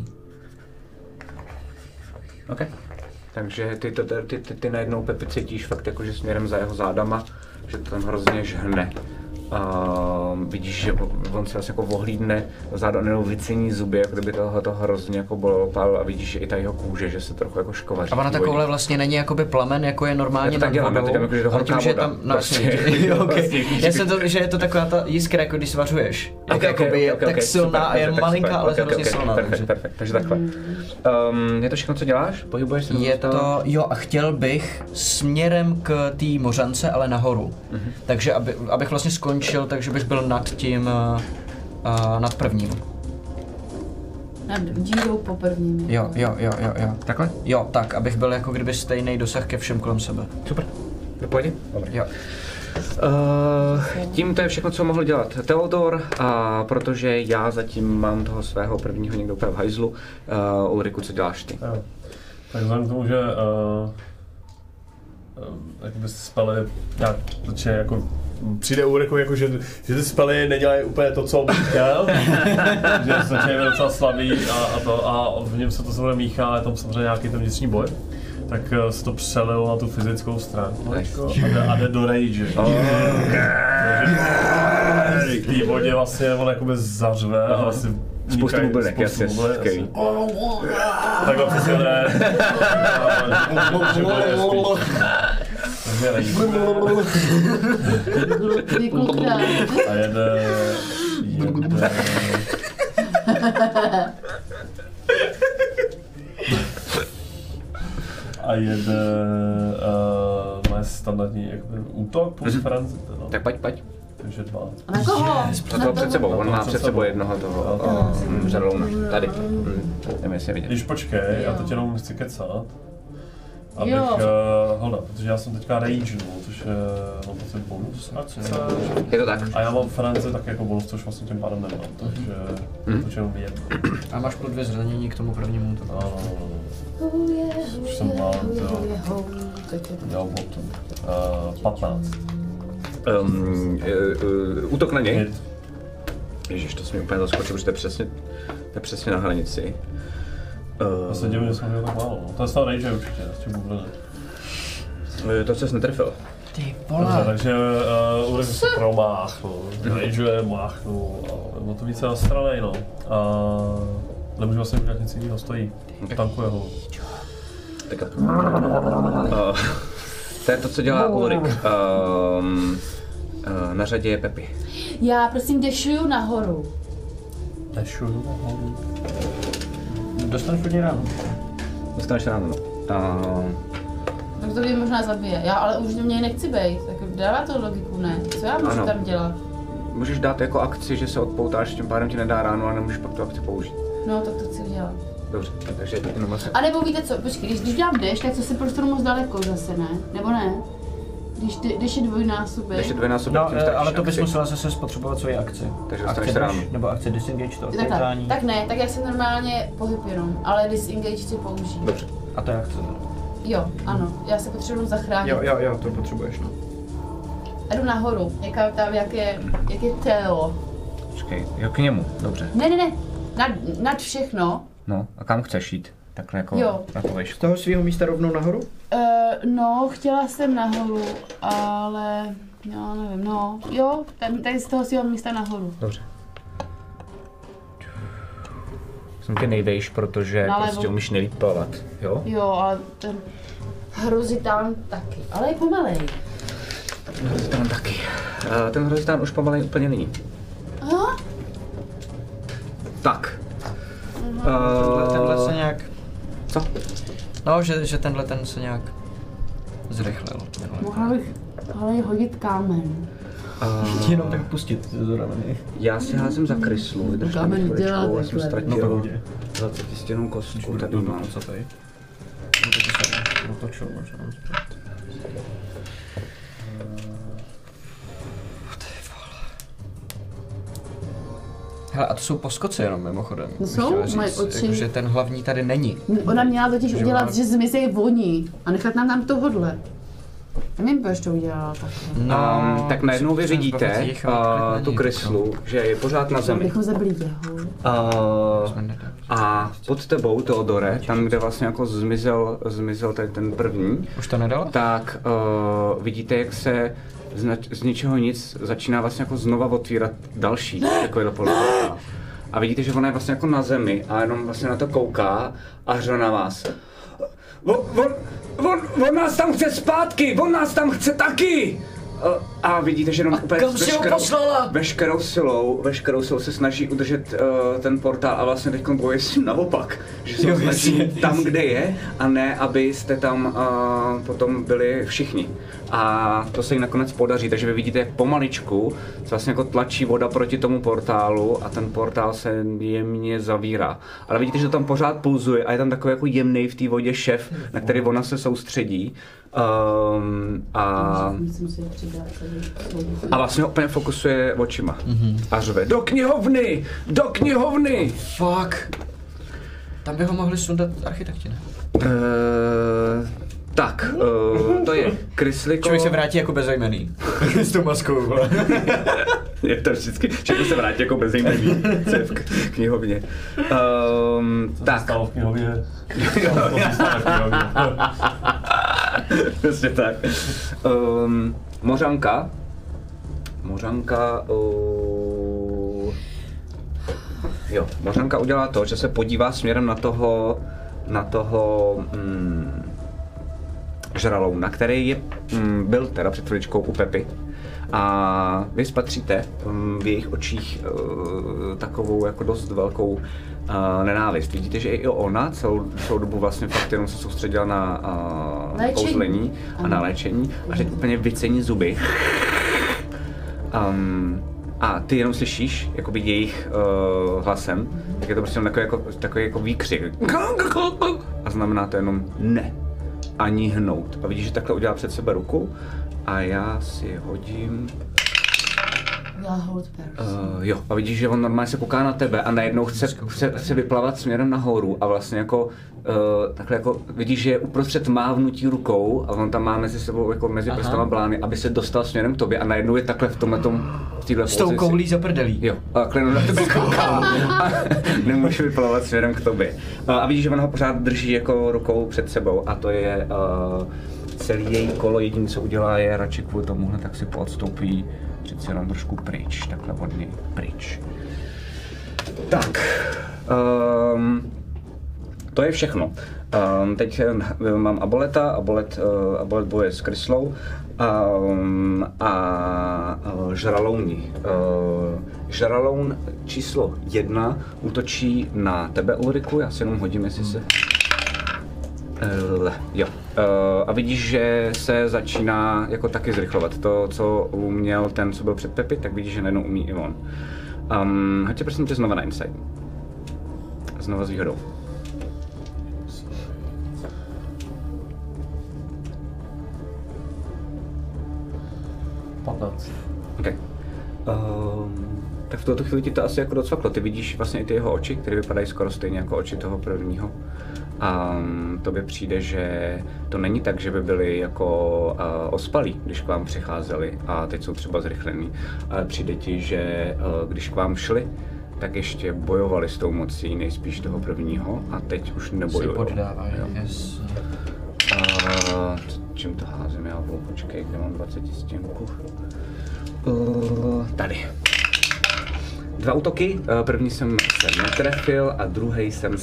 OK. Takže ty najednou Pepi cítíš fakt jakože směrem za jeho zádama, že to tam hrozně žhne. Vidíš, že on se vlastně jako ohlídne zádu a nebo vycení zuby, jako kdyby to hrozně jako bolelo a vidíš, že i ta jeho kůže, že se trochu jako škovaří. A ona takovhle vlastně není jakoby plamen, jako je normálně nad vodou. Já to jako, že to horká voda. Tam, Já jsem to, že je to taková ta jiskra, jako když svařuješ. Jakoby je tak silná a je malinká, ale hrozně silná. Perfekt, takže takhle. Je to všechno, co děláš? Pohybuješ se? Je to, jo, a chtěl bych směrem k té mořance, ale nahoru. Takže abych vlastně skončil, takže bych byl nad tím, nad prvním. Nad dírou po prvním. Jo. Takhle? Jo, tak, abych byl jako kdyby stejný dosah ke všem kolem sebe. Super. Pojď. Dobrý. Jo. Tím to je všechno, co mohl dělat Theodor, protože já zatím mám toho svého prvního někdo úplně v hajzlu. Ulriku, co děláš ty? Tak vzhledem k tomu, že jakoby spely nějak začne jako přijde Ulriku jako, že ty spely nedělají úplně to, co bych chtěl, že začínají docela slabý a v něm se to samozřejmě míchá, je tam samozřejmě nějaký ten vnitřní boj. Tak se to přelilo na tu fyzickou stránku a jde do rage. V té vodě vlastně on jakoby zařve a vlastně spoustu bublinek, jasně. Takhle přesně jde. A jede... A jede moje standardní jakoby, útok plus frenzy. No. Tak pojď. Takže 2. Na koho? Na před sebou, on má před sebou jednoho toho žerlouna. Tady. Nevím, jestli je vidět. Když počkej, já teď jenom chci kecat. Abych, holda, protože já jsem teďka rangenul, což je, mám pocit bonus akce. Je to tak. A já mám frenzy tak jako bonus, což vlastně tím pádem nemám, takže to jenom jedno. A máš plus 2 zranění k tomu prvnímu útoku. Ano. Už jsem mal, jo, 15. Útok na něj. Ježiš, to se mi úplně zaskočil, protože to je přesně na hranici. Já se divím, že jsem měl tak málo. To je z toho rage určitě, z těch bubliny. To ses netrefil. Ty vole. Dobře, takže Ulrik se promáchl, rage máchnul, bylo to více na straně, no. Nemůžu vlastně udělat nic jiného, stojí. Tankuje ho. Tak to je to, co dělá Ulrik. Na řadě je Pepi. Já prosím dešuju nahoru. Dešuju nahoru? Dostaneš hodně ráno. Dostaneš ráno, no. Tak to mě možná zabije. Já ale už mě nechci bejt, tak dává to logiku, ne? Co já můžu tam dělat? Můžeš dát jako akci, že se odpoutáš, tím pádem ti nedá ráno a nemůžeš pak tu akci použít. No, tak to chci udělat. Dobře, takže jenom vlastně... A nebo víte co, počkej, když dělám deš, tak to se prostoru moc daleko zase, ne? Nebo ne? Když je dvojnásobek. Když je dvojnásobek, no, ale to bys musela zase spotřebovat svoji akci. Takže dostaneš ráno. Nebo akci disengage, to odpoutání. Tak ne, tak já jsem normálně pohyb jenom, ale disengage chci použít. Dobře. A to je akce. Jo, ano, já se potřebuji zachránit. Jo, to potřebuješ, no. A jdu nahoru, jak je Theo. Počkej, jo k němu, dobře. Ne, nad všechno. No, a kam chceš jít? Takhle jako na to vejšku. Z toho svého místa rovnou nahoru? No, chtěla jsem nahoru, ale... Já nevím, no. Jo, tady z toho svého místa nahoru. Dobře. Jsem tě nejvejš, protože prostě umíš nejlíp plavat, jo? Jo, ale ten hrozitán taky, ale je pomalej. Hrozitán taky. Ten hrozitán už pomalej úplně není. Aha. Tak. Tenhle se nějak... Co? No, že tenhle ten se nějak zrychlil. Mohla bych ale hodit kámen. Jenom tak pustit do rameny. Já si házím za kryslu, vydržte mi chviličku, já jsem ztratil 20stěnou kostku, tady mám. Co tady? No to čo, možná. Hele, a to jsou poskoci jenom mimochodem. To jsou moje oči. Jakože ten hlavní tady není. Ona měla totiž udělat, že zmizí voní a nechat nám tam tohodle. Nevím, proč to udělala takhle. No, tak najednou vy vidíte tu kryslu, že je pořád na zemi. Bychom zabili jeho. A pod tebou, Theodore, tam, kde vlastně jako zmizel ten první, už to nedalo? Tak vidíte, jak se z ničeho nic začíná vlastně jako znova otvírat další takovýhle poliport. A vidíte, že ona je vlastně jako na zemi a jenom vlastně na to kouká a řve na vás. On nás tam chce zpátky, on nás tam chce taky! A vidíte, že jenom úplně veškerou silou se snaží udržet ten portál a vlastně teď bojuje s ním naopak. Že se snaží tam, kde je, a ne, abyste tam potom byli všichni. A to se jí nakonec podaří, takže vy vidíte, jak pomaličku se vlastně jako tlačí voda proti tomu portálu a ten portál se jemně zavírá. Ale vidíte, že to tam pořád pulzuje a je tam takový jako jemnej v té vodě šef, na který ona se soustředí. A vlastně ho úplně fokusuje očima. A řve, do knihovny! Do knihovny! Fuck. Tam by ho mohli sundat architekti, ne? Tak, to je Krysliko. Člověk se vrátí jako bezejmený. S tou maskou. Je to vždycky, člověk se vrátí jako bezejmený. Co je v knihovně. Tak. Stalo v knihovně. Přesně tak. Mořanka. Jo, Mořanka udělá to, že se podívá směrem na toho žralouna, který byl teda před chviličkou u Pepy. A vy spatříte v jejich očích takovou jako dost velkou nenávist. Vidíte, že i ona celou dobu vlastně fakt jenom se soustředila na kouzlení a na léčení a že úplně vycení zuby. A ty jenom slyšíš jakoby jejich hlasem, tak je to prostě takový jako výkřik. A znamená to jenom ne, ani hnout. A vidíš, že takhle udělá před sebe ruku a já si hodím... Jo, a vidíš, že on normálně se kouká na tebe a najednou chce vyplavat směrem nahoru a vlastně jako takhle jako vidíš, že je uprostřed mávnutí rukou a on tam má mezi sebou jako mezi prstama blány, aby se dostal směrem k tobě a najednou je takhle v téhle pozici. S tou koulí za prdelí. Jo, a klenu na tebe kouká a nemůže vyplavat směrem k tobě. A vidíš, že on ho pořád drží jako rukou před sebou a to je celý její kolo, jediné co udělá je radši kvůli tomuhle, tak si poodstoupí přeci jenom trošku pryč, takhle od něj pryč. Tak, to je všechno. Teď mám Aboleta, Abolet boje s Kryslou a žralouni. Žraloun číslo 1 útočí na tebe, Ulriku, já si jenom hodím, jestli se... Jo. A vidíš, že se začíná jako taky zrychlovat. To, co uměl ten, co byl před Pepi, tak vidíš, že najednou umí i on. Hoďte prosím tě znova na Insight. Znova s výhodou. Okay. Tak v tuto chvíli ti to asi jako docvaklo. Ty vidíš vlastně i ty jeho oči, které vypadají skoro stejně jako oči toho prvního. A tobě přijde, že to není tak, že by byli jako ospalí, když k vám přicházeli a teď jsou třeba zrychlení, ale přijde ti, že když k vám šli, tak ještě bojovali s tou mocí nejspíš toho prvního a teď už nebojují. Si poddávají, yes. Čím to házím? Já budu počkej, kde mám 20 stěnku. Tady. 2 útoky, první jsem se netrefil a druhý jsem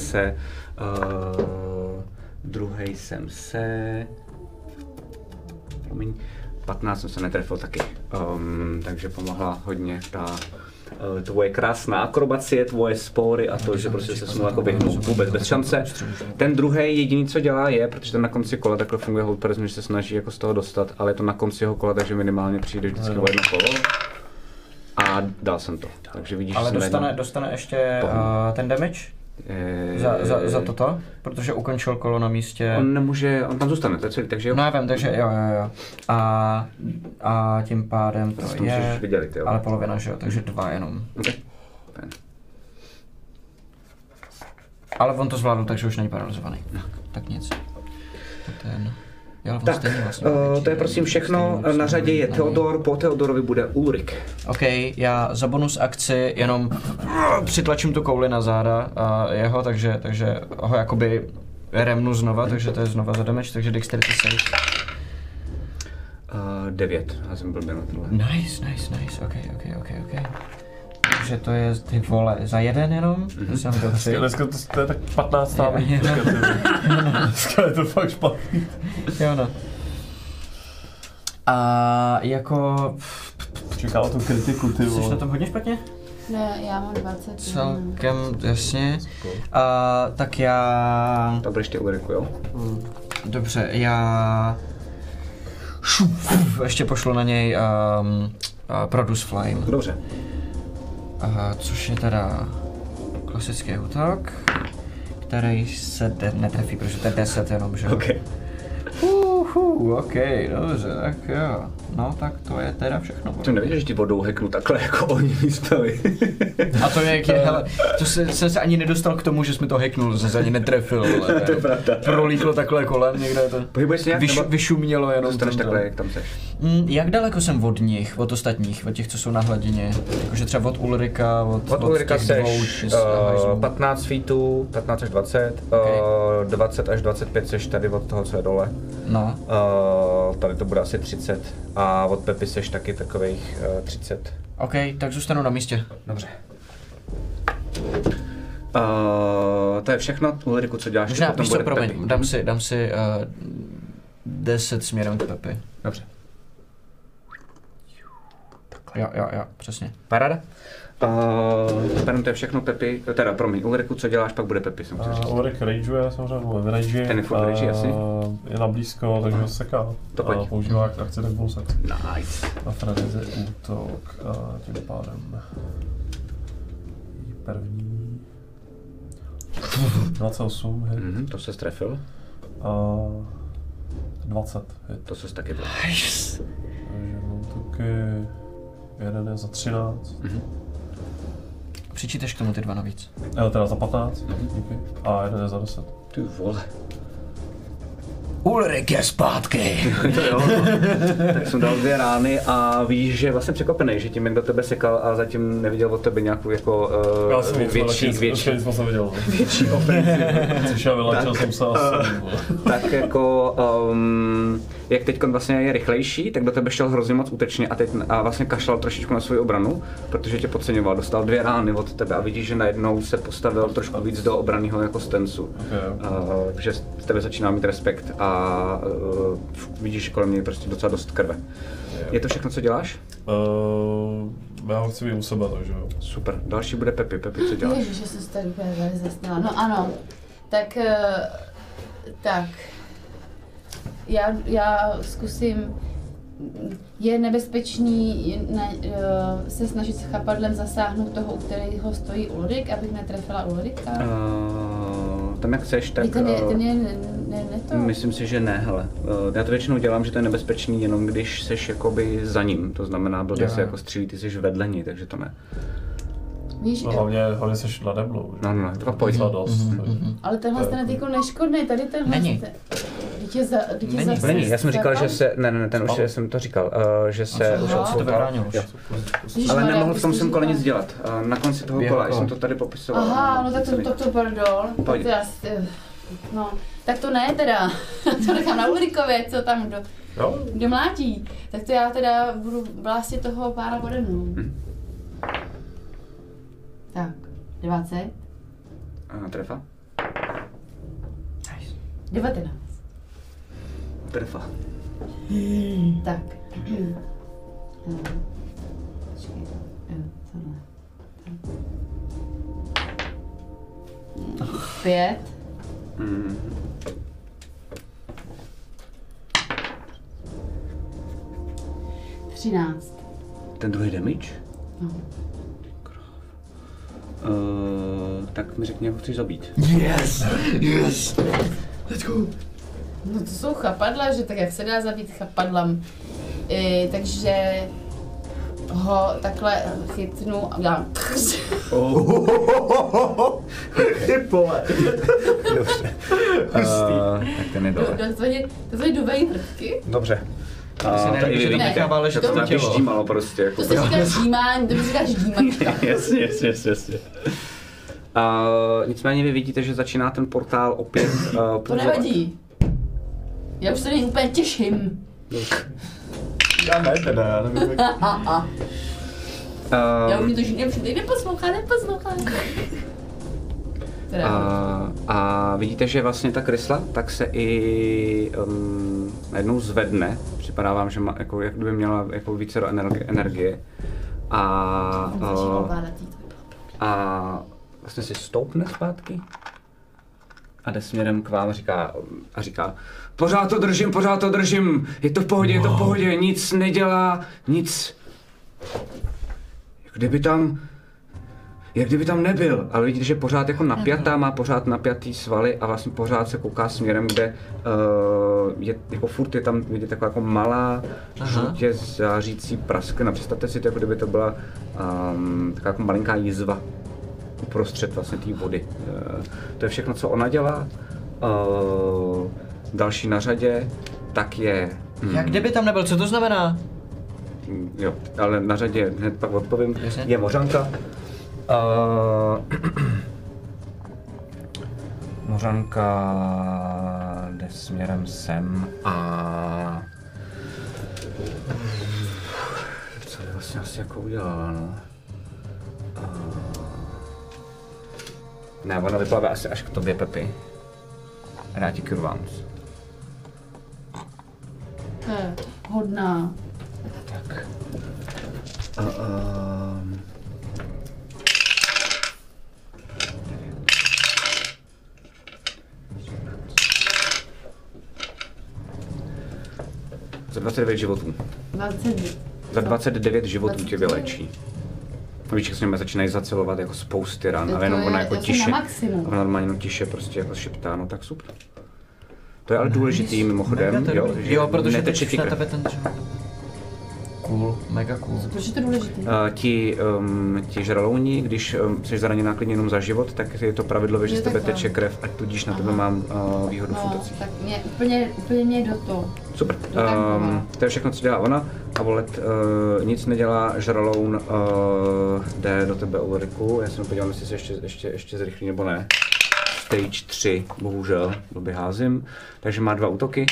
se... Promiň, 15 jsem se netrefil taky, takže pomohla hodně ta tvoje krásná akrobacie, tvoje spory a to, že prostě se smůl jako vyhnul vůbec bez šance. Ten druhý jediný co dělá je, protože ten na konci kola takhle funguje hold person, že se snaží jako z toho dostat, ale je to na konci jeho kola, takže minimálně přijde vždycky o jedno kolo. A dal jsem to, takže vidíš, ale dostane ještě ten damage? Za toto? Protože ukončil kolo na místě. On nemůže, on tam zůstane, to je celý, takže jo. No já vím, takže jo. A tím pádem to je, vydělit, jo. Ale polovina, že jo, takže 2 jenom. Okay. Ale on to zvládl, takže už není paralizovaný. Tak nic. Tak, vlastně to je prosím všechno, na řadě je Theodor, po Theodorovi bude Ulrik. OK, já za bonus akci jenom přitlačím tu kouli na záda jeho, takže ho jakoby remnu znova, takže to je znova za damage, takže dexterity save. 9, já jsem blbě na tohle. Nice, OK. Takže to je, ty vole, za jeden jenom? Dneska to je tak 15 stávek. Dneska je to fakt špatný. Jo no. A jako... Čekal tu kritiku, ty vole. Jsi na tom hodně špatně? Ne, já mám 20. Celkem, jasně. Tak já... To ještě Ulriku, jo? Dobře, já... Ještě pošlu na něj Produce Flame. Dobře. Což je teda klasický útok, který se netrefí, protože to je 10 jenom, že? Okay. OK, dobře, tak jo. No tak to je teda všechno. Jsem nevěděl, že ti vodou hacknu takhle jako oni spely. A to je, hele, jsem se ani nedostal k tomu, že jsi mi to hacknul, jsem se ani netrefil, ale to je pravda. Prolítlo takhle kolem někde to. Pohybuješ se nějak, vyšumělo jenom. Dostaneš takhle, jak tam seš. Jak daleko jsem od nich, od ostatních, od těch, co jsou na hladině? Jakože třeba od Ulrika, od Ulrika těch seš 15 feetů, 15 až 20, 20 až 25 seš tady od toho, co je dole. No. Tady to bude asi 30 a od Pepy seš taky takových 30. OK, tak zůstanu na místě. Dobře. To je všechno, Ulriku, co děláš? Možná, víš co, promiň, dám si 10 směrem k Pepy. Dobře. Jo, přesně. Paráda. Pardon, to je všechno, Pepy, teda promiň, Ulriku, co děláš, pak bude Pepy, jsem chtěl říct. Ulrik rageuje, samozřejmě v rage. Ten je furt rage asi. Je na blízko, takže ho seká. To pojď. Používá akci tak bonus. Nice. Na freneze útok a tím pádem první 28 hit. To se strefil. A 20 hit. To se taky byl. Nice. Takže útoky, jeden je za 13. Přičíteš k tomu ty 2 navíc. Teda za 15, díky. A jeden je za 10. Ty vole. Ulrik je zpátky. To jo, tak jsem dal 2 rány a víš, že je vlastně překvapený, že tím, jak do tebe sekal a zatím neviděl od tebe nějakou jako větší ofenzivu. Přišel, vylečil jsem se asi. Tak jako, jak teď vlastně je rychlejší, tak do tebe šel hrozně moc útečně a vlastně kašlal trošičku na svou obranu, protože tě podceňoval, dostal 2 rány od tebe a vidíš, že najednou se postavil trošku víc do obranného jako stancu. Že z tebe začíná mít respekt a vidíš, že kolem něj prostě docela dost krve. Je to všechno, co děláš? Já ho chci být u sebe, takže jo. Super. Další bude Pepy. Pepy, co děláš? Ježiš, že jsem se tak úplně zasněla. No ano. Tak, já zkusím. Je nebezpečný se snažit s chapadlem zasáhnout toho, u kterého stojí Ulrik, abych netrefila Ulrika? Tam jak chceš, tak... Ten je ne to? Myslím si, že ne, hele. Já to většinou dělám, že to je nebezpečný jenom když seš jakoby za ním, to znamená, blbě se jako střílí, ty seš vedle ní, takže to ne. Víš, no, hlavně seš nade mnou. No, to pojď. Ale tenhle ten je jako neškodný, tady tenhle. Není. Není, já jsem říkal, že se, ne, ten už jsem to říkal, že se už odsutal. Ale nemohl v tom svém kole nic dělat. Na konci toho kola jsem to tady popisoval. Aha, no tak to pardon. Pojď. No, tak to ne teda. To nechám na Ulrikovi, co tam kdo mlátí. Tak to já teda budu vlásit toho pána pode mnou. Tak, 20. Trefa. 19. Trefa. Tak. Počkej, tohle. 5. Třináct. Ten druhý damage? No. Tak mi řekni, jak ho chceš zabít. Yes! Let's go! No to jsou chapadla, že tak jak se dá zabít chapadlem. Takže ho takhle chytnu a udělám Chypole. Dobře. Tak ten je dole. To jsou duvej prvky. Dobře. To i vy vidíte, že to naždímalo prostě. Jako to se říká ždímání, to se říká ždímačka. Jasně. Nicméně vy vidíte, že začíná ten portál opět To nevadí. Já už se na něj úplně těším. Já ne teda, já nevím jak... Já už mi to ždím, neposlouchá. A vidíte, že vlastně ta krysla tak se i najednou zvedne. Připadá vám, že má, jako, jak kdyby měla jako více do energie. A vlastně si stoupne zpátky a jde směrem k vám a říká pořád to držím, je to v pohodě, nic nedělá, nic. jak kdyby tam nebyl, ale vidíte, že pořád jako napjatá, má pořád napjatý svaly a vlastně pořád se kouká směrem, kde je jako furt je tam vidět taková jako malá, žlutě zářící prasklina. Představte si to, jako kdyby to byla taková jako malinká jizva uprostřed vlastně té vody. To je všechno, co ona dělá. Další na řadě, tak je... Jak kdyby tam nebyl, co to znamená? Jo, ale na řadě hned pak odpovím, je Mořanka. Mořanka jde směrem sem a... Co by vlastně asi jako udělala, no? Ne, ona vyplave asi až k tobě, Pepi. A dá ti Cure Wounds. Hodná. Tak. Za 29 životů. 29. Za 29 životů tě vylečí. Víš, jak s nimi začínají zacelovat jako spousty ran, ale jenom ona jako tiše. Ona normálně jenom tiše prostě jako šeptá, no tak super. To je ale důležitý mimochodem, jo, protože teď na tebe ten cool, mega cool. Proč je to důležitý? Ti žralouni, když jsi zraněná klidně jenom za život, tak je to pravidlově, že z tebe teče krev, ať tudíž na tebe mám výhodu v útocích. Tak úplně mě do toho. Super. To je všechno, co dělá ona. A Volet nic nedělá, žraloun jde do tebe, Ulriku. Já se podívám, jestli se ještě zrychlí nebo ne. Stage 3, bohužel, blbě házím. Takže má 2 útoky.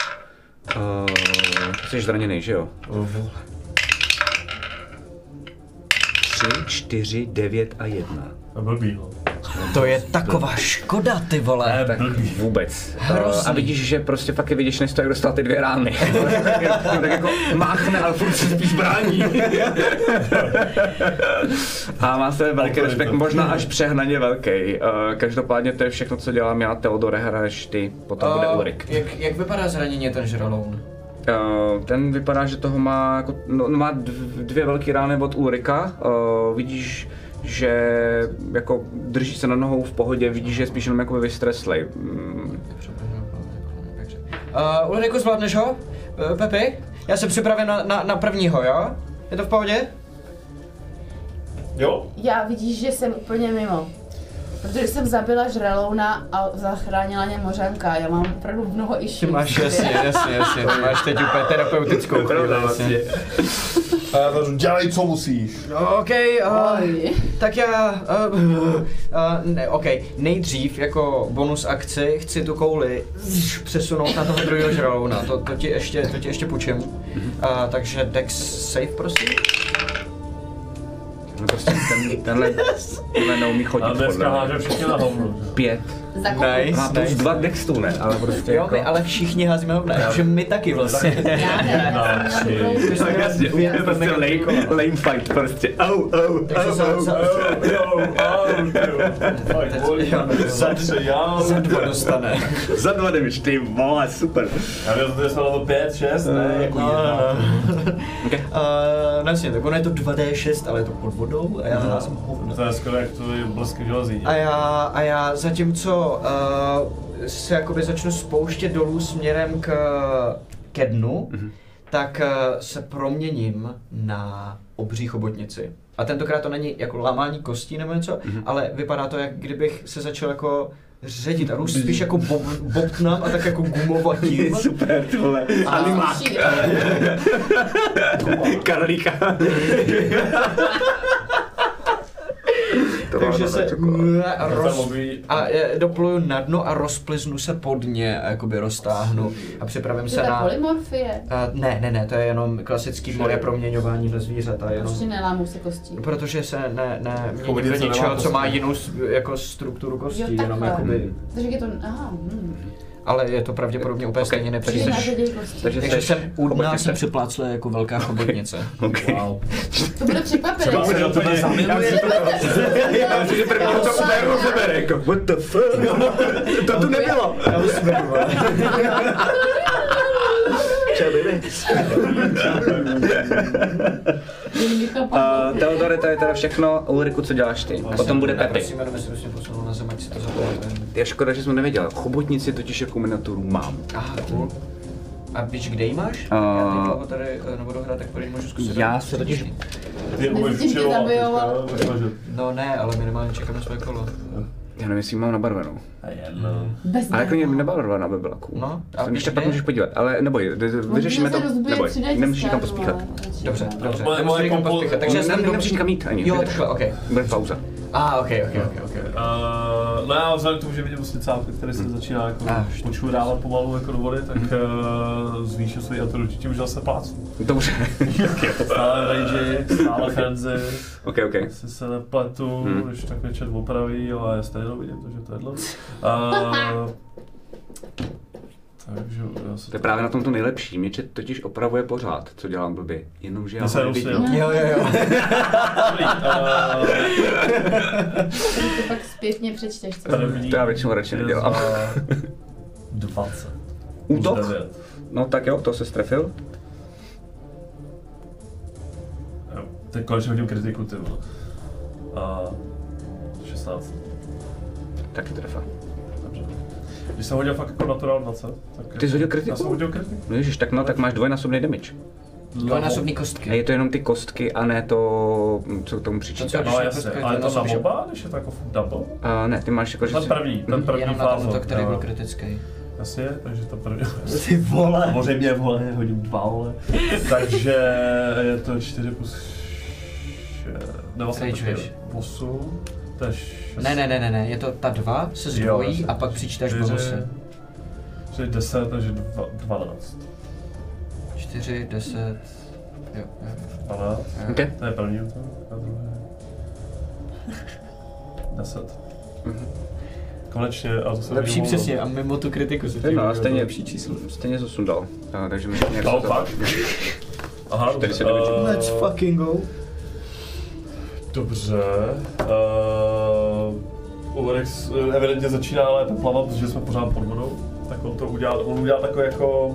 Jsi zraněnej, že jo? 3, 4, 9 a 1. A blbý. To je taková škoda, ty vole. Tak vůbec. Hrozný. A vidíš, že prostě fakt je vidět, než to, jak dostal ty 2 rány. tak jako máchne, ale furt se spíš brání. A má se velký respekt, možná až přehnaně velký. Každopádně to je všechno, co dělám já, Teodore, hraješ ty, potom bude Ulrik. Jak vypadá zranění ten žraloun? Ten vypadá, že toho má, jako, má 2 velké rány od Ulrika. Vidíš, že jako drží se na nohou v pohodě, vidíš, že je spíš jenom jako vystreslej. Ulriku, zvládneš ho? Pepi? Já jsem připraven na prvního, jo? Je to v pohodě? Jo. Já vidíš, že jsem úplně mimo. Protože jsem zabila žralouna a zachránila mě Mořanka. Já mám opravdu mnoho issues. Ty máš jasně, ty máš teď úplně terapeutickou chvíli, jasně. A já tady dělej, co musíš. OK, tak já, nejdřív jako bonus akci chci tu kouli přesunout na toho druhého žralouna, to ti ještě půjčím. Takže Dex save, prosím. No prostě tenhle neumí chodit. A dneska háže všichni na hovnu. 5. Má plus 2 Dextu, ne? Ale prostě jo, my ale všichni házíme hovna, že my taky vlastně. Já ne, tak jasně, úplně prostě lame fight prostě. Za 2 dostane. Za 2 damage, ty vole, super. Já věděl, že jsme level 5, 6, ne? Jako Vlastně, tak ono je to 2D6, ale je to pod vodou a já házím hovno. To je skoro jak to je blesky železí. A já zatímco se jakoby začnu spouštět dolů směrem ke dnu, tak se proměním na obří chobotnici. A tentokrát to není jako lámání kostí nebo něco, ale vypadá to, jak kdybych se začal jako ředit a růst spíš jako bobtnám a tak jako gumovatím. Super, ty vole. Animák. Karlíka. Takže se dopluju na dno a rozpliznu se pod ně a jakoby roztáhnu a připravím se na... polymorfie? Ne, to je jenom klasický moje proměňování do zvířata. Proč nelámou se kostí? Protože se nemění do něčeho, co má jinou jako strukturu kostí, jo, jenom jakoby... Takže je to... Ale je to pravděpodobně úplně stejně nepříjemné. Takže jsem udná jsem připlácla jako velká chobotnice. Wow. To bude překvapené. To bude zamiluje. Já myslím, že první to úplně rozebere, jako what the fuck. To tu nebylo. Teodore, to je teda všechno. Ulriku, co děláš ty? Potom bude Pepi. Je škoda, že jsem nevěděl. Chobotnici totiž jako miniaturu mám. Aha, a víš, kde jí máš? Já teď tady nebudu hrát, tak tady můžu zkusit. Já se totiž... Ty umíš čilovat. No ne, ale minimálně čekám na své kolo. Já nevím, jestli mám nabarvenou. Ale jako nabarvená by byla cool. No, a když tak pak můžeš podívat, ale neboj, vyřešíme to, neboj, nemusíš nikam pospíchat. Dobře. Nemusíš nikam pospíchat, takže nemusíš nikam jít ani. Jo, takhle, okej. Bude pauza. Ok. No já vzhledem k tomu, že vidím vlastně cápy, který se začíná jako počůrávat pomalu jako do vody, tak zvýšil svůj autoritu tím, že zase plácnu. Dobře. Stále rage, stále frenzy. Ok. Asi se nepletu, když tak mě chat opraví, ale já stejně vidím to, že to je dlouho. Takže to je právě na tom to nejlepší, mě chat totiž opravuje pořád, co dělám blbě, jenomže já ho nevidím. Jo. To pak zpětně přečteš, co to já většinou radši nedělám. 20. Útok? No tak jo, to se strefil. Jo, teď konečně hodím kritiku, ty vole. 16. Taky trefa. Dobře. Když jsem hodil fakt jako natural 20, tak... Ty jsi hodil kritiku? Já jsem hodil kritiku. No ježiš, tak máš dvojnásobný damage. Dvojnásobný kostky. A je to jenom ty kostky a ne to, co k tomu přičítáš. No jasně, ale je to na oba, když je to jako double? Ne, ty máš jako, že ten první jenom fáze. Jenom na který byl kritický. Jasně, takže to první. Ty vole! Samozřejmě vole, hodím 2 vole. Takže je to 4 plus 8. To je 6. Ne, je to ta 2 se zdvojí a pak přičítáš bonusy. 4, 10, takže 12. 4, 10, jo. 12. Okay. To je první útok, a druhé. 10. Konečně, a to se lepší přesně, a mimo tu kritiku se no, stejně lepší číslo. Stejně zasundal, takže mi nějak se to... Aha, dobře. Let's fucking go. Dobře. Ulrich evidentně začíná lépe plavat, protože jsme pořád pod vodou. Tak on udělal takový jako...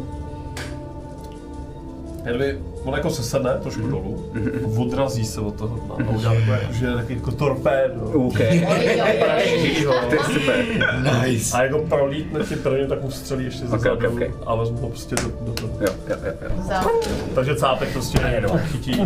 On jako se sedne trošku dolů, odrazí se od toho dna a udělá takový jako torpédo. OK. To je super. Nice. A jako prolítne tím prvním, tak mu střelí ještě ze zadu a vezmu ho prostě do toho. Jo. Takže cápek prostě chytí.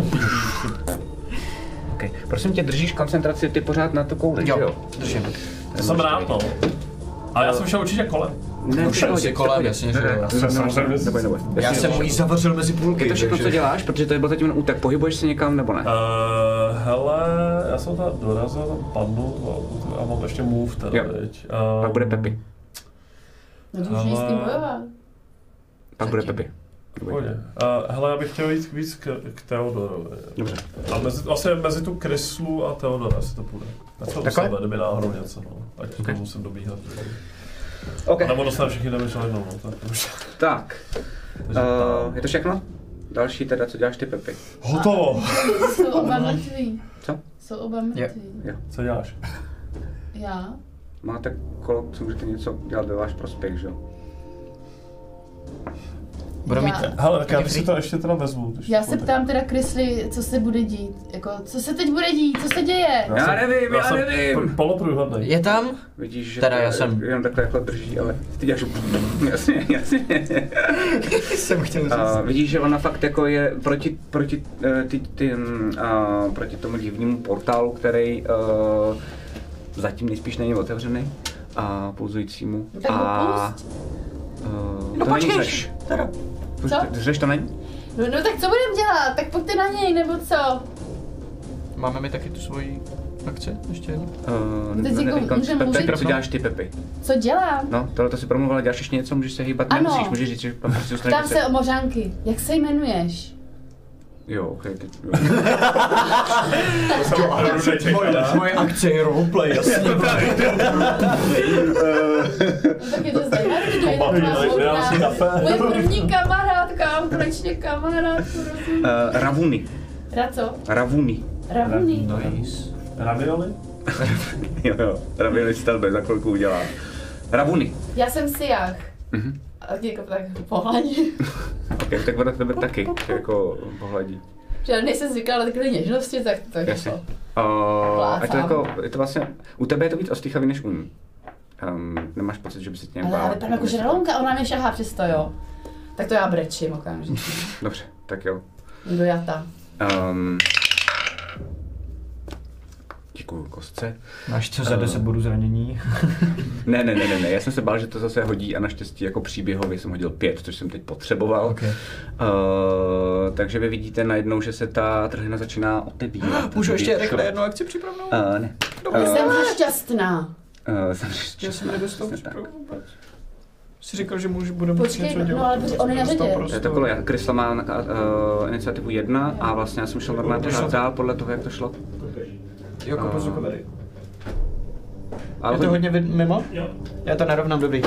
OK. Prosím tě, držíš koncentraci ty pořád na to kouli, že jo? Držím. To jsem rád, no. Ale já jsem šel určitě kolem. Ne, už je kolem, jasně, že jo. Já jsem mu jí zavařil mezi půlky. Je to všechno, co děláš? Protože to je byl zatím útek. Pohybuješ se někam, nebo ne? Hele, já jsem tam dorazil, tam padnu a mám ještě move teda, teď. Pak bude Pepi. No to už jí s tím bojovat. Pak bude Pepi. Hele, já bych chtěl jít víc k Teodorovi. Dobře. A mezi tu Kryslu a Teodora si to půjde. Na co to sebe, kdyby náhodou něco, no. Ať to musím dobíhat. Okay. A nebo dostanu všichni damage jednou, no. Tak. Je to všechno? Další teda, co děláš ty, Pepi? Hotovo! Jsou oba mrtví. Co? Jsou oba mrtví. Jo. Co děláš? Já? Máte kolo, co můžete něco dělat ve váš prospěch, že jo? Budu mít... Hele, tak já bych si to ještě teda vezmu. Já se ptám teda Krysli, co se bude dít, jako, co se teď bude dít, co se děje? Já nevím. Poloprůhlednej. Je tam? Vidíš, že teda já jsem... jenom takhle jako drží, ale ty děláš... Jasně. Jsem chtěl říct. Vidíš, že ona fakt jako je proti tomu divnímu portálu, který zatím nejspíš není otevřený a pouzujícímu. Tak ho pust. No to není řeš. Co? Řeš to není? No tak co budeme dělat? Tak pojďte na něj, nebo co? Máme mi taky tu svoji akci ještě jednu? Pepe, co děláš ty, Pepi? Co dělám? No, tohle si promluvila, děláš ještě něco, můžeš se hýbat, nemusíš, můžeš říct, že tam prostě zůstaneš. Ptám se o Mořánky, jak se jmenuješ? Jo, okej, teď jo. Moje akce je roleplay, jasně. Tak je to zajímavé, moje první kamarádka, konečně kamarádku, rozumím. Ravuni. Co? Ravuni. Ravuni? Nice. Ravioli? Jo, ravioli stelbe za chvilku udělá. Ravuni. Já jsem Siach. A jako tak pohlání. tak ona tebe taky jako pohladí. Že nejsem zvyklá na takové něžnosti, tak jako... A to jako, je to vlastně, u tebe je to víc ostýchavý než u ní. Nemáš pocit, že by si tě nějak bál? Ale vypadám jako žralonka, ona mě šahá přesto, jo. Tak to já brečím okamžitě. Dobře, tak jo. Dojata. Děkuju kostce. Máš co za 10 bodů zranění? Ne, já jsem se bál, že to zase hodí a naštěstí jako příběhově jsem hodil 5, což jsem teď potřeboval. Okay. Takže vy vidíte najednou, že se ta trhlina začíná otevírat. Můžu ještě rychle jednu akci připravnout? Ne. Jsem šťastná. Já jsem nedostal připravu vůbec. Jsi říkal, že budeme něco dělat. No ale on je na řadě. Takhle, Krysla má iniciativu 1 a vlastně já jsem šel normálně pořád dál podle toho, jak to šlo. Jo, kopu zukovedy. Je to hodně mimo? Jo. Já to narovnám, dobrý.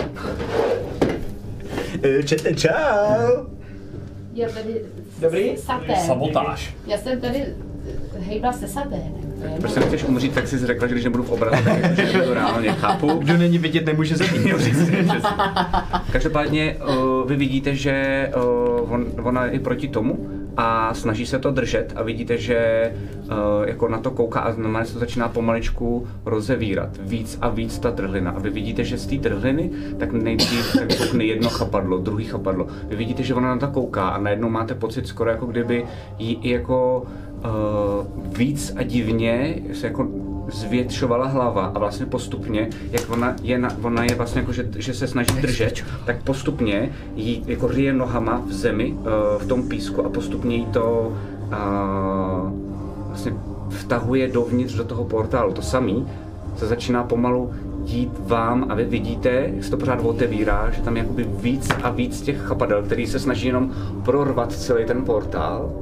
Čau. Já tady... Dobrý? Satén. Sabotáž. Já jsem tady hejbla se saténem. Proč se nechceš umřít, tak jsi řekla, že když nebudu v obrazu, tak to reálně chápu. Kdo není vidět, nemůže zabít. Každopádně vy vidíte, že ona je proti tomu a snaží se to držet a vidíte, že jako na to kouká a normálně se to začíná pomaličku rozevírat. Víc a víc ta trhlina. A vy vidíte, že z té trhliny tak nejdřív tak vypukne jedno chapadlo, druhý chapadlo. Vy vidíte, že ona na to kouká a najednou máte pocit skoro jako kdyby jí jako víc a divně se jako zvětšovala hlava a vlastně postupně, jak ona je vlastně jako, že se snaží držet, tak postupně jí jako ryje nohama v zemi, v tom písku a postupně jí to vlastně vtahuje dovnitř do toho portálu. To samý se začíná pomalu dít vám a vy vidíte, jak se to pořád otevírá, že tam je jakoby víc a víc těch chapadel, který se snaží jenom prorvat celý ten portál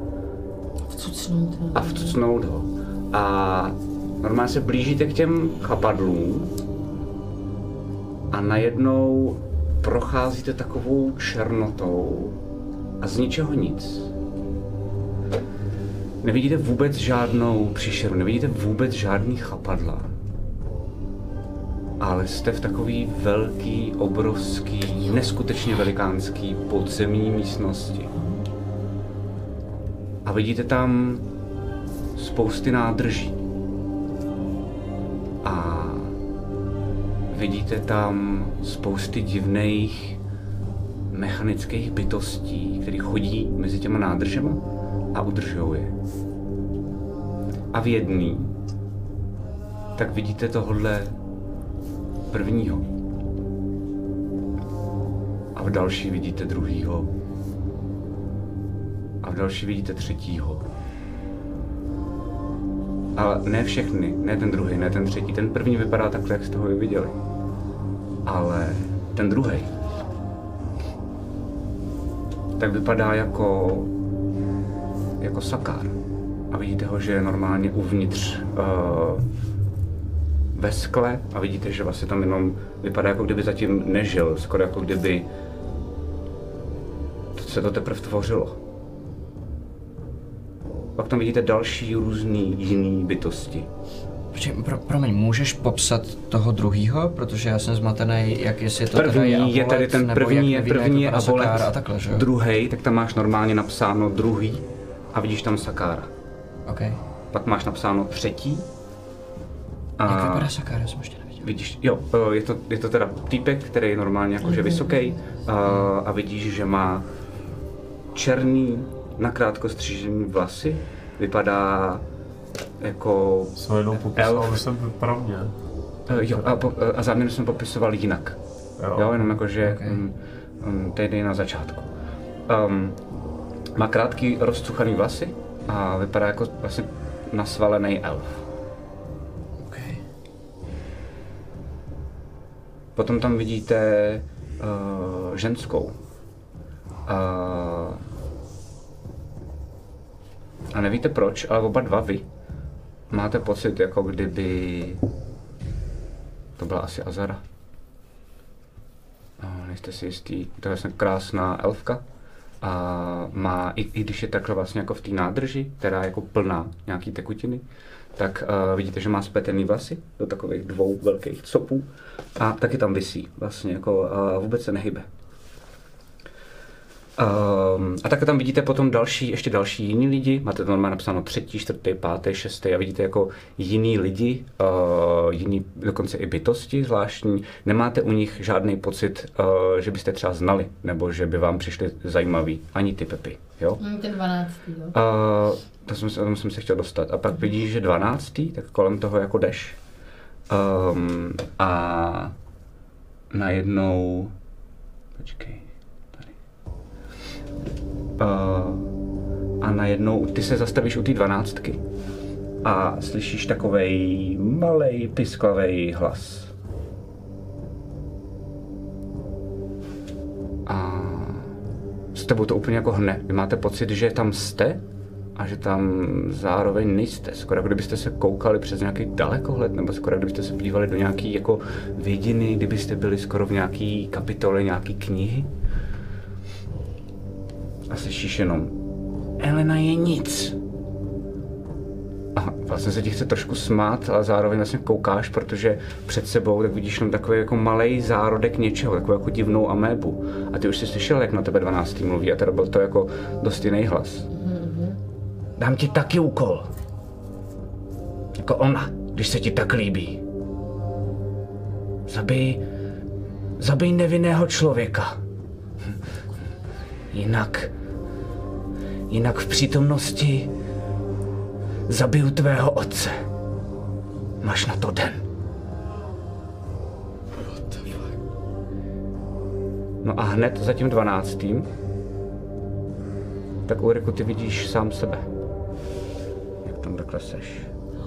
a vcucnout ho. A normálně se blížíte k těm chapadlům a najednou procházíte takovou černotou a z ničeho nic. Nevidíte vůbec žádnou příšeru, nevidíte vůbec žádný chapadla. Ale jste v takový velký, obrovský, neskutečně velikánský podzemní místnosti. A vidíte tam spousty nádrží. A vidíte tam spousty divných mechanických bytostí, které chodí mezi těma nádržema a udržujou je. A v jedný tak vidíte tohodle prvního. A v další vidíte druhýho. A v další vidíte třetího. Ale ne všechny, ne ten druhý, ne ten třetí. Ten první vypadá takhle, jak jste ho viděli. Ale ten druhý tak vypadá jako sakár. A vidíte ho, že je normálně uvnitř ve skle a vidíte, že vlastně tam jenom vypadá, jako kdyby zatím nežil, skoro jako kdyby se to teprve tvořilo. Pak tam vidíte další různý jiný bytosti. Promiň, můžeš popsat toho druhýho, protože já jsem zmatený, jak jestli to první je tady ten první je Abolec, a takhle, že jo? Druhý, tak tam máš normálně napsáno druhý a vidíš tam Sakára. Okay. Pak máš napsáno třetí. Jak vypadá Sakára, jsem ještě neviděl. Vidíš, jo, je to teda týpek, který je normálně jakože vysoký a vidíš, že má černý, nakrátko střížený vlasy, vypadá jako jsem jednou popisoval, že jsem pravdě. Jo, a záměrem jsem popisoval jinak. Jo, jenom jakože tady na začátku. Má krátký rozcuchaný vlasy a vypadá jako vlastně nasvalený elf. Okay. Potom tam vidíte ženskou. A nevíte proč, ale oba dva vy máte pocit, jako kdyby to byla asi Azara. Nejste si jistý, to je vlastně krásná elfka a má, i když je takhle vlastně jako v té nádrži, která je jako plná nějaký tekutiny, tak vidíte, že má spletený vlasy do takových dvou velkých copů a taky tam visí vlastně, jako vůbec se nehybe. A tak tam vidíte potom ještě další jiní lidi, máte to normálně napsáno 3., 4., 5., 6. a vidíte jako jiní lidi, jiní dokonce i bytosti zvláštní. Nemáte u nich žádný pocit, že byste třeba znali, nebo že by vám přišli zajímaví, ani ty Pepi, jo? Ten 12. jo. Tam jsem se chtěl dostat. A pak vidíš, že 12. tak kolem toho jako jdeš. A najednou... Počkej. A najednou ty se zastavíš u té 12. a slyšíš takovej malej pisklavej hlas. A s tebou to úplně jako hne. Vy máte pocit, že tam jste a že tam zároveň nejste. Skoro jako kdybyste se koukali přes nějaký dalekohled, nebo skoro kdybyste se podívali do nějaký jako vidiny, kdybyste byli skoro v nějaký kapitole, nějaký knihy. A slyšíš jenom, Elena je nic. A vlastně se ti chce trošku smát, ale zároveň vlastně koukáš, protože před sebou tak vidíš jenom takový jako malej zárodek něčeho, takovou jako divnou amébu. A ty už jsi slyšel, jak na tebe 12. mluví a teda byl to jako dost jiný hlas. Dám ti taky úkol. Jako ona, když se ti tak líbí. Zabij nevinného člověka. Jinak v přítomnosti zabiju tvého otce. Máš na to den. No a hned za tím 12. tak Ulriku, ty vidíš sám sebe. Jak tam takhle seš.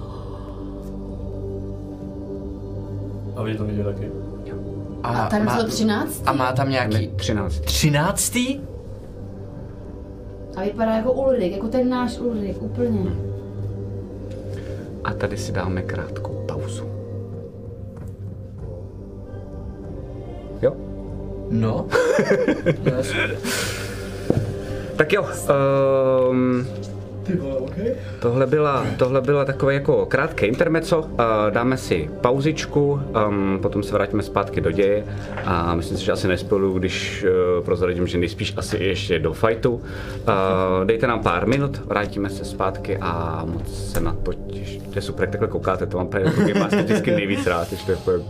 A vy to vidíte taky? A tam bylo 13. A má tam nějaký... 13. 13. A vypadá jako Ulrik, jako ten náš Ulrik, úplně. A tady si dáme krátkou pauzu. Jo? No. Tak jo, tohle byla takové jako krátké intermezzo, dáme si pauzičku, potom se vrátíme zpátky do děje a myslím si, že asi nespoiluju, když prozradím, že nejspíš asi ještě do fightu. Dejte nám pár minut, vrátíme se zpátky a moc se na to těším. To je super, jak takhle koukáte, to mám právě vždycky nejvíc rád, když to je jako...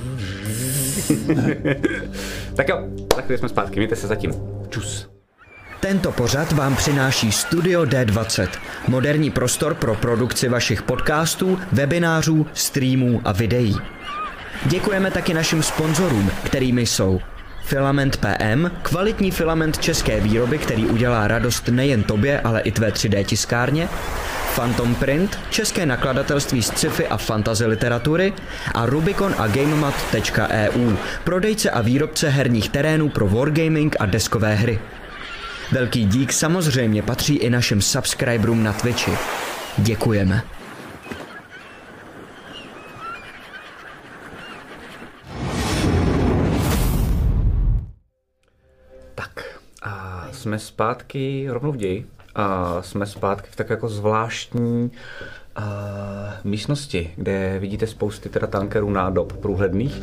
Tak jo, tak jsme zpátky, mějte se zatím. Čus. Tento pořad vám přináší Studio D20, moderní prostor pro produkci vašich podcastů, webinářů, streamů a videí. Děkujeme taky našim sponzorům, kterými jsou Filament PM, kvalitní filament české výroby, který udělá radost nejen tobě, ale i tvé 3D tiskárně, Phantom Print, české nakladatelství z sci-fi a fantasy literatury a Rubicon a GameMat.eu, prodejce a výrobce herních terénů pro wargaming a deskové hry. Velký dík samozřejmě patří i našim subscriberům na Twitchi. Děkujeme. Tak, a jsme zpátky rovnou v ději. A jsme zpátky v tak jako zvláštní místnosti, kde vidíte spousty teda tankerů nádob průhledných.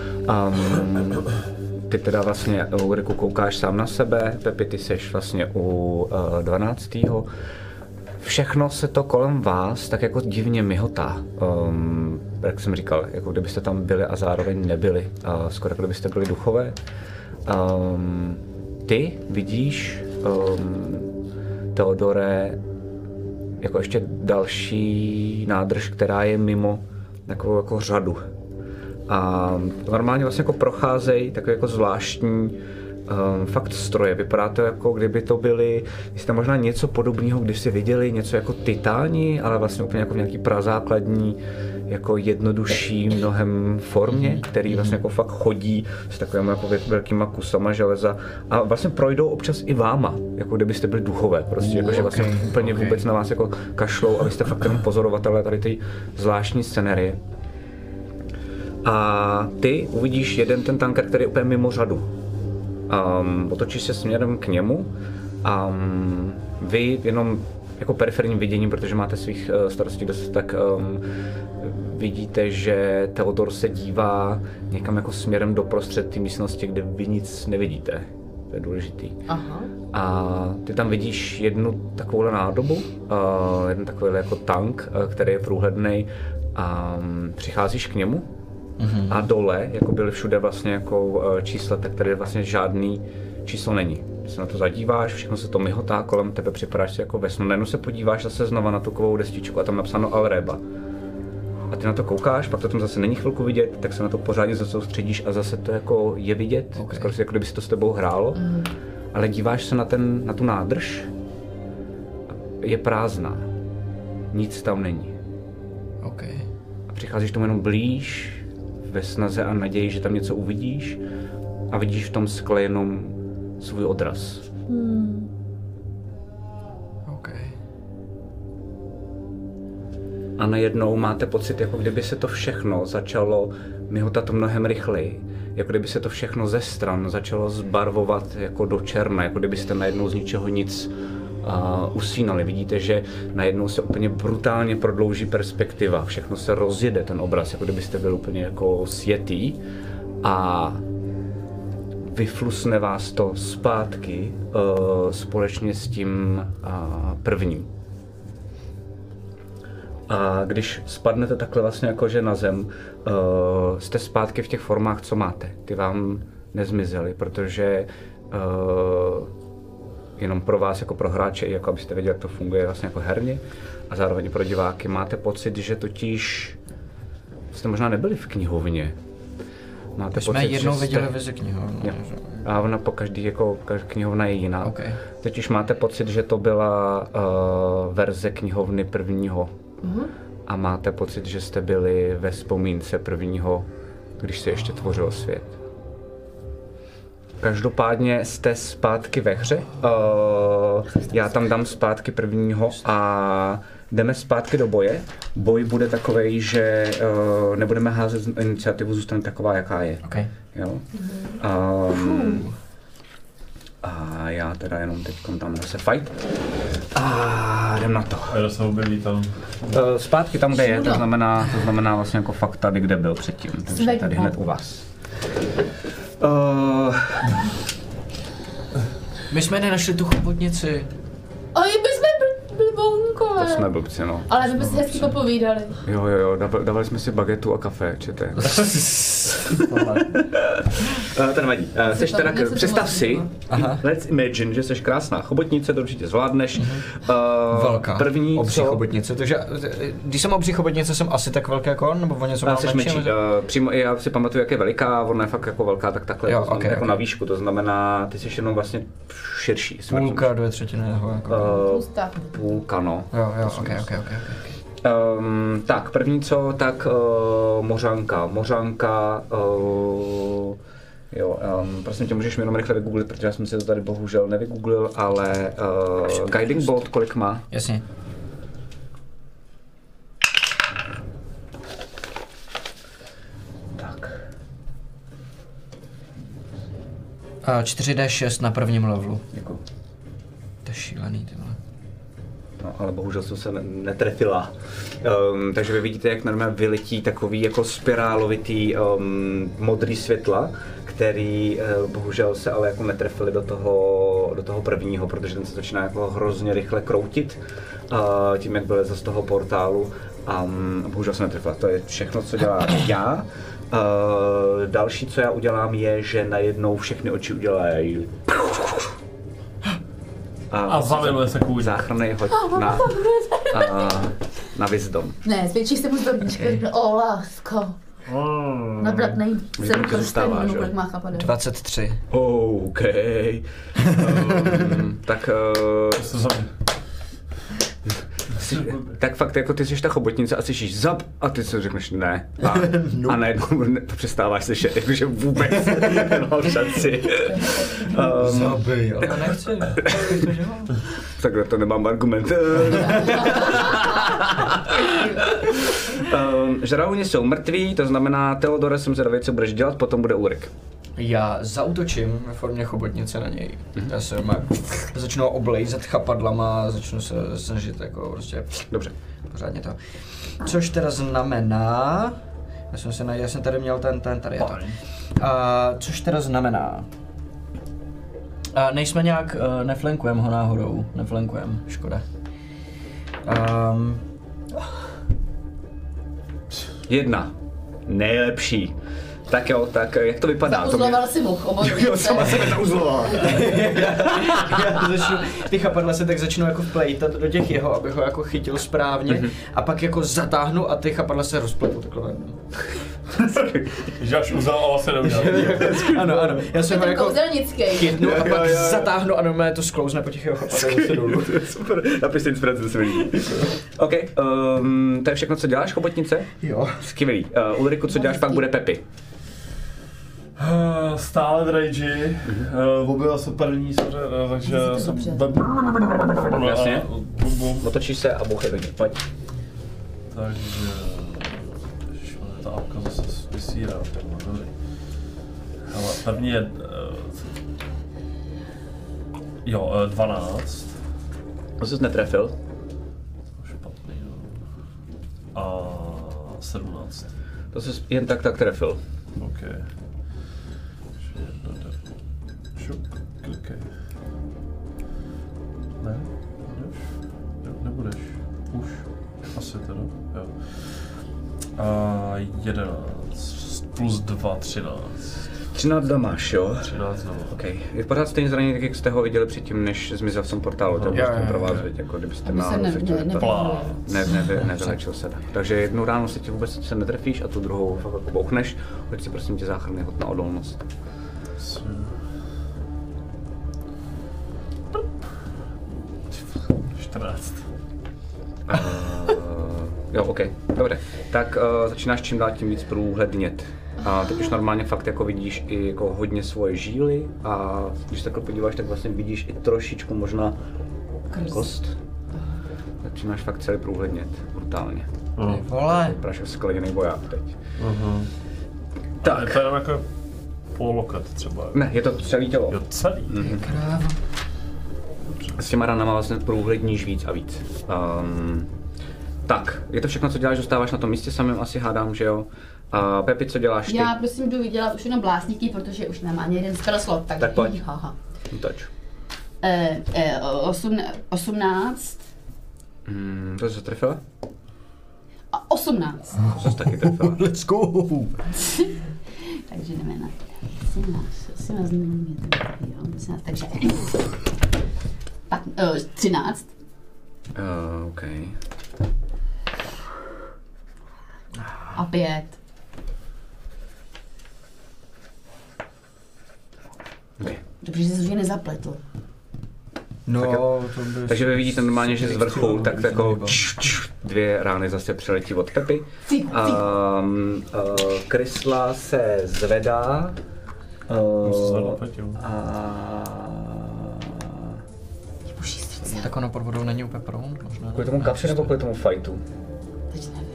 Ty teda vlastně, Ulriku, koukáš sám na sebe, Pepi, ty seš vlastně u 12. Všechno se to kolem vás tak jako divně mihotá. Jak jsem říkal, jako kdybyste tam byli a zároveň nebyli. Skoro jako kdybyste byli duchové. Ty vidíš, Teodore, jako ještě další nádrž, která je mimo takovou jako řadu. A normálně vlastně jako procházejí takové jako zvláštní fakt stroje. Vypadá to jako kdyby to byly, jste možná něco podobného, když si viděli něco jako titáni, ale vlastně úplně jako v nějaký prazákladní, jako jednodušší mnohem formě, který vlastně jako fakt chodí s takovými jako velkýma kusama železa a vlastně projdou občas i váma, jako kdybyste byli duchové, prostě jako, že vlastně úplně vůbec na vás jako kašlou a vy jste fakt jenom pozorovatelé tady ty zvláštní scenérie. A ty uvidíš jeden ten tanker, který je úplně mimo řadu. Otočíš se směrem k němu a vy jenom jako periferním viděním, protože máte svých starostí dost, tak vidíte, že Teodor se dívá někam jako směrem doprostřed té místnosti, kde vy nic nevidíte. to je důležitý. Aha. A ty tam vidíš jednu takovouhle nádobu, jeden takovýhle jako tank, který je průhledný a přicházíš k němu a dole, jako byly všude vlastně jako čísla, tak tady vlastně žádný číslo není. Když se na to zadíváš, všechno se to mihotá kolem tebe, připadáš si jako ve snu. Najednou se podíváš zase znova na tu kovovou destičku a tam napsáno Alreba. A ty na to koukáš, pak to tam zase není chvilku vidět, tak se na to pořádně soustředíš a zase to jako je vidět, skoro si jako kdyby si to s tebou hrálo. Ale díváš se na tu nádrž, je prázdná, nic tam není. Okay. A přicházíš tomu jenom blíž, ve snaze a naději, že tam něco uvidíš a vidíš v tom skle jenom svůj odraz. Okay. A najednou máte pocit, jako kdyby se to všechno začalo mihotat mnohem rychleji. Jako kdyby se to všechno ze stran začalo zbarvovat jako do černa, jako kdybyste najednou z ničeho nic usínali. Vidíte, že najednou se úplně brutálně prodlouží perspektiva, všechno se rozjede ten obraz, jako kdybyste byl úplně jako sjetý a vyflusne vás to zpátky společně s tím prvním. A když spadnete takhle vlastně jakože na zem, jste zpátky v těch formách, co máte. Ty vám nezmizely, protože jenom pro vás jako pro hráče, jako abyste věděli, jak to funguje vlastně jako herně a zároveň pro diváky, máte pocit, že totiž jste možná nebyli v knihovně. Máte pocit, jsme jednou viděli vizi knihovny. A ona po každý jako knihovna je jiná. Okay. Totiž máte pocit, že to byla verze knihovny prvního. A máte pocit, že jste byli ve vzpomínce prvního, když se ještě tvořil svět. Každopádně jste zpátky ve hře. Já tam dám zpátky prvního a jdeme zpátky do boje. Boj bude takovej, že nebudeme házet iniciativu, zůstane taková, jaká je. Okay. Jo? A já teda jenom teď tam zase fight. A jdem na to. A se objeví tam. Zpátky tam, kde je, to znamená vlastně jako fakt tady, kde byl předtím. Takže tady hned u vás. My jsme nenašli tu chobotnici. Oj, my jsme blbonkové. To jsme blbci, no. Ale my jsme si hezky popovídali. Jo, dávali jsme si bagetu a kafe, čete. To nevadí. Seš teda, představ si, let's imagine, že seš krásná chobotnice, to určitě zvládneš. Velká, první, obří chobotnice, takže když jsem obří chobotnice, jsem asi tak velká jako on, nebo o něco menší? Přímo já si pamatuju, jak je veliká, ona je fakt jako velká, tak takhle, jo, to jako na výšku, to znamená, ty jsi jenom vlastně širší. Půlka, 2/3 jako. Půlka, no. Jo, okay. Tak, první co, tak Mořanka, prosím tě, můžeš mi jenom rychle vygooglit, protože já jsem si to tady bohužel nevygooglil, ale Guiding Bolt kolik má? Jasně. Tak. 4D6 na prvním levelu. Děkuji. To je šílený, ty vole. No, ale bohužel jsem se netrefila. Takže vy vidíte, jak normálně vyletí takový jako spirálovitý modrý světla, který bohužel se ale jako netrefili do toho prvního, protože ten se začíná jako hrozně rychle kroutit tím, jak byl z toho portálu a bohužel se netrefila. To je všechno, co dělám já. Další, co já udělám, je, že najednou všechny oči udělají a zavíme se kůň. Záchranný hoď na wisdom. Ne, zvětší se mu zdobíčky. O, lásko. Nabratnej jsem prstenů, kolik má chapadel. 23. OK. Tak... tak fakt jako ty jsi ta chobotnice a slyšíš zap a ty si řekneš ne. A najednou přestáváš slyšet, jakože vůbec nemám šanci. Zabij, ale nechci. Takhle to nemám argument. Žrauni jsou mrtví, to znamená, Theodore, jsem zvědavý, co budeš dělat, potom bude Ulrik. Já zaútočím ve formě chobotnice na něj. Já se začnu oblejzat chapadlama a začnu se snažit jako prostě... Dobře. Pořádně to. Což teda znamená... Já jsem tady měl ten tady je to. Což teda znamená... Nejsme nějak, neflankujeme ho náhodou, neflankujeme, škoda. 1. Nejlepší. Tak jo, tak jak to vypadá? Zauzloval si much, obojím. Jo, sama sebe zauzlovala. Ty chapadla se tak začnou jako vplejtat do těch jeho, abych ho jako chytil správně a pak jako zatáhnu a ty chapadla se rozpletou takhle. Že až uzal, ale se neudělal. Ano, já jsem ho jako chytnu a pak zatáhnu a normálně to sklouzne po těch jeho chapadlech se dolů. Super, napis inspirace se mi líbí. OK, to je všechno, co děláš, chobotnice? Jo. Skvělý. Ulriku, co děláš, pak bude Pepi. Stále v rage, objevil se první, takže jsem... Jasně. Otočíš se a bouchej do něj, pojď. Takže... ta apka zase vysírá, dobrý. Ale první je... 12. To jsi netrefil. Špatný, no. A 17. To jsi jen tak trefil. OK. Klikej. Ne? Nebudeš? Už? Asi teda, jo. A 11 plus 2, 13. 13 máš, jo? 13 doma. OK. Je pořád stejně zraněný, tak jak jste ho viděli předtím, než zmizel v tom portálu. To prostě pro vás, jako kdybyste náhodou se chtěli... Nevylečil se. Takže jednu ránu se ti vůbec se netrefíš a tu druhou fakt bouchneš. Hoď si prosím tě záchranný hod na odolnost. 14. Jo, OK, dobře. Tak začínáš čím dál tím víc průhlednět. A teď už normálně fakt jako vidíš i jako hodně svoje žíly a když se takhle podíváš, tak vlastně vidíš i trošičku možná kost. Začínáš fakt celý průhlednět, brutálně. Ty vole. Vypadáš jako skleněný voják teď. Tak. Je to jenom jako půl loket třeba. Ne, je to celý tělo. Jo, celý. Kráva. S těma ranama vlastně průhledníš víc a víc. Tak, je to všechno, co děláš, zůstáváš na tom místě samým, asi hádám, že jo? Pepi, co děláš ty? Já prosím jdu vydělat už jenom blásníky, protože už nemá ani jeden spell slot, tak pojď. Toč. 18. To jsi trefila? 18. To jsi taky trefila. Let's go! Takže jdeme na 18, takže 13. OK. A 5. Okay. Dobře, že jsi už nezapletl. No, takže vy vidíte normálně, že z vrchu tak jako dvě rány zase přeletí od Pepy. Krysla se zvedá. Tak ono pod vodou není úplně prům, možná. Kvůli tomu kapři nebo kvůli tomu fightu? Teď nevím.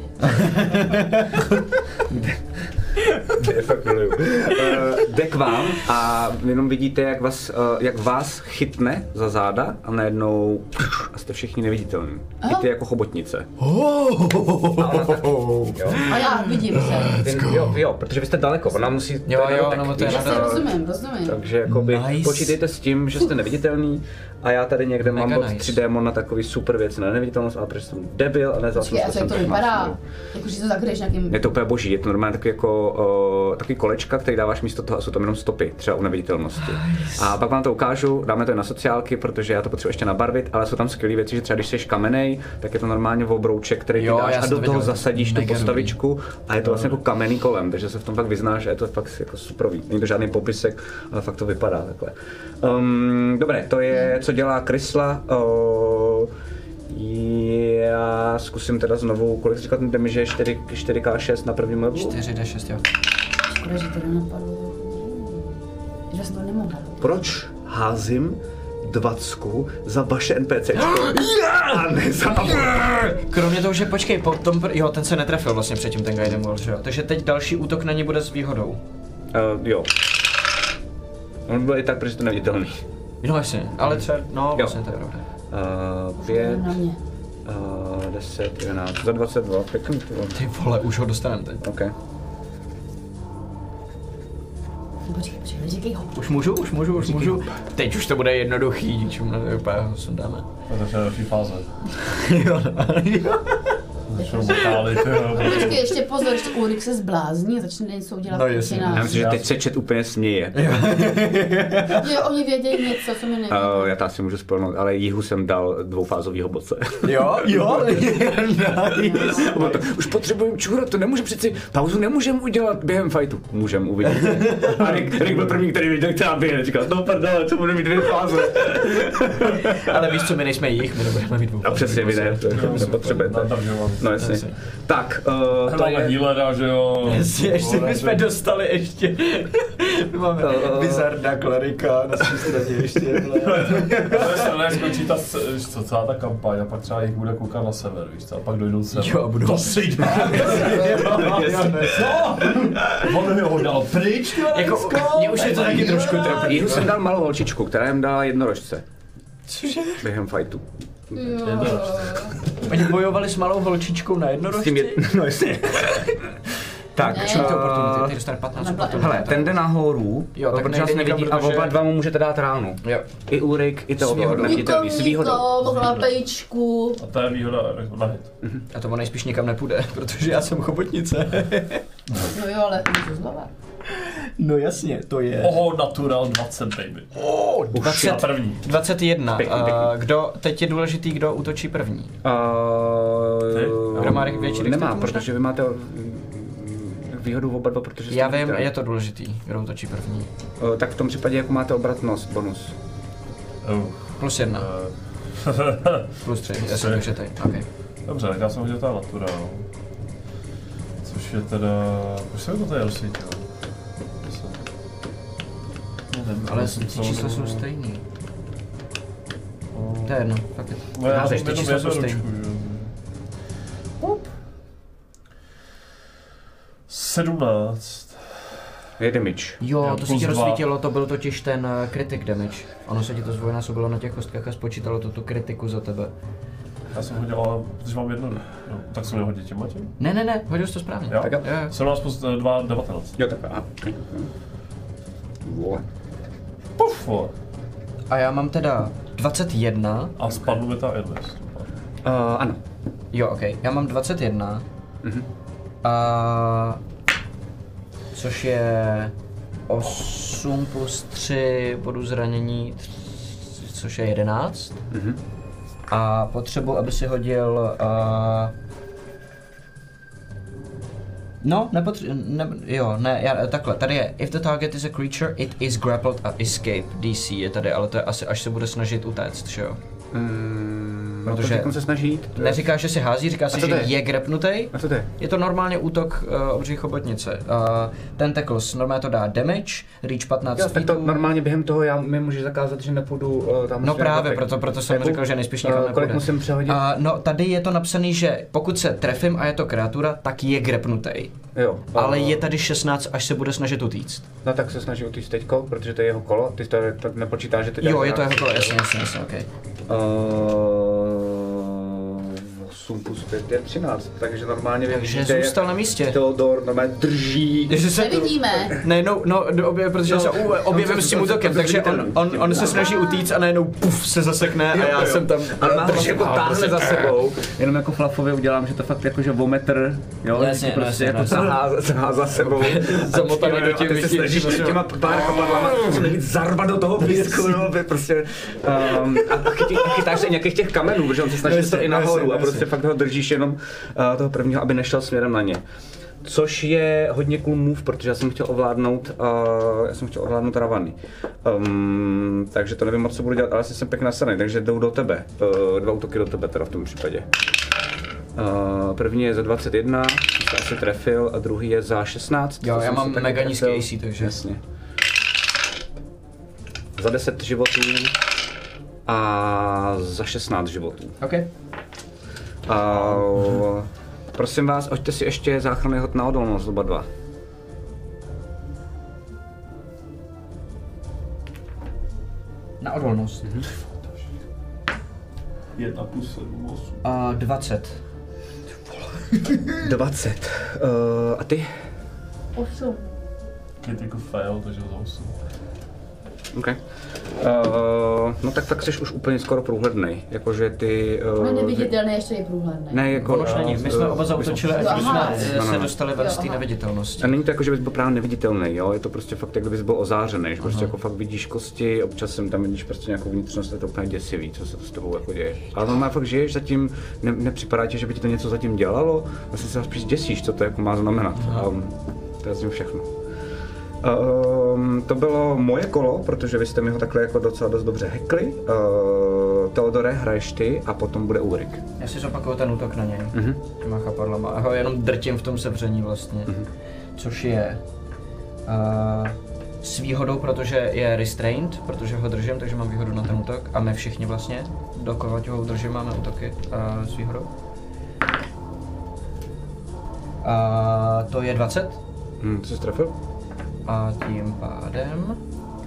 Jde k vám a jenom vidíte, jak vás chytne za záda a najednou a jste všichni neviditelní. Chytí jako chobotnice. A já vidím se. Jo, protože vy jste daleko, ona musí... Jo, já se rozumím. Takže jakoby počítejte s tím, že jste neviditelný a já tady někde mám bod 3 démon na takový super věc na neviditelnost, ale protože jsem debil a nezal jsem to. Jak to vypadá? Jakože to zakryješ nějakým... Je to úplně boží, je to normálně takový jako takový kolečka, který dáváš místo toho a jsou tam jenom stopy, třeba u neviditelnosti. A pak vám to ukážu, dáme to i na sociálky, protože já to potřebuji ještě nabarvit, ale jsou tam skvělé věci, že třeba když jsi kamenej, tak je to normálně obrouček, který ty dáš a do toho zasadíš tu postavičku a je to vlastně jako kamenný kolem, takže se v tom fakt vyznáš a je to fakt jako superový. Není to žádný popisek, ale fakt to vypadá takhle. Dobré, to je, co dělá Krysla. Já zkusím teda znovu, kolik jsi říkal ten damage, 4k6 na prvním levelu? 4d6, jo. Škoda, že to nenapadlo. Že jsem to nemohla. Proč házím 20 za vaše NPCčko a ne za Kromě toho, že počkej, potom, jo, ten se netrefil vlastně předtím ten Guiding Wall, že jo? Takže teď další útok na ně bude s výhodou. Jo. On byl i tak, protože to neviditelný. No jasně, ale třeba, no vlastně to je pravda. 5, 10, 11, za 22, pěkný. Ty vole, už ho dostaneme teď. OK. Počkej, říkej ho. Už můžu. Teď už to bude jednoduchý, ničemu nevypadá, ho sundáme. To začne další fáze. Jo. Začnou botálit, Počkej, ještě pozor, ještě Ulrik se zblázní a začne něco dělat. No jasně. Já myslím, že teď se chat úplně směje. Jo, oni vědějí něco, co mi neví. Já to asi můžu spolnout, ale Jihu jsem dal dvoufázovýho boce. Jo. Nice. Už potřebujeme čůrat, to nemůže přeci, pauzu nemůžeme udělat během fightu. Můžeme, uvidíte. A Rick byl první, který viděl, která běhne, říkal, no prdele, co bude mít 2 fáze. Ale víš co, my nejsme jich, my nebudeme mít 2 fáze. A přesně, vy ne, to nepotřebujete. No jasně. Tak, to máme healera, že jo. Ještě my jsme dostali ještě. My máme Wizarda, klerika, na svým straně ještě. Ale skončí celá ta kampaň a pak třeba jich bude koukat na sever, víš co, a pak dojdou sem. Jo, a budou si jde. On ho dal pryč, jako, mě už je to taky trošku trapný. Jihu jsem dal malou holčičku, která jim dala jednorožce. Cože? Během fightu. Oni bojovali s malou holčičkou na jednorožci? No jasně. Tak, ty dostane 15 hele, ten jde nahoru, jo, tak protože nás nevidí a oba dva mu můžete dát ránu. Jo. I Ulrik, i Teodor, nechtětelný, s výhodou. Chlapejčku. A to je výhoda na hit. A to on nejspíš nikam nepůjde, protože já jsem chobotnice. No jo, ale můžu znova. No jasně, to je... Natural 20, baby. 21. Pěkný. Kdo, teď je důležitý, kdo útočí první. Kdo má větší nemá, protože vy máte výhodu oba dva, protože já vím, je to důležitý, kdo útočí první. Tak v tom případě, jako máte obratnost, bonus. +1. +3, jestli můžete, okay. Dobře, tak já jsem hodil ta natural. Což je teda... Proč se mi to tady rozsvítilo? Ale ty čísla jsou stejný. To je jedno, fakt je. No já ty čísla jsou stejný. 17. Je damage. Jo, to se ti rozsvítilo, to byl totiž ten critic damage. Ono se ti to zdvojnásobilo na těch kostkách a spočítalo to tu kritiku za tebe. Já jsem hodil, ale protože mám jedno, no, tak jsem nehodil těm Matěm? Ne, hodil jsi to správně. Jo? Tak jo. 17 plus 2, 19. Jo, tak aha. Vole. Puf, vole. A já mám teda 21. A spadl mi ta Endless. Ano. Jo, ok. Já mám 21. Což je 8 plus 3 bodů zranění, což je 11. A potřebuji, aby si hodil... takhle, tady je, if the target is a creature, it is grappled a escape, DC je tady, ale to je asi, až se bude snažit utéct, že jo? Protože se snaží jít. Neříká, že si hází, říká si, že je grepnutej. A co to je? Je to normálně útok obří chobotnice. Tentacles, normálně to dá damage, reach 15 feetů. Tak to normálně během toho mi můžeš zakázat, že nepůjdu tam. No právě, proto jsem řekl, že nejspíš nikam nepůjde. Kolik musím přehodit? No tady je to napsaný, že pokud se trefím a je to kreatura, tak je grepnutej. Jo. Ale je tady 16, až se bude snažit utíct. No tak se snaží utíct teďko, protože to je jeho kolo, ty to tak nepočítáš, že ty jo, je to jeho kolo, jasně, okej. 8 plus 5 je 13, takže normálně takže zůstal na místě. Teodor normálně drží. Nevidíme. Najednou, protože se objevím s tím útokem, takže on se snaží utíct a najednou puf se zasekne a já jsem tam. Ale má to jako táhne za sebou. Jenom jako Flafově udělám, že to fakt jakože o metr, jo, jasně, prostě jako sahá za sebou. Zamotaný do těch se snažíš těma pár chapadlama co nejvíc zarvat do toho písku, no, prostě. A chytáš se nějakých těch kamenů, protože on se snaží to i nahoru a prostě fakt ho držíš jenom toho prvního, aby nešel směrem na ně. Což je hodně cool move, protože já jsem chtěl ovládnout Ravany. Takže to nevím moc, co budu dělat, ale asi jsem pěkně nasraný, takže jdou do tebe. 2 útoky do tebe teda v tom případě. První je za 21, jste asi trefil, a druhý je za 16. Jo, já mám mega nízký AC, takže jasně. Za 10 životů a za 16 životů. Okay. Prosím vás, hoďte si ještě záchranný hod na odolnost, oba dva. Na odolnost? 1 plus 7, 8. 20. 20. A ty? 8. kit jako fail, takže ho zahusu. OK. No tak jsi už úplně skoro průhlednej, jakože ty... No neviditelný, ještě je průhledný. Ne, jako... My jsme oba zautočili, až jsme se dostali ven z té neviditelnosti. A není to jako, že bys byl právě neviditelný, jo? Je to prostě fakt, jak kdybys byl ozářený, že prostě jako fakt vidíš kosti, občas sem tam vidíš prostě nějakou vnitřnost, je to úplně děsivý, co se s tebou jako děje. Ale normálně fakt žiješ zatím, nepřipadá ti, že by ti to něco zatím dělalo, vlastně se spíš děsíš, co to jako má znamenat. To je z něm všechno. To bylo moje kolo, protože vy jste mi ho takhle jako docela dost dobře hackli. Teodore, hraješ ty a potom bude Ulrik. Já si zopakuju ten útok na něj, těma chapadlama. A ho jenom drtím v tom sevření vlastně, což je s výhodou, protože je restrained, protože ho držím, takže mám výhodu na ten útok. A my všichni vlastně, dokud ho držím, máme útoky s výhodou. To je 20. Co jsi trefil? A tím pádem...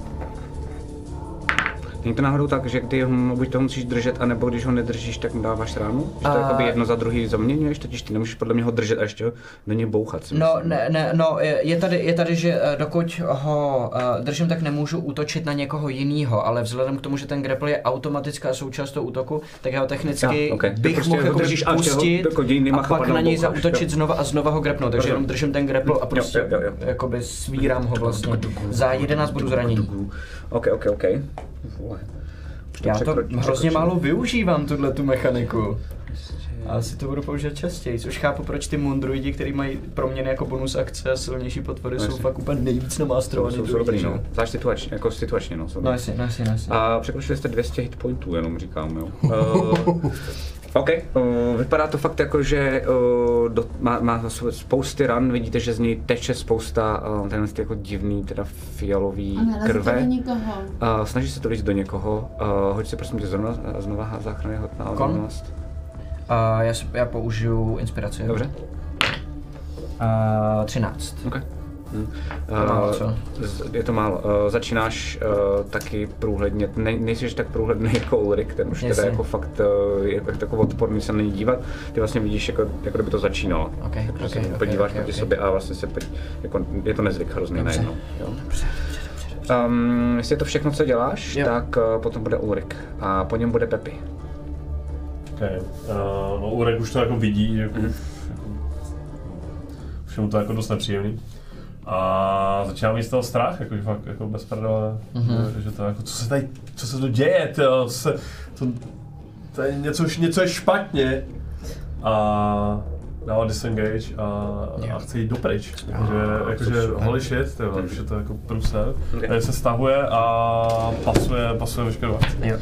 Není to náhodou tak, že ty buď to musíš držet, anebo když ho nedržíš, tak mu dáváš ránu? Že to jakoby jedno za druhý zaměňuješ, totiž ty nemůžeš podle mě ho držet a ještě do něj bouchat. Je tady, že dokud ho držím, tak nemůžu útočit na někoho jinýho, ale vzhledem k tomu, že ten grapple je automatická součást toho útoku, tak já ho technicky bych prostě mohl jako pustit a pak na něj zaútočit znova a znova ho grapnout, takže jenom držím ten grapple a prostě jakoby svírám ho vlastně. Za 11 bodů zranění. OK. Já to hrozně málo využívám, tu mechaniku. A asi to budu používat častěji, což chápu, proč ty mundruidi, který mají proměny jako bonus akce a silnější potvory, jsou fakt úplně nejvíc namástrovaný druidi. No. Zvlášť situačně, no. No jasně. A překročili jste 200 hitpointů, jenom říkám, jo. OK, vypadá to fakt jako, že má spousty ran, vidíte, že z něj teče spousta tenhle jako divný, teda fialový krve. Snaží se to líst do někoho, hoď si prosím tě znova záchranný hod na odolnost. Já použiju inspiraci. Dobře. 13. Okay. Málo, co? Je to málo. Začínáš taky průhledně, nejsi tak průhledný jako Ulrik, ten už teda jako fakt je takový odporný se na ní dívat. Ty vlastně vidíš, jako kdyby to začínalo. Takže se podíváš proti sobě a vlastně se jako, je to nezvyk hrozně najednou. Dobře. Jestli je to všechno, co děláš, tak potom bude Ulrik a po něm bude Pepi. Okay. No Ulrik už to jako vidí, jako všemu to jako dost nepříjemný. A začíná mít z toho strach, jako fakt jako bez prdele, že to jako, co se to děje, to je něco je špatně. A dává disengage a chce jít dopryč, jakože holy shit, už je to jako průser. Tady se stahuje a pasuje veškerou akci. Jo.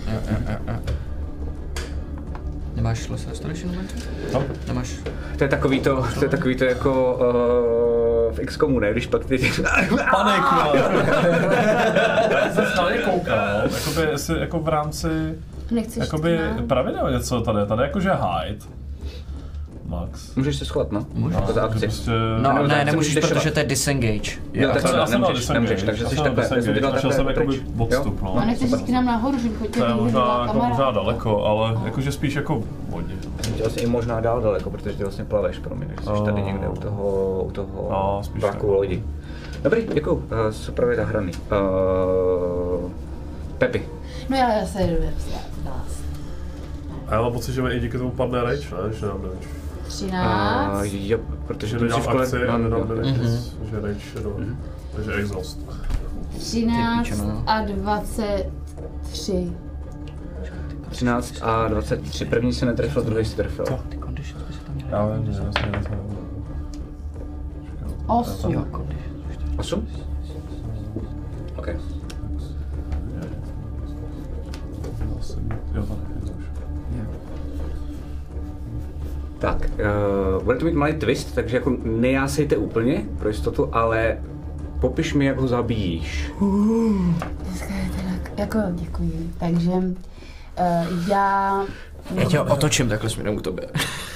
Nemáš lesser restoration momentu? No. Nemáš. To je takový to jako v XCOMu, ne? Když pak ty... Panik, no! Já jsem stále koukal, jestli jako v rámci... Jakoby pravidelně co tady jakože hide. Max. Můžeš se schovat, no? Můžeš. Za akci. Prostě... No, ne, nemůžeš, protože to je disengage. Jo, tak nemůžeš, takže jsi takhle. Našel jsem jakoby odstup, no. A nechceš jít k nám nahoru, že chodíte to je možná daleko, ale jakože spíš jako vodě. Ty vlastně i možná dál daleko, protože ty vlastně plaveš, promiň, že jsi tady někde u toho vlaku lodi. Dobrý, děkuju, super věda hraný. Pepi. No já se jdu vás. A já mám pocit, že mi i díky tomu padne rage, ne? Že nám rage. 13. Jo, protože nedám akci a nedám rage, že rage takže exhaust. 13 a 23. 13 a 23, první se netrefil, druhý se trefil. Ty conditions by se tam měly. Já vím, že 8. 8? OK. Tak, bude to mít malý twist, takže jako nejásejte úplně pro jistotu, ale popiš mi, jak ho zabíjíš. Dneska je teda, jako děkuji, takže já tě otočím takhle směrem k tobě.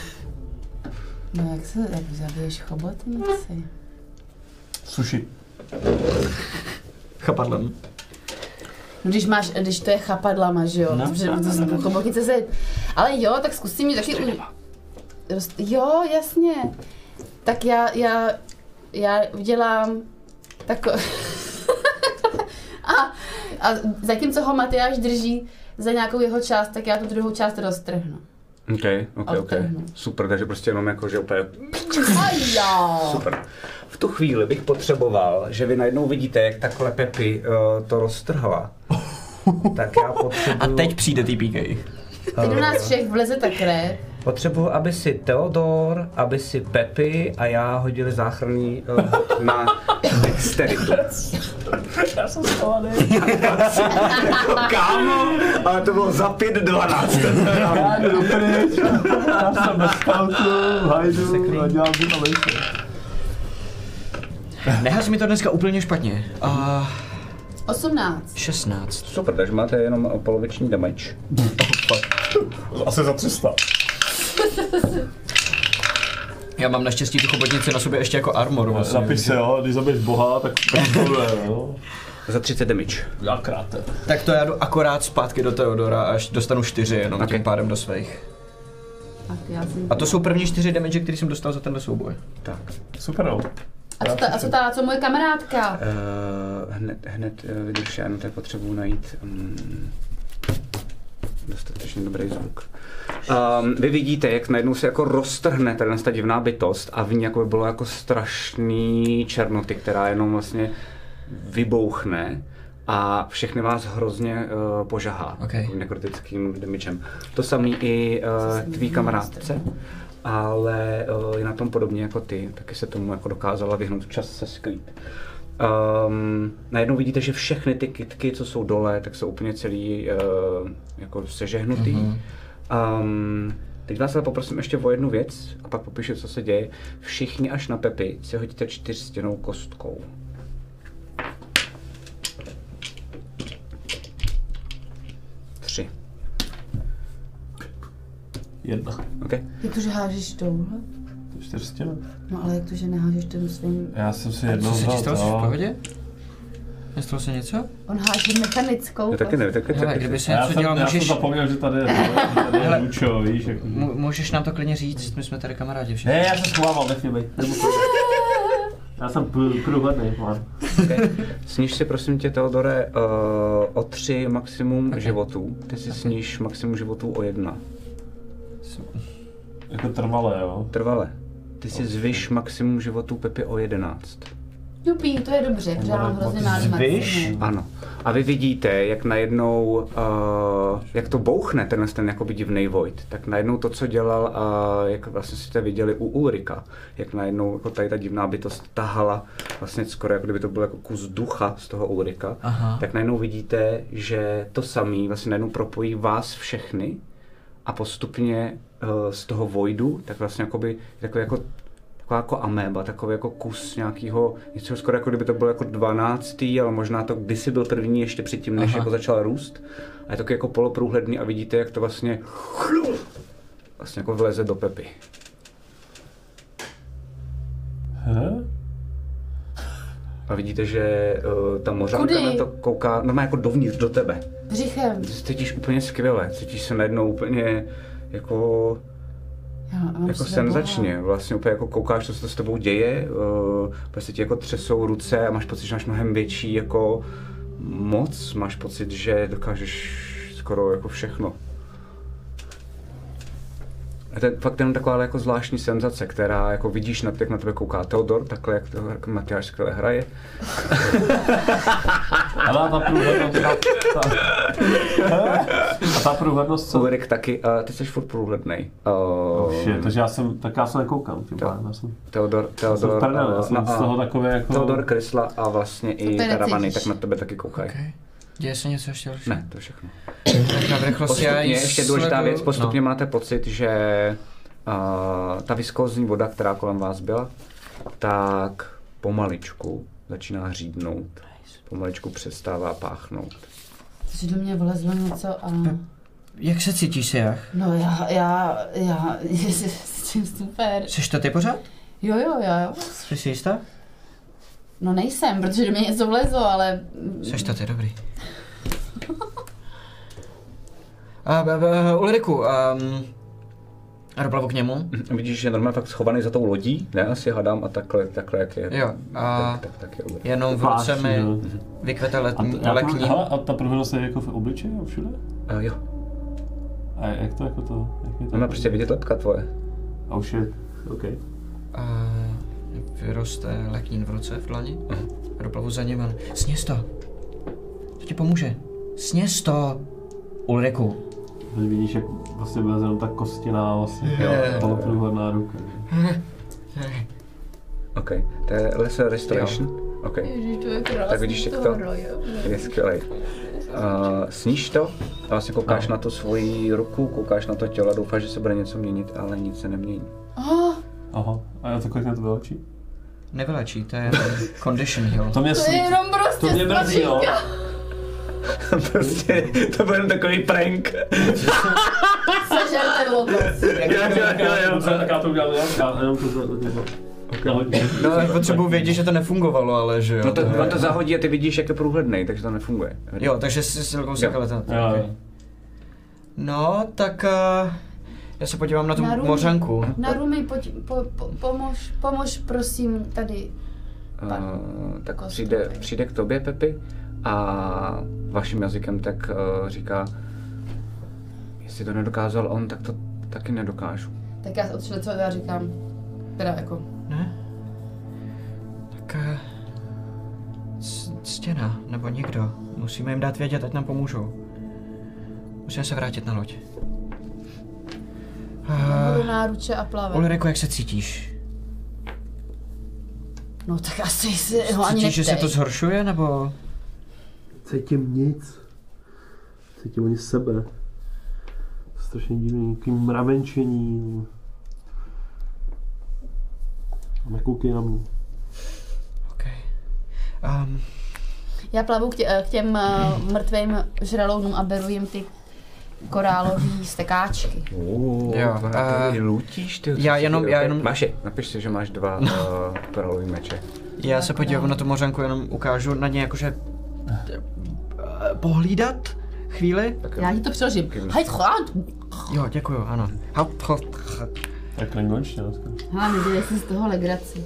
No jak zabiješ chobotnici? Sushi. Chapadlem. No když to je chapadlama, že jo? No. Chobotnice se... Ale jo, tak zkusím mi taky... Jo, jasně. Tak já udělám Tak... a zatímco ho Matyáš drží za nějakou jeho část, tak já tu druhou část roztrhnu. OK. Super, takže prostě jenom jako, že úplně... Super. V tu chvíli bych potřeboval, že vy najednou vidíte, jak takhle Pepi to roztrhla. Tak já potřebuju... A teď přijde TPK. Teď do nás všech vleze ta krev. Potřebuju, aby si Theodor, aby si Pepi a já hodili záchranný na dexteritu. Já jsem schovaný. Kámo, ale to bylo za 5:12. Já jdu dopryč, já jsem bez scoutu, hajdu a dělám si to lejce. Nehaz mi to dneska úplně špatně. 18. 16. Super, takže máte jenom poloviční damage. Asi za 300. Já mám naštěstí tu chobotnici na sobě ještě jako armor. Vlastně. Napiš se, jo, když zabiješ boha, tak to bude, jo. Za 30 damage. Jakrát. Tak to já jdu akorát zpátky do Theodora, až dostanu 4 jenom tím pádem do svých. A to jsou první 4 damage, který jsem dostal za tenhle souboj. Tak. Super, no. A co moje kamarádka? Hned vydrž, já tady potřebuji najít dostatečně dobrý zvuk. Vy vidíte, jak najednou se jako roztrhne ta divná bytost a v ní jako by bylo jako strašný černoty, která jenom vlastně vybouchne a všechny vás hrozně požahá nekrotickým damagem. To samý i tvý kamarádce, ale je na tom podobně jako ty, taky se tomu jako dokázala vyhnout čas se skrýt. Najednou vidíte, že všechny ty kytky, co jsou dole, tak jsou úplně celý jako sežehnutý. Teď vás ale poprosím ještě o jednu věc a pak popíšu, co se děje. Všichni až na Pepi si hodíte 4stěnou kostkou. Tři. 1. Okay. Jak to, že hážeš touhle? 4 No ale jak to, že nehážeš tím svým... Já jsem si jednou vzal, co se stalo, v pohodě? Nestalo se něco? On háže mechanickou. Taky ne, taky. Kdyby se něco dělal, můžeš... Já jsem zapomněl, že tady je Lučo, víš, jak... Můžeš nám to klidně říct, my jsme tady kamarádi všichni. Ne, já se schovával, nech mě bejt. Já jsem průhledný plán. Okay. Sníž si prosím tě, Theodore, o 3 maximum životů. Ty si sníž maximum životů o 1. Jako trvalé, jo? Trvalé. Ty si zvyš maximum životů Pepi o 11. Jupí, to je dobře, protože já mám hrozně malý maximum. Ano. A vy vidíte, jak najednou, jak to bouchne, ten jakoby divnej void, tak najednou to, co dělal, jak vlastně jste viděli u Ulrika, jak najednou jako tady ta divná bytost tahala, vlastně skoro jako kdyby to byl jako kus ducha z toho Ulrika, tak najednou vidíte, že to samý vlastně najednou propojí vás všechny a postupně z toho voidu, tak vlastně jakoby, taková jako améba, takový jako kus nějakého, něco skoro jako kdyby to bylo jako 12. ale možná to kdysi byl první ještě předtím, než jako začal růst. A je to jako poloprůhledný a vidíte, jak to vlastně jako vleze do Pepi. A vidíte, že ta mořanka na to kouká, normálně jako dovnitř do tebe. Břichem. Ty se cítíš úplně skvěle, cítíš se najednou úplně jako senzačně, vlastně úplně jako koukáš, co se to s tebou děje, prostě ti jako třesou ruce a máš pocit, že máš mnohem větší jako moc, máš pocit, že dokážeš skoro jako všechno. A to je fakt jenom taková jako zvláštní senzace, která jako vidíš, jak na tebe kouká Theodor, takhle jak to Matyáš skvěle hraje. A ta průhlednost co? Ulrik taky, ty jsi furt průhlednej. Takže já jsem nekoukám tím pádem. Theodor, z toho takové jako... Theodor, Krysla a vlastně i Taravany, tak na tebe taky koukají. Okay. Děje se něco ještě další? Ne, to je všechno. Postupně, ještě důležitá věc, postupně máte pocit, že ta viskózní voda, která kolem vás byla, tak pomaličku začíná řídnout. Pomaličku přestává páchnout. Takže do mě vlezlo něco a... Jak se cítíš, jak? No já cítím super. Jseš to ty pořád? Jo. Jsi si jistá? No nejsem, protože do mě něco vlezlo, ale... Jseš to ty, dobrý. Ulriku, A doplavu k němu. Vidíš, že je normálně fakt schovaný za tou lodí, ne? Asi hadám a takhle jak je. Jo, a tak je jenom v ruce mi vykvete leknín. A ta prohlednost je jako v obličeji a všude? Jo. A jak to jako to? Mám prostě vidět lepka tvoje. Oh shit, OK. Vyroste leknín v ruce, v dlani. A doplavu za ním. Sněz to. To ti pomůže. Sněz to. Ulriku. Vidíš, jak vlastně byla jenom ta kostěná vlastně poloprůhledná ruka. OK, to je Lesser Restoration. OK. Ježiš, to je krásný. Tak vidíš, jak to je skvělej. Sníš to a vlastně koukáš na tu svoji ruku, koukáš na to tělo a doufáš, že se bude něco měnit, ale nic se nemění. Aha, a já to kolik na to vylečí? Nevylečí, to je condition heal. To je jenom prostě to mě mrzí, jo. Prostě, to byl jen takový prank. Sežerte lotos. Tak já to udělám, já jenom to No, potřebuji vědět, že to nefungovalo, ale že jo. No to zahodí a ty vidíš, jak je průhlednej, takže to nefunguje. Jo, takže si silkou sekaletat. No, tak já se podívám na tu mořanku. Na Rumi, pomož prosím tady. Tak přijde k tobě, Pepi, a vaším jazykem tak říká, jestli to nedokázal on, tak to taky nedokážu. Tak já odšle, co já říkám. Teda jako. Ne? Tak stěna, nebo někdo. Musíme jim dát vědět, ať nám pomůžou. Musíme se vrátit na loď. Budu náruče a plavat. Ulriku, jak se cítíš? No tak asi si ho ani cítíš, že se to zhoršuje, nebo? Cítím nic. Cítím ani sebe. Strašně divný, nějakým mravenčením. A nekoukej na mě. OK. Já plavu k těm mrtvým žralounům a beru jim ty korálový stekáčky. Jo, lutíš ty? Já jenom... Máš je, napiš si, že máš 2 korálový meče. Já se podívám na tu mořanku, jenom ukážu na ně jakože... pohlídat chvíli. Já ti to přeložím. Jo, děkuju, ano. Jak klingončtina. Nedělej si z toho legraci.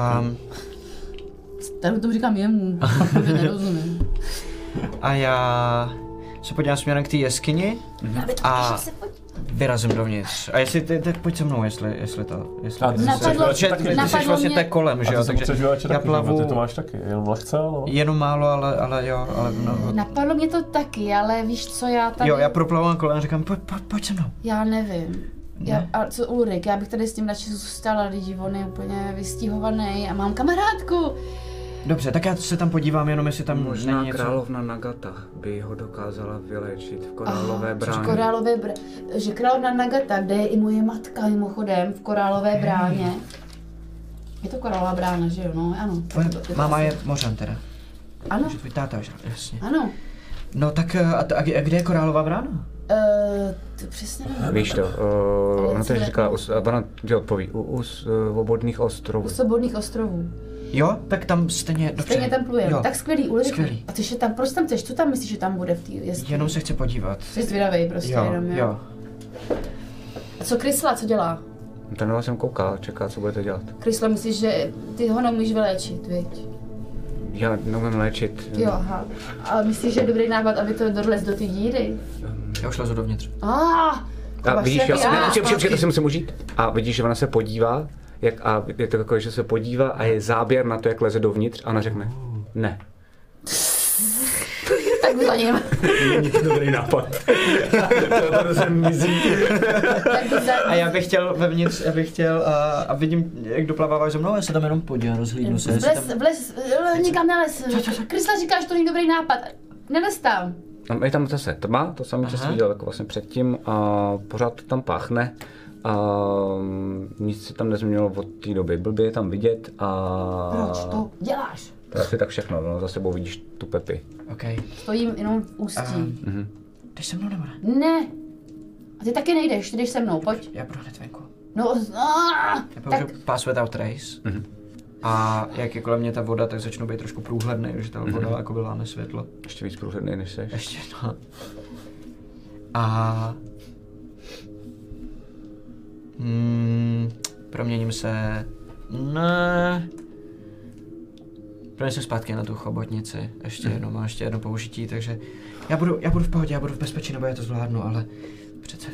Tady to říkám jemu, protože nerozumím. A já se podívám směrem k té jeskyni a vyrazím dovnitř. A jestli tak pojď se mnou, jestli to. Napadlo ty jsi vlastně tak kolem, že jo? Takže já plavu. Ty to máš taky, jenom lehce, ale? Jenom málo, ale jo, ale no. Napadlo mě to taky, ale víš co, já tady... Jo, já proplavám kolem a říkám, pojď se mnou. Já nevím. A co Ulrik, já bych tady s tím radši zůstala, lidi, on je úplně vystihovaný a mám kamarádku. Dobře, tak já se tam podívám, jenom jestli tam možná není něco. královna Nagata by ho dokázala vyléčit v korálové bráně. Že královna Nagata, kde je i moje matka mimochodem v korálové bráně. Je to korálová brána, že jo? No, ano. Máma je mořan teda. Ano. Takže tvůj táta, jasně. Ano. No tak a kde je korálová brána? To přesně nevím. Víš to, ona to říkala, ona ti odpoví, u Svobodných ostrovů. U Svobodných ostrovů. Jo, tak tam stejně, dobře. Stejně tam plujeme, tak skvělý, Ulriku. Skvělý. A ty je tam, proč tam chceš, co tam myslíš, že tam bude v té jeskyni? Jenom se chci podívat. Jsi zvědavej prostě jenom, jo. A co Krysla, co dělá? Ten jsem koukal, čeká, co budete dělat. Krysla, myslíš, že ty ho nemůžeš vyléčit, viď? Já neumím léčit. Jo, aha. Ale myslíš, že je dobrý nápad, aby to dolez do ty díry? Já už lezu dovnitř. A vidíš, počkej, to si musím užít. A vidíš, že ona se podívá, a je to takové, že se podívá a je záběr na to, jak leze dovnitř a ona řekne ne. Tak za ním. Není to dobrý nápad. To se mizí. A já bych chtěl vevnitř, a vidím, jak doplaváváš ze mnou, já se tam jenom podívám, rozhlídnu se. Vlez, nikam nelez. Krysla říká, že to není dobrý nápad. Nelez tam. Je tam zase tma, to samé, co jsi viděl jako vlastně předtím, a pořád to tam páchne. A nic se tam nezměnilo od té doby. Blbě je tam vidět a... Proč to děláš? To je asi tak všechno, no, za sebou vidíš tu Pepi. Okay. Stojím jenom v ústí. Jdeš se mnou nebo ne? Ne. A ty taky nejdeš, ty jdeš se mnou, pojď. Já budu hned venku. No, já použiju Pass Without Trace. A jak je kolem mě ta voda, tak začnu být trošku průhledný, protože ta voda jako by láme světlo. Ještě víc průhledný než seš. Ještě, no. A... Proměním se... Ne. Proměním se zpátky na tu chobotnici. Ještě jednou, mám ještě jedno použití, takže... Já budu v pohodě, já budu v bezpečí, nebo já to zvládnu, ale... Přece...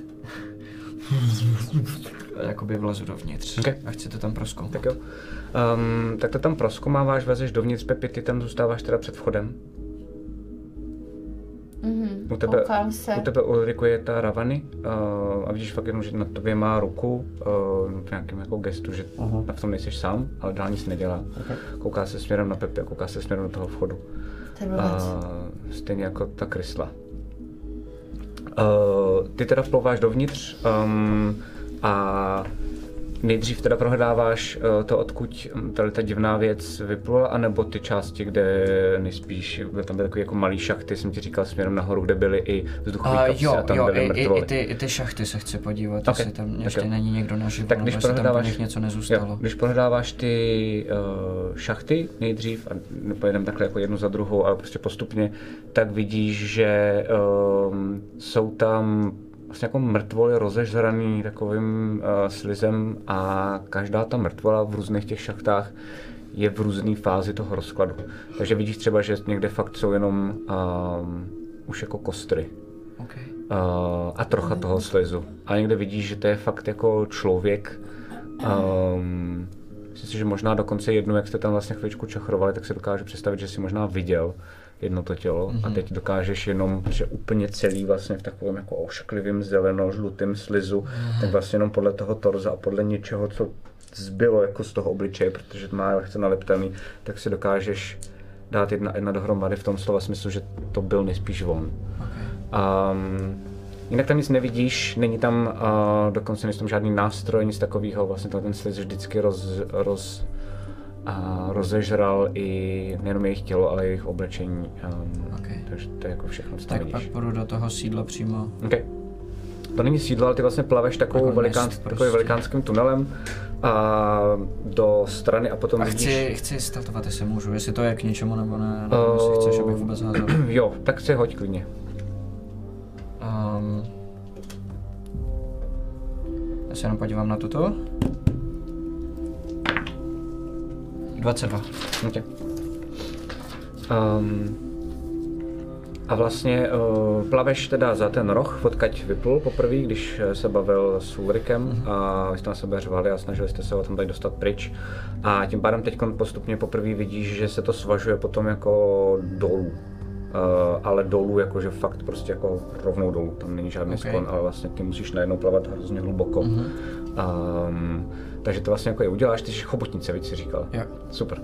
Jakoby vlezu dovnitř. Okay. A chci to tam prozkoumat. Tak jo. Tak to tam prozkoumáváš, vezeš dovnitř, Pepi, ty tam zůstáváš teda před vchodem. U tebe Ulriku je ta Ravany a vidíš fakt jenom, že na tobě má ruku v nějakém jako gestu, že v tom nejseš sám, ale dál nic nedělá. Okay. Kouká se směrem na Pepi a kouká se směrem do toho vchodu. Stejně jako ta Krysla. Ty teda plouváš dovnitř a nejdřív teda prohledáváš to, odkud tady ta divná věc vyplula, anebo ty části, kde nejspíš, tam byly takový jako malý šachty, jsem ti říkal, směrem nahoru, kde byly i vzduchový kapsy a tam byly mrtvoly. I ty šachty se chci podívat, jestli tam ještě není někdo naživo, nebo jestli tam po nich něco nezůstalo. Když prohledáváš ty šachty nejdřív a pojedeme takhle jako jednu za druhou, ale prostě postupně, tak vidíš, že jsou tam vlastně jako mrtvoly rozežraný takovým slizem a každá ta mrtvola v různých těch šachtách je v různé fázi toho rozkladu. Takže vidíš třeba, že někde fakt jsou jenom už jako kostry. Okay. A trocha toho slizu. A někde vidíš, že to je fakt jako člověk. Myslím si, že možná dokonce jednou, jak jste tam vlastně chvíličku čachrovali, tak si dokážu představit, že si možná viděl jedno to tělo a teď dokážeš jenom, že úplně celý vlastně v takovém jako ošklivým zeleno-žlutým slizu, tak vlastně jenom podle toho torza a podle něčeho, co zbylo jako z toho obličeje, protože to má lehce naleptaný, tak si dokážeš dát jedna dohromady v tom slova smyslu, že to byl nejspíš on. Okay. Jinak tam nic nevidíš, není tam dokonce nejsou tam žádný nástroj, nic takového, vlastně ten sliz vždycky rozežral i nejenom jejich tělo, ale i jejich oblečení. Okay. Takže to je jako všechno, co tak vidíš. Pak půjdu do toho sídla přímo. Okay. To není sídlo, ale ty vlastně plaveš takovým velikánským tunelem a do strany a potom vidíš... Chci startovat, jestli můžu, jestli to je k něčemu nebo ne, nebo jestli chceš, abych vůbec házel. Jo, tak si hoď klidně. Já se jenom podívám na tuto. 22. Okay. A vlastně plaveš teda za ten roh, odkud vyplul poprvé, když se bavil s Ulrikem a vy jste na sebe řvali a snažili jste se ho tam tady dostat pryč. A tím pádem teď postupně poprvé vidíš, že se to svažuje potom jako dolů. Ale dolů jakože fakt prostě jako rovnou dolů, tam není žádný sklon, ale vlastně ty musíš najednou plavat hrozně hluboko. Takže to vlastně jako je uděláš, ty jsi chobotnice, víc si říkal. Yeah. Super.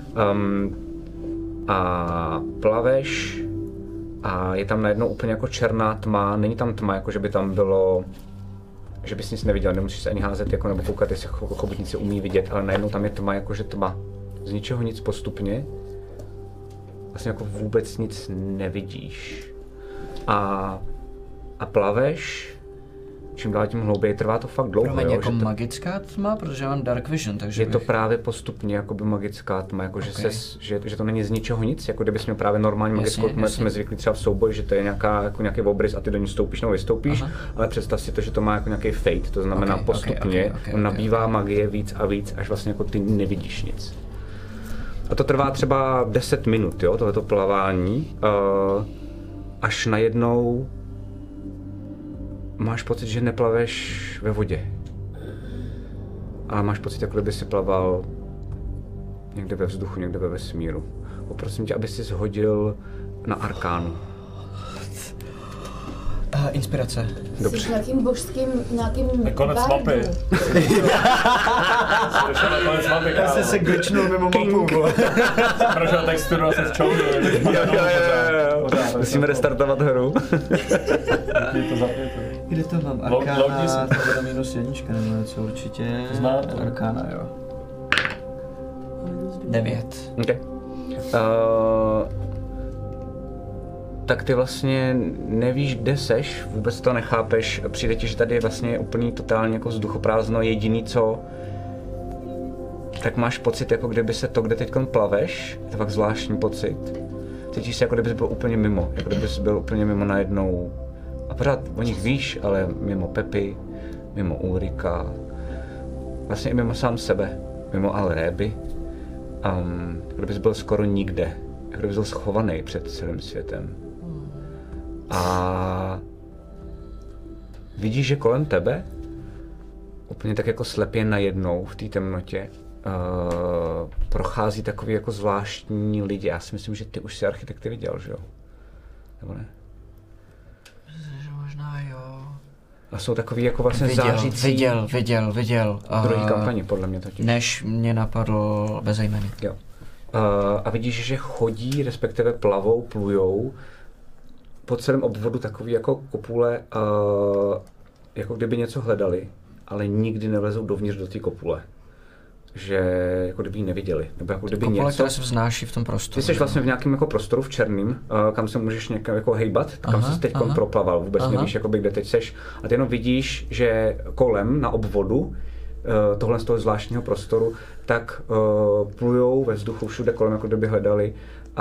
A plaveš a je tam najednou úplně jako černá tma, není tam tma, jako že by tam bylo, že bys nic neviděl, nemusíš se ani házet jako, nebo koukat, jestli chobotnice umí vidět, ale najednou tam je tma, jakože tma. Z ničeho nic postupně. Vlastně jako vůbec nic nevidíš. A plaveš, čím dál tím hlouběji, trvá to fakt dlouho. Promiň, jako magická tma, protože mám dark vision, takže je to právě postupně jakoby magická tma, jako okay. že to není z ničeho nic, jako kdybys měl právě normální magickou tmu, jsme zvyklí třeba v souboji, že to je jako nějaký obrys a ty do ní stoupíš nebo vystoupíš, ale představ si to, že to má jako nějaký fade, to znamená postupně nabývá magie víc a víc, až vlastně jako ty nevidíš nic. A to trvá třeba 10 minut, jo, tohleto plavání, až najednou máš pocit, že neplaveš ve vodě. Ale máš pocit, jako kdyby si plaval někde ve vzduchu, někde ve vesmíru. Poprosím tě, aby si shodil na arkánu. Inspirace. Dobře. Jsi nějakým božským, nějakým konec mapy. Já jsem se glitchnul mimo mapu. Prošel texturu a se zčoudil. Musíme restartovat hru. Kde to mám? Arkána, to bude minus jednička nebo něco určitě. Arkána, jo. 9. Okay. Tak ty vlastně nevíš, kde seš, vůbec to nechápeš, přijde ti, že tady je vlastně úplný totálně jako vzduchoprázdno, jediný co, tak máš pocit, jako kdyby se to, kde teďkon plaveš, je to fakt zvláštní pocit, cítíš se, jako kdybys byl úplně mimo, jako kdybys byl úplně mimo najednou, a pořád o nich víš, ale mimo Pepi, mimo Ulrika, vlastně i mimo sám sebe, mimo Al-Réby, kdybys byl skoro nikde, kdybys byl schovaný před celým světem. A vidíš, že kolem tebe, úplně tak jako slepě najednou v té temnotě, prochází takový jako zvláštní lidi. Já si myslím, že ty už si architekty viděl, že jo? Nebo ne? Možná jo. A jsou takový jako vlastně zářící... Viděl. Druhý kampani, podle mě totiž. Než mě napadl bezejmenný. Jo. A vidíš, že chodí, respektive plavou, plujou po celém obvodu takový jako kopule, jako kdyby něco hledali, ale nikdy nevlezou dovnitř do té kopule. Že jako kdyby ji neviděli, nebo jako kdyby kopule, něco... která se vznáší v tom prostoru. Ty jsi vlastně v nějakém jako prostoru v černým, kam se můžeš někam jako hejbat, kam jsi teď proplaval, vůbec nevíš, jakoby, kde teď seš. A ty jenom vidíš, že kolem na obvodu tohle z toho zvláštního prostoru, tak plujou ve vzduchu všude kolem, jako kdyby hledali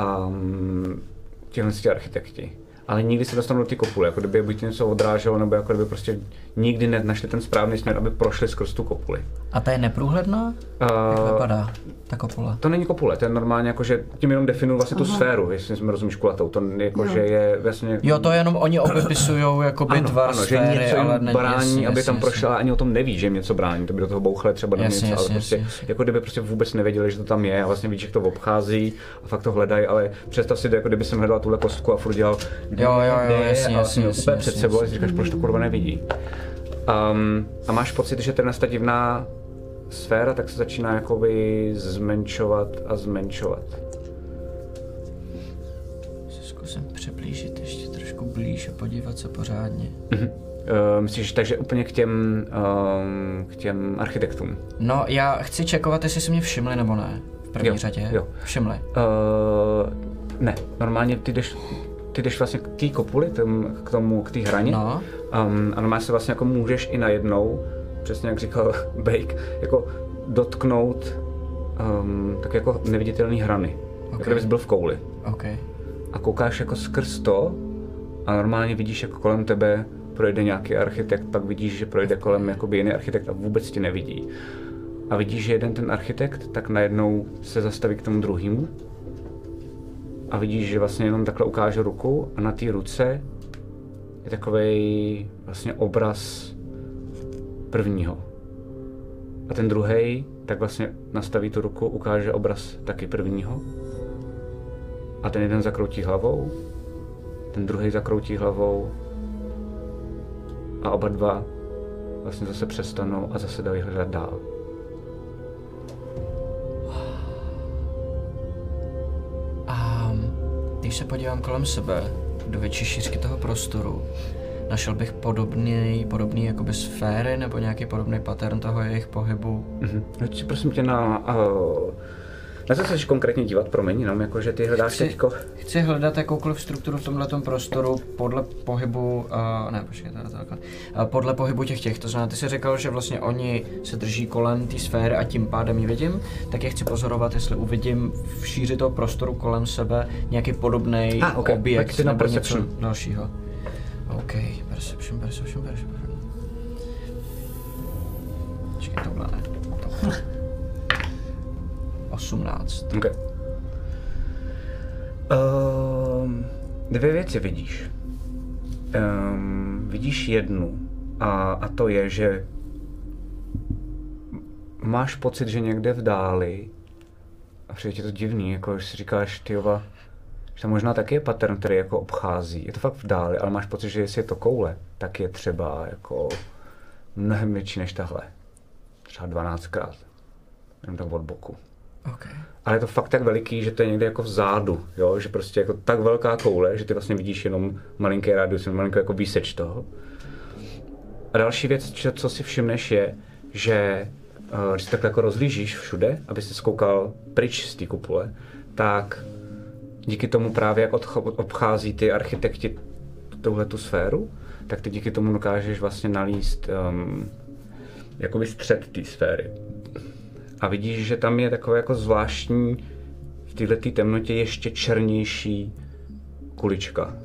těhle architekti. Ale nikdy se dostanou do ty kopule, jako kdyby buď něco odráželo, nebo jako kdyby prostě nikdy nenašli ten správný směr, aby prošli skrz tu kopuli. A ta je neprůhledná? Jak vypadá ta kopule? To není kopule, to je normálně jako, že tím jenom definují vlastně tu sféru, jestli jsme rozumíš kulatou, to jako, že je vlastně... Jo, to jenom oni obepisujou jakoby tvar sféry, že něco ale brání, aby tam prošla, ani o tom neví, že jim něco brání, to by do toho bouchle třeba do něco, ale prostě jako kdyby prostě vůbec nevěděli, že to tam je a vlastně vidíš, jak to obchází a fakt to hledají, ale představ si, jako kdyby jsem hledal tuhle kostku a furt dělal jasně, před sebou a si říkáš, proč to kurva nevidí. A máš pocit, že ta divná sféra tak se začíná jakoby zmenšovat a zmenšovat. Zkusím přiblížit ještě trošku blíž a podívat se pořádně. Myslíš, takže úplně k těm architektům? No, já chci čekovat, jestli si mě všimli nebo ne. V první řadě. Jo. Všimli. Ne, normálně ty jdeš vlastně k té kopuli, k té hraně. No. A normálně se vlastně jako můžeš i najednou, přesně jak říkal Bake, jako dotknout tak jako neviditelný hrany. Jako kdybys byl v kouli. Okay. A koukáš jako skrz to a normálně vidíš, jako kolem tebe projde nějaký architekt, pak vidíš, že projde kolem jakoby jiný architekt a vůbec tě nevidí. A vidíš, že jeden ten architekt tak najednou se zastaví k tomu druhému a vidíš, že vlastně jenom takhle ukáže ruku a na té ruce je takovej vlastně obraz prvního. A ten druhej tak vlastně nastaví tu ruku, ukáže obraz taky prvního. A ten jeden zakroutí hlavou, ten druhý zakroutí hlavou a oba dva vlastně zase přestanou a zase dají hledat dál. Když se podívám kolem sebe, do větší šířky toho prostoru, našel bych podobný jakoby sféry nebo nějaký podobný pattern toho jejich pohybu. Hoď si prosím tě na co se chceš konkrétně dívat, promiň, jenom jako, že ty hledáš teďko... Chci hledat jakoukoliv strukturu v tomhletom prostoru podle pohybu, podle pohybu těch. To znamená, ty jsi říkal, že vlastně oni se drží kolem té sféry a tím pádem ji vidím, tak je chci pozorovat, jestli uvidím v šíři toho prostoru kolem sebe nějaký podobný objekt nebo něco dalšího. OK, perception. Počkej, tohle ne. 18. Okay. Dvě věci vidíš. Vidíš jednu a to je, že máš pocit, že někde v dáli a přijde ti to divný, jako si říkáš, tyjova, že to možná taky je pattern, který jako obchází. Je to fakt v dáli, ale máš pocit, že jestli je to koule, tak je třeba jako mnohem větší než tahle. Třeba 12krát. Jenom tak od boku. Okay. Ale je to fakt tak veliký, že to je někde jako vzadu, jo? Že prostě jako tak velká koule, že ty vlastně vidíš jenom malinký radius, malinký jako výseč toho. A další věc, co si všimneš je, že když se takhle jako rozlížíš všude, aby si zkoukal pryč z té kupole, tak díky tomu právě jak obchází ty architekti tuhletu sféru, tak ty díky tomu dokážeš vlastně nalíst jakoby střed té sféry. A vidíš, že tam je takové jako zvláštní, v této temnotě ještě černější kulička.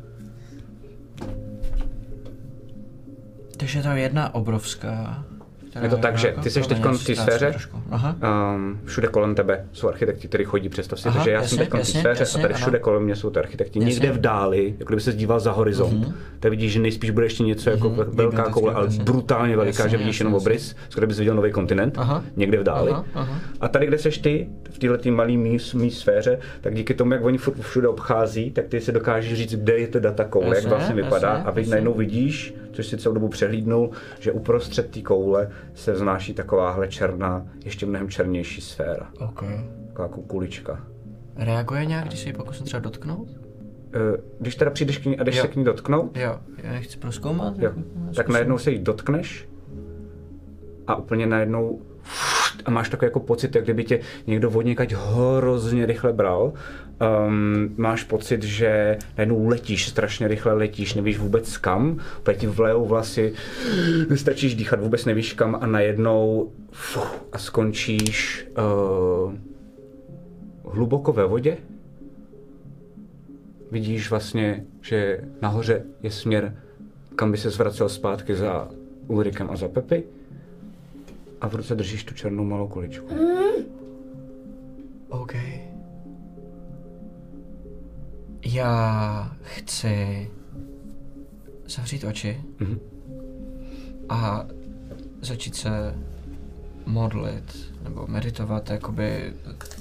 Takže to je jedna obrovská, Je to tak, že ty jsi teď v té sféře, všude kolem tebe jsou architekti, kteří chodí, představ si, že já jsem teď v té sféře a tady všude kolem mě jsou ty architekti. Někde v dáli, jako kdyby se díval za horizont, tak vidíš, že nejspíš bude ještě něco jako velká koule, ale brutálně veliká, že vidíš jenom obrys, skoro bys viděl nový kontinent, někde v dáli. A tady, kde seš ty, v této malé mý sféře, tak díky tomu, jak oni všude obchází, tak ty si dokážeš říct, kde je ta data koule, jak vlastně vypadá, a vy najednou vidíš, což si celou dobu přehlídnul, že uprostřed té koule se vznáší takováhle černá, ještě mnohem černější sféra. Taková kulička. Reaguje nějak, když se ji pokusím třeba dotknout? Když teda přijdeš k ní a jdeš se k ní dotknout? Jo, já nechci prozkoumat. Tak najednou se jí dotkneš a úplně najednou a máš takový jako pocit, jak kdyby tě někdo od někať hrozně rychle bral. Máš pocit, že najednou letíš, strašně rychle letíš, nevíš vůbec kam, opět ti vlejou vlasy, nestačíš dýchat, vůbec nevíš kam a najednou a skončíš hluboko ve vodě. Vidíš vlastně, že nahoře je směr, kam by se zvracel zpátky za Ulrikem a za Pepi. A v ruce držíš tu černou malou kuličku. OK. Já chci zavřít oči a začít se modlit nebo meditovat, jakoby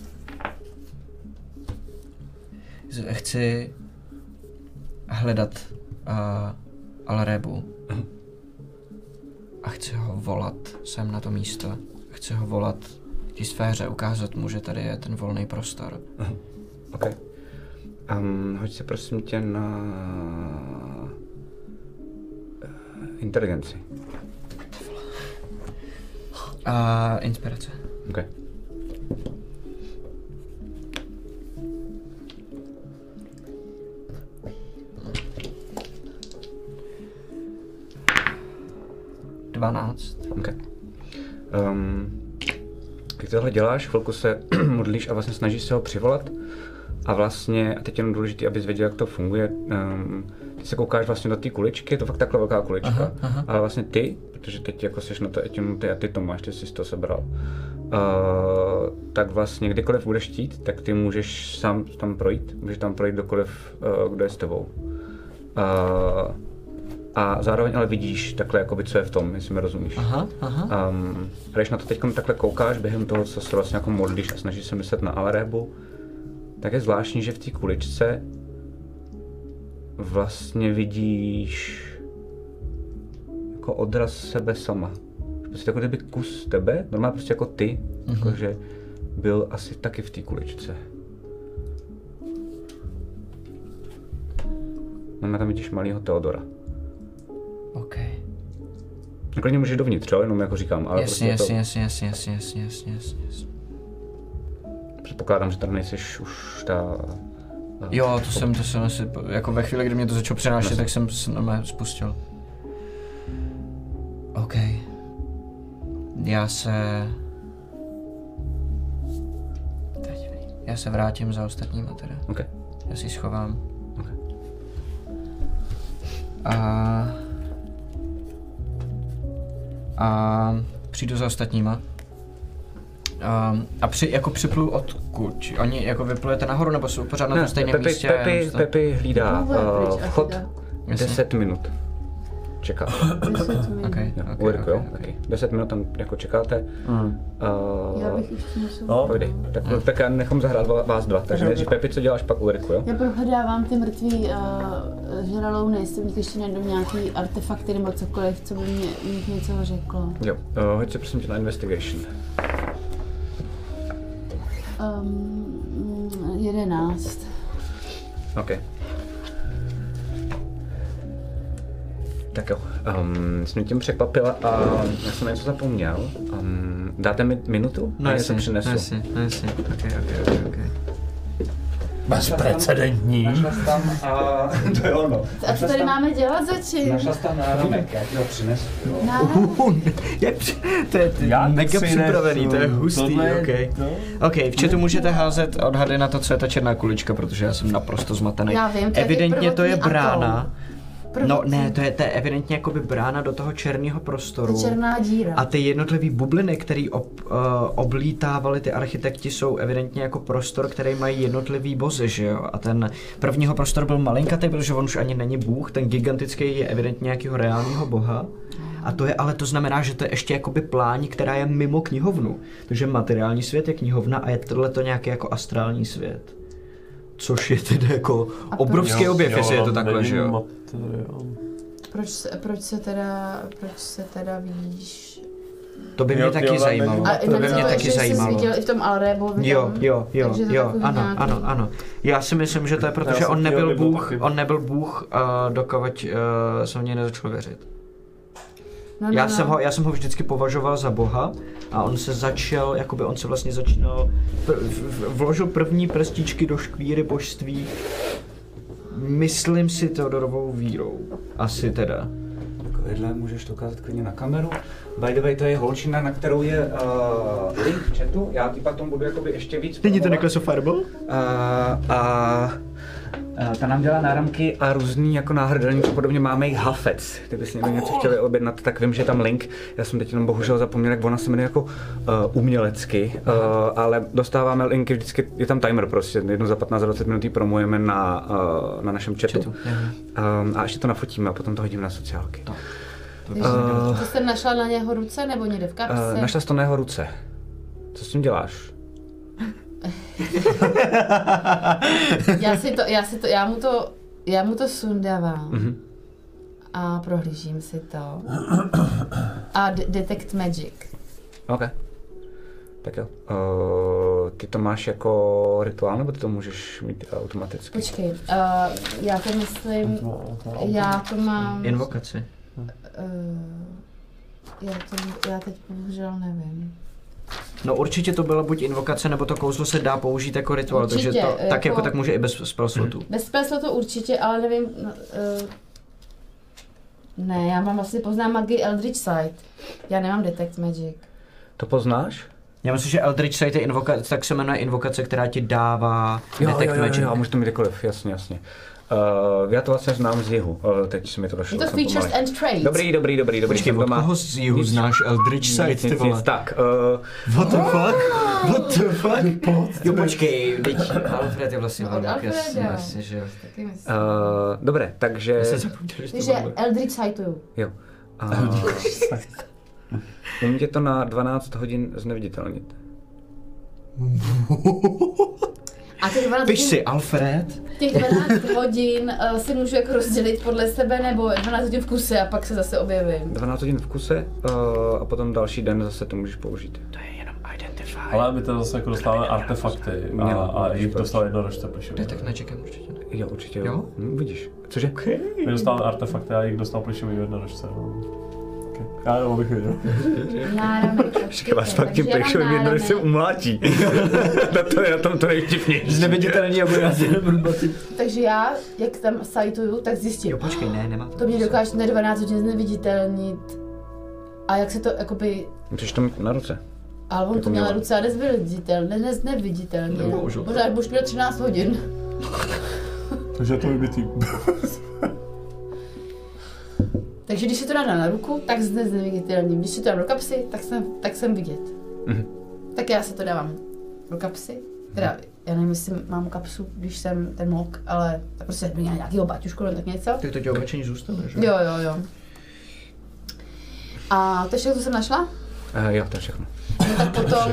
chci hledat Alarebu a chci ho volat sem na to místo. Chci ho volat k té sféře, ukázat mu, že tady je ten volný prostor. OK. Hoď se prosím tě na inteligenci. Inspirace. OK. Okay. Když tohle děláš, chvilku se modlíš a vlastně snažíš se ho přivolat a vlastně, a teď je jenom důležité, abys věděl, jak to funguje, ty se koukáš vlastně do té kuličky, je to fakt takhle velká kulička, ale vlastně ty, protože teď jako seš na to etěnuty a ty to máš, ty jsi to sebral, tak vlastně kdykoliv budeš chtít, tak ty můžeš sám tam projít, můžeš tam projít kdokoliv, kdo je s tebou. A zároveň ale vidíš takhle, jakoby, co je v tom, jestli mi rozumíš. A když na to teď takhle koukáš během toho, co se vlastně jako modlíš a snažíš se myslet na Alarebu, tak je zvláštní, že v té kuličce vlastně vidíš jako odraz sebe sama. Prostě jako kdyby kus tebe, normálně prostě jako ty, jakože byl asi taky v té kuličce. No, tam vidíš malýho Theodora. OK. Klidně můžeš dovnitř, jo? Jenom jako říkám, ale jasně. Předpokládám, že tady nejseš už ta... Jo, to jsem asi, jako ve chvíli, kdy mě to začalo přenášet, tak jsem se normálně spustil. OK. Já se vrátím za ostatníma teda. OK. Já si schovám. OK. A přijdu za ostatníma. A jako připluju odkud? Oni jako vyplujete nahoru, nebo jsou pořád na tom stejném místě? Pepi hlídá vchod 10 minut. Čeká. 10 minut. Okay. 10 minut tam jako čekáte. Já bych ještě něco... Pojdej. Tak já nechám zahrát vás dva. Takže nejdřív Pepi, co děláš, pak Ulriku, jo? Já prohledávám ty mrtvý žralouny, jestli bych ještě najdou nějaký artefakty nebo cokoliv, co by mě něco řeklo. Jo, hoď se prosím tě na investigation. 11. OK. Tak jo, jsem tím překvapila a já jsem něco zapomněl. Dáte mi minutu? No já se přinesu. Jasně. OK. Bezprecedentní. Našla jsi tam a to je ono. A co tady máme dělat začít? Našla jsi tam náramek, já ti ho přinesu. To je mega připravený, to je hustý, OK, v chatu můžete házet odhady na to, co je ta černá kulička, protože já jsem naprosto zmatený. Já vím, evidentně to je brána. No ne, to je evidentně jakoby brána do toho černého prostoru. To černá díra. A ty jednotlivý bubliny, který oblítávali ty architekti, jsou evidentně jako prostor, který mají jednotlivý bozy, že jo? A ten prvního prostor byl malinkatý, protože on už ani není bůh, ten gigantický je evidentně nějakého reálního boha. A to znamená, že to je ještě jakoby pláň, která je mimo knihovnu. Takže materiální svět je knihovna a je tohleto nějaký jako astrální svět. Což je tedy jako obrovský objev, jestli je to takhle, že jo? Proč se teda vidíš? To by mě taky zajímalo. To by mě taky zajímalo. Jsi viděl i v tom Alrébovi. Jo, ano. Já si myslím, že to je proto, že on nebyl bůh, dokud jsem v něj nezačal věřit. Já jsem ho vždycky považoval za boha a on se vlastně začínal, vložil první prstíčky do škvíry božství, myslím si Teodorovou vírou, asi teda. Takovýhle můžeš to ukázat klidně na kameru. By the way, to je holčina, na kterou je link v chatu, já ti potom budu jakoby ještě víc Není to Necklace of Fireball? Ta nám dělá náramky a různý jako náhrdelník, podobně máme i Hafec. Kdyby si někdo něco chtěli objednat, tak vím, že je tam link. Já jsem teď jenom bohužel zapomněl, jak ona se jmenuje jako umělecky, ale dostáváme linky vždycky, je tam timer prostě, jednou za 15-20 minut ji promujeme na našem chatu. A ještě to nafotíme a potom to hodíme na sociálky. To jste našla na něho ruce nebo někde v kapse? Našla jsi to na jeho ruce. Co s tím děláš? Já mu to sundávám a prohlížím si to a detect magic. OK. Tak jo. Ty to máš jako rituál, nebo ty to můžeš mít automaticky? Počkej, já to myslím, já to mám... Invokaci. Já teď bohužel nevím. No určitě to byla buď invokace, nebo to kouzlo se dá použít jako rituál, určitě, takže to tak může i bez spell slotu. Bez spell slotu určitě, ale nevím, ne, já mám vlastně poznám magii Eldritch Sight. Já nemám Detect Magic. To poznáš? Já myslím, že Eldritch Sight je invokace, tak se jmenuje invokace, která ti dává Detect Magic. Jo, může to mít kdykoliv, jasně. Já to vlastně znám z jihu, teď se mi to došlo. Je to features and traits. Dobrý. Počkej, od koho z jihu znáš Eldritch Sight, ty vole? Tak. What the fuck? Jo, počkej, teď Alfred je vlastně velmi jasně, že jo. Dobré, takže... Takže Eldritch Sightuju. Jo. Umíte to na 12 hodin zneviditelnit. A těch 12 Piš si, Alfred. Těch 12 hodin si můžu jako rozdělit podle sebe, nebo 12 hodin v kuse a pak se zase objevím. 12 hodin v kuse a potom další den zase to můžeš použít. To je jenom identify. Ale my to zase jako dostáváme artefakty a jich dostal jednorožce plišový. Tak na čekám určitě. Jo, určitě jo. Vidíš. Cože? Okay. My dostáváme artefakty a jich dostal plišový jednorožce. Já jenom bych viděl. Však vás fakt tím plišovým jednorožcem umlátí. Na tom to nejvtipnější. Zneviditelný obrazy. Takže já, jak tam sajtuju, tak zjistím. Jo, počkej, nemá to. To mě dokáže na 12 hodin zneviditelnit. A jak se to jakoby... Můžeš to mít na ruce. Ale on to měl na ruce a neviditelný. Možná už měl 13 hodin. Takže to vybitý. Takže když si to dá na ruku, tak zneviditelním. Když si to dám do kapsy, tak jsem vidět. Tak já si to dávám do kapsy. Teda, já nevím, jestli mám kapsu, když jsem ten mok, ale prostě měl nějakýho baťušku nebo tak něco. Tak to tě oblečení zůstane, že? Jo. A to je všechno, co jsem našla? Jo, to je všechno. No tak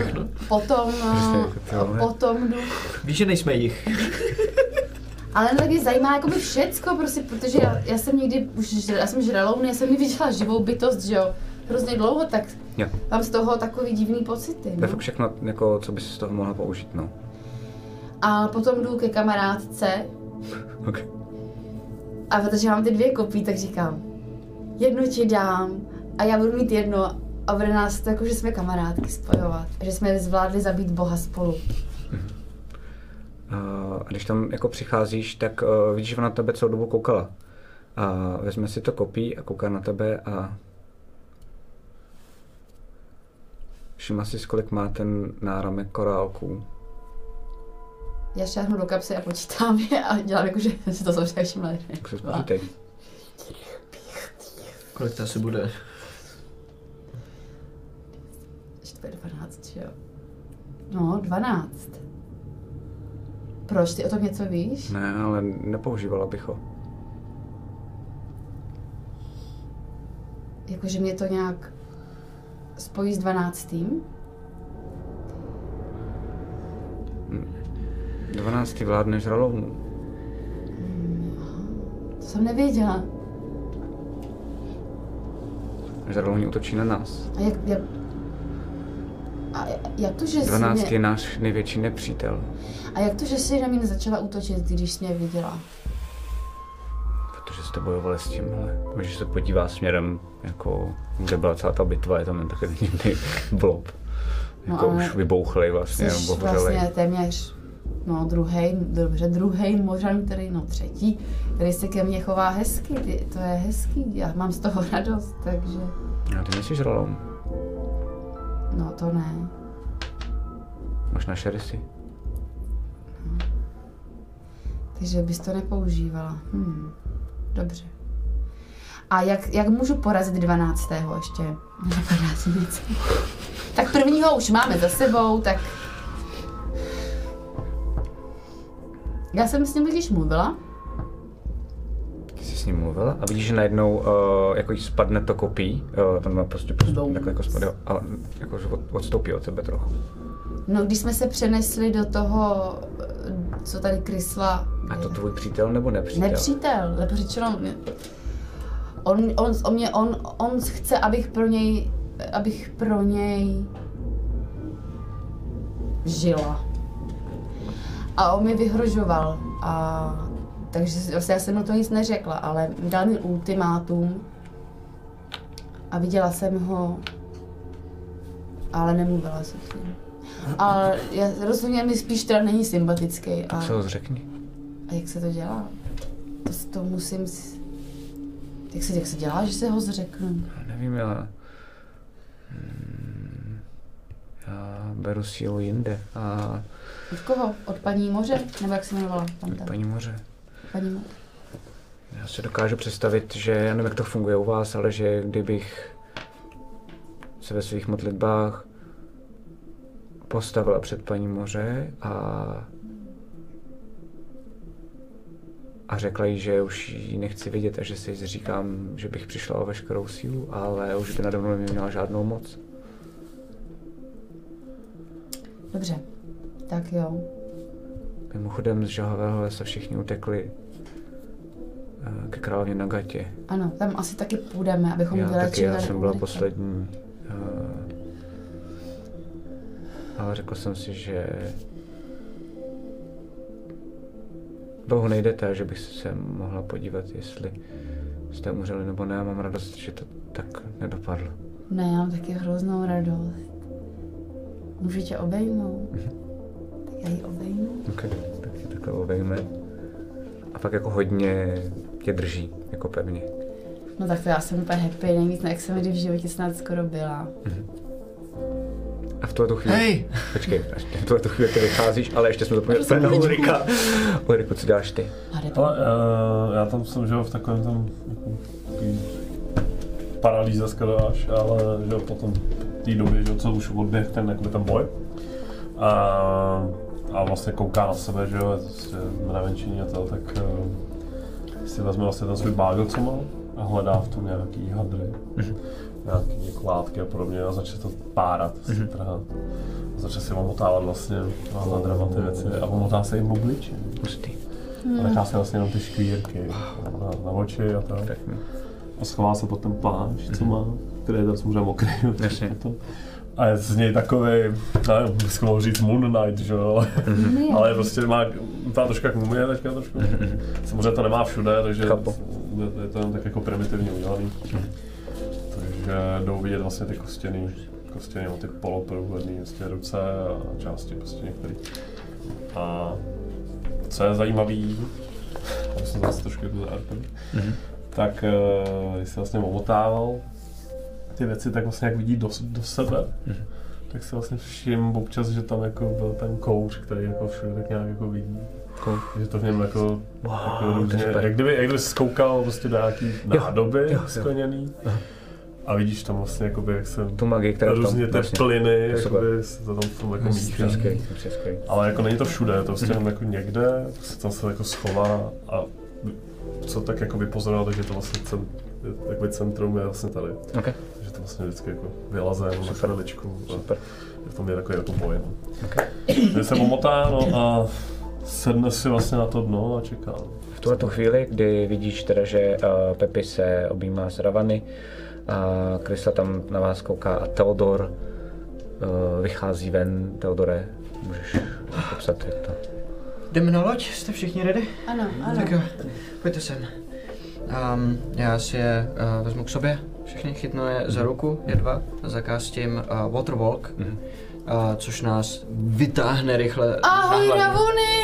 potom jdu... Víš, že nejsme jich. Ale tak mě zajímá jakoby všecko, prostě, protože já jsem někdy, já jsem žraloun, já jsem mi viděla živou bytost, že jo, hrozně dlouho, tak jo. Mám z toho takový divný pocity, no. To je fakt všechno, jako, co bys z toho mohla použít, no. A potom jdu ke kamarádce. Okay. A protože mám ty 2 kopí, tak říkám, jedno ti dám a já budu mít jedno a bude nás to jako, že jsme kamarádky spojovat, že jsme zvládli zabít Boha spolu. A když tam jako přicházíš, tak vidíš, že ona na tebe celou dobu koukala. A vezme si to kopí a kouká na tebe a všimla si, kolik má ten náramek korálků. Já šáhnu do kapsy a počítám je a dělám jako, že si to samozřejmě všimla. Tak se spočítej. Kolik to asi bude? 4:12, jo. No, 12. Proč, ty o tom něco víš? Ne, ale nepoužívala bych ho. Jakože mě to nějak spojí s 12. 12. vládne žralomu. To jsem nevěděla. Žralouni útočí na nás. A jak to, že 12 je náš největší nepřítel. A jak to, že jsi na mě nezačala útočit, když jsi mě viděla? Protože jste bojovali s tímhle. Když se podívá směrem, jako, kde byla celá ta bitva, je tam jen takový divný blob. Jako už vybouchlej vlastně, bohuželej. Vlastně téměř, no druhý Mořan, třetí, který se ke mně chová hezky, to je hezký, já mám z toho radost, takže... A ty nejsi žralom? No to ne. Možná šerisy. No. Takže bys to nepoužívala. Dobře. A jak můžu porazit 12. ještě? Nenapadá nic. Tak prvního už máme za sebou, tak... Já jsem s ním totiž mluvila. Ty jsi s ním mluvila a vidíš, že najednou jako jí spadne to kopí, tam má prostě takhle jako spadne, ale jako, že odstoupí od sebe trochu. No, když jsme se přenesli do toho, co tady krysla... A to tvůj přítel nebo nepřítel? Nepřítel, lépe řečeno. On chce, abych pro něj žila. A on mi vyhrožoval. Takže vlastně já jsem mu to nic neřekla, ale dal mi ultimátum a viděla jsem ho, ale nemluvila jsem s ním. Ale rozhodně mi spíš teda není sympatický. Tak se ho zřekni. A jak se to dělá? To musím... Jak se dělá, že se ho zřeknu? Nevím, já beru sílu jinde a... Od koho? Od paní Moře? Nebo jak se jmenovala? Od paní Moře. Paní Moře. Já si dokážu představit, že já nevím, jak to funguje u vás, ale že kdybych se ve svých modlitbách postavila před paní Moře a řekla jí, že už ji nechci vidět a že si říkám, že bych přišla o veškerou sílu, ale už by nade mnou neměla žádnou moc. Dobře, tak jo. Mimochodem z Žahavého lesa všichni utekli ke královně Nagatě. Ano, tam asi taky půjdeme, abychom vylečili. Já jsem byla poslední. Ale řekl jsem si, že dlouho nejdete, že bych se mohla podívat, jestli jste umřeli nebo ne. Já mám radost, že to tak nedopadlo. Ne, já mám taky hroznou radost. Můžu tě obejmout? Tak já ji obejmu. Ok, tak tě takhle obejme. A pak jako hodně tě drží, jako pevně. No tak to já jsem úplně happy, nejvíc, jak jsem kdy v životě snad skoro byla. A v tuhletu chvíli... Hej! Počkej, v tuhletu chvíli ty vycházíš, ale ještě jsme zapomněli na Ulrika. Ulriku, co děláš ty? Ale já tam jsem, že v takovém tam paralýze skoro až, ale že potom v té době, že co už odběh ten boj. A vlastně kouká na sebe, že jo, je mravenčení a to, tak si vezme vlastně ten svůj bágl, co má a hledá v tom nějaký hadry, nějaký jako látky a podobně a začne to párat, trhat. Začne si omotávat vlastně hadrama ty věci a omotá se jim obličí. Pustý. A nechá se vlastně jenom ty škvírky na oči a tak. A schová se pod ten plášť, co má, který je tam samozřejmě mokrý. A je z něj takový, nevím, bych mohl říct Moon Knight, že jo, ale prostě má trošku jak mumie teďka trošku. Samozřejmě to nemá všude, takže je to jen tak jako primitivně udělaný. Takže jdou vidět vlastně ty kostěný, ty poloprůhledný vlastně ruce a části prostě některý. A co je zajímavý, já jsem zase trošku jako zaarpen, tak když se vlastně omotával ty věci, tak vlastně jak vidí do sebe, tak se vlastně všim občas, že tam jako byl ten kouř, který jako všude tak nějak jako vidí. že to v něm jako různě, jak kdyby zkoukal prostě do nějaký nádoby skleněný. A vidíš tam vlastně, jakoby, jak se tu magii, která různě ty vlastně plyny, jakoby, se to tam v tom jako míchá. Ale jako není to všude, to prostě jenom jako někde, se tam se jako schová a co tak jako vypozoroval, takže to vlastně takový centrum je vlastně tady. Okay. Takže to vlastně vždycky jako vylazem na chviličku. Super. V tom je takový jako boj. Okay. Takže se omotá a sedne si vlastně na to dno a čeká. V tuhletu chvíli, kdy vidíš teda, že Pepi se objímá s Ravany, a Krysla tam na vás kouká a Theodor vychází ven. Theodore, můžeš popsat, jak to... Jdeme na loď? Jste všichni ready? Ano. Tak jo, pojďte sem. Já si je vezmu k sobě, všechny chytnu je za ruku, je dva, a zakástím Waterwalk, což nás vytáhne rychle. Ahoj, Ravony!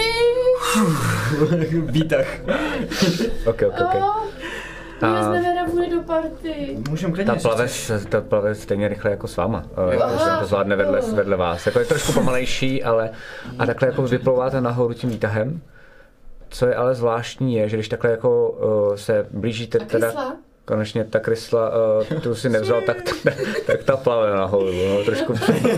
Výtah. Ok. Vezmeme Ravony do party. Můžeme klidně. Ta plave stejně rychle jako s váma. To zvládne vedle vás. Jako je trošku pomalejší, ale a takhle jako vyplouváte nahoru tím výtahem. Co je ale zvláštní je, že když takhle jako se blížíte teda... Konečně ta Krysla, tu si nevzal, tak ta plave nahoru, no, trošku.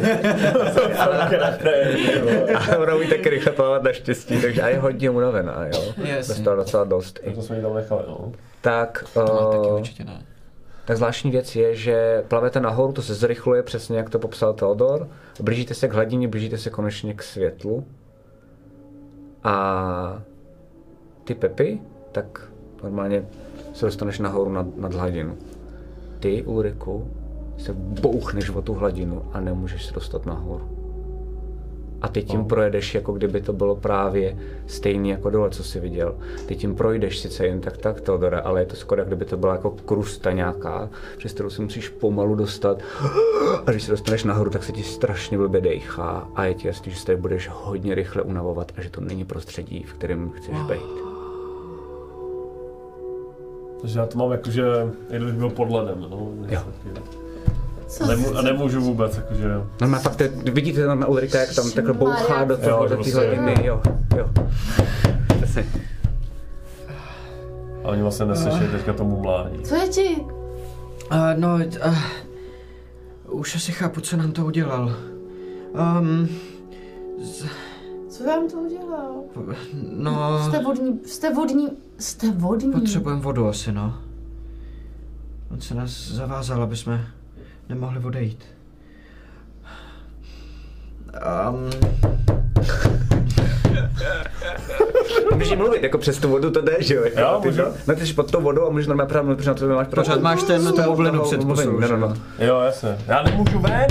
Ale ona umí taky rychle plavat naštěstí, takže a je hodně unavená, jo. Dostala docela dost. To jsme jí tam nechali, no. Tak, taky určitě ne. tak zvláštní věc je, že plavete nahoru, to se zrychluje přesně, jak to popsal Theodor. Blížíte se k hladině, blížíte se konečně k světlu. A ty Pepi, tak normálně se dostaneš nahoru nad hladinu. Ty, Ulriku, se bouchneš o tu hladinu a nemůžeš se dostat nahoru. A ty tím projedeš, jako kdyby to bylo právě stejný jako dole, co jsi viděl. Ty tím projdeš sice jen tak, Theodore, ale je to skoro, jak kdyby to byla jako krusta nějaká, přes kterou se musíš pomalu dostat. A když se dostaneš nahoru, tak se ti strašně blbě dejchá a je ti jasný, že se tady budeš hodně rychle unavovat a že to není prostředí, v kterém chceš být. Takže já to mám jakože, jak bych byl pod ledem, no. Jo. A nemůžu vůbec, jakože... No, fakt vidíte tam na Ulrika, jak tam takhle bouchá do toho, do té hladiny, jo. Přesně. A oni vlastně neslyšejí teďka tomu mládí. Co je ti? Už asi chápu, co nám to udělal. Co vám to udělal? No... Jste vodní. Potřebujeme vodu asi, no. On se nás zavázal, aby jsme nemohli odejít. Můžeš mluvit, jako přes tu vodu to jde, že jo? Jo, můžu. No, ty jsi pod tou vodou a můžeš normálně právě mluvit, protože na to máš pravdu. Pořád máš tu bublinu před pusou. No. Jo, jasně. Já nemůžu ven!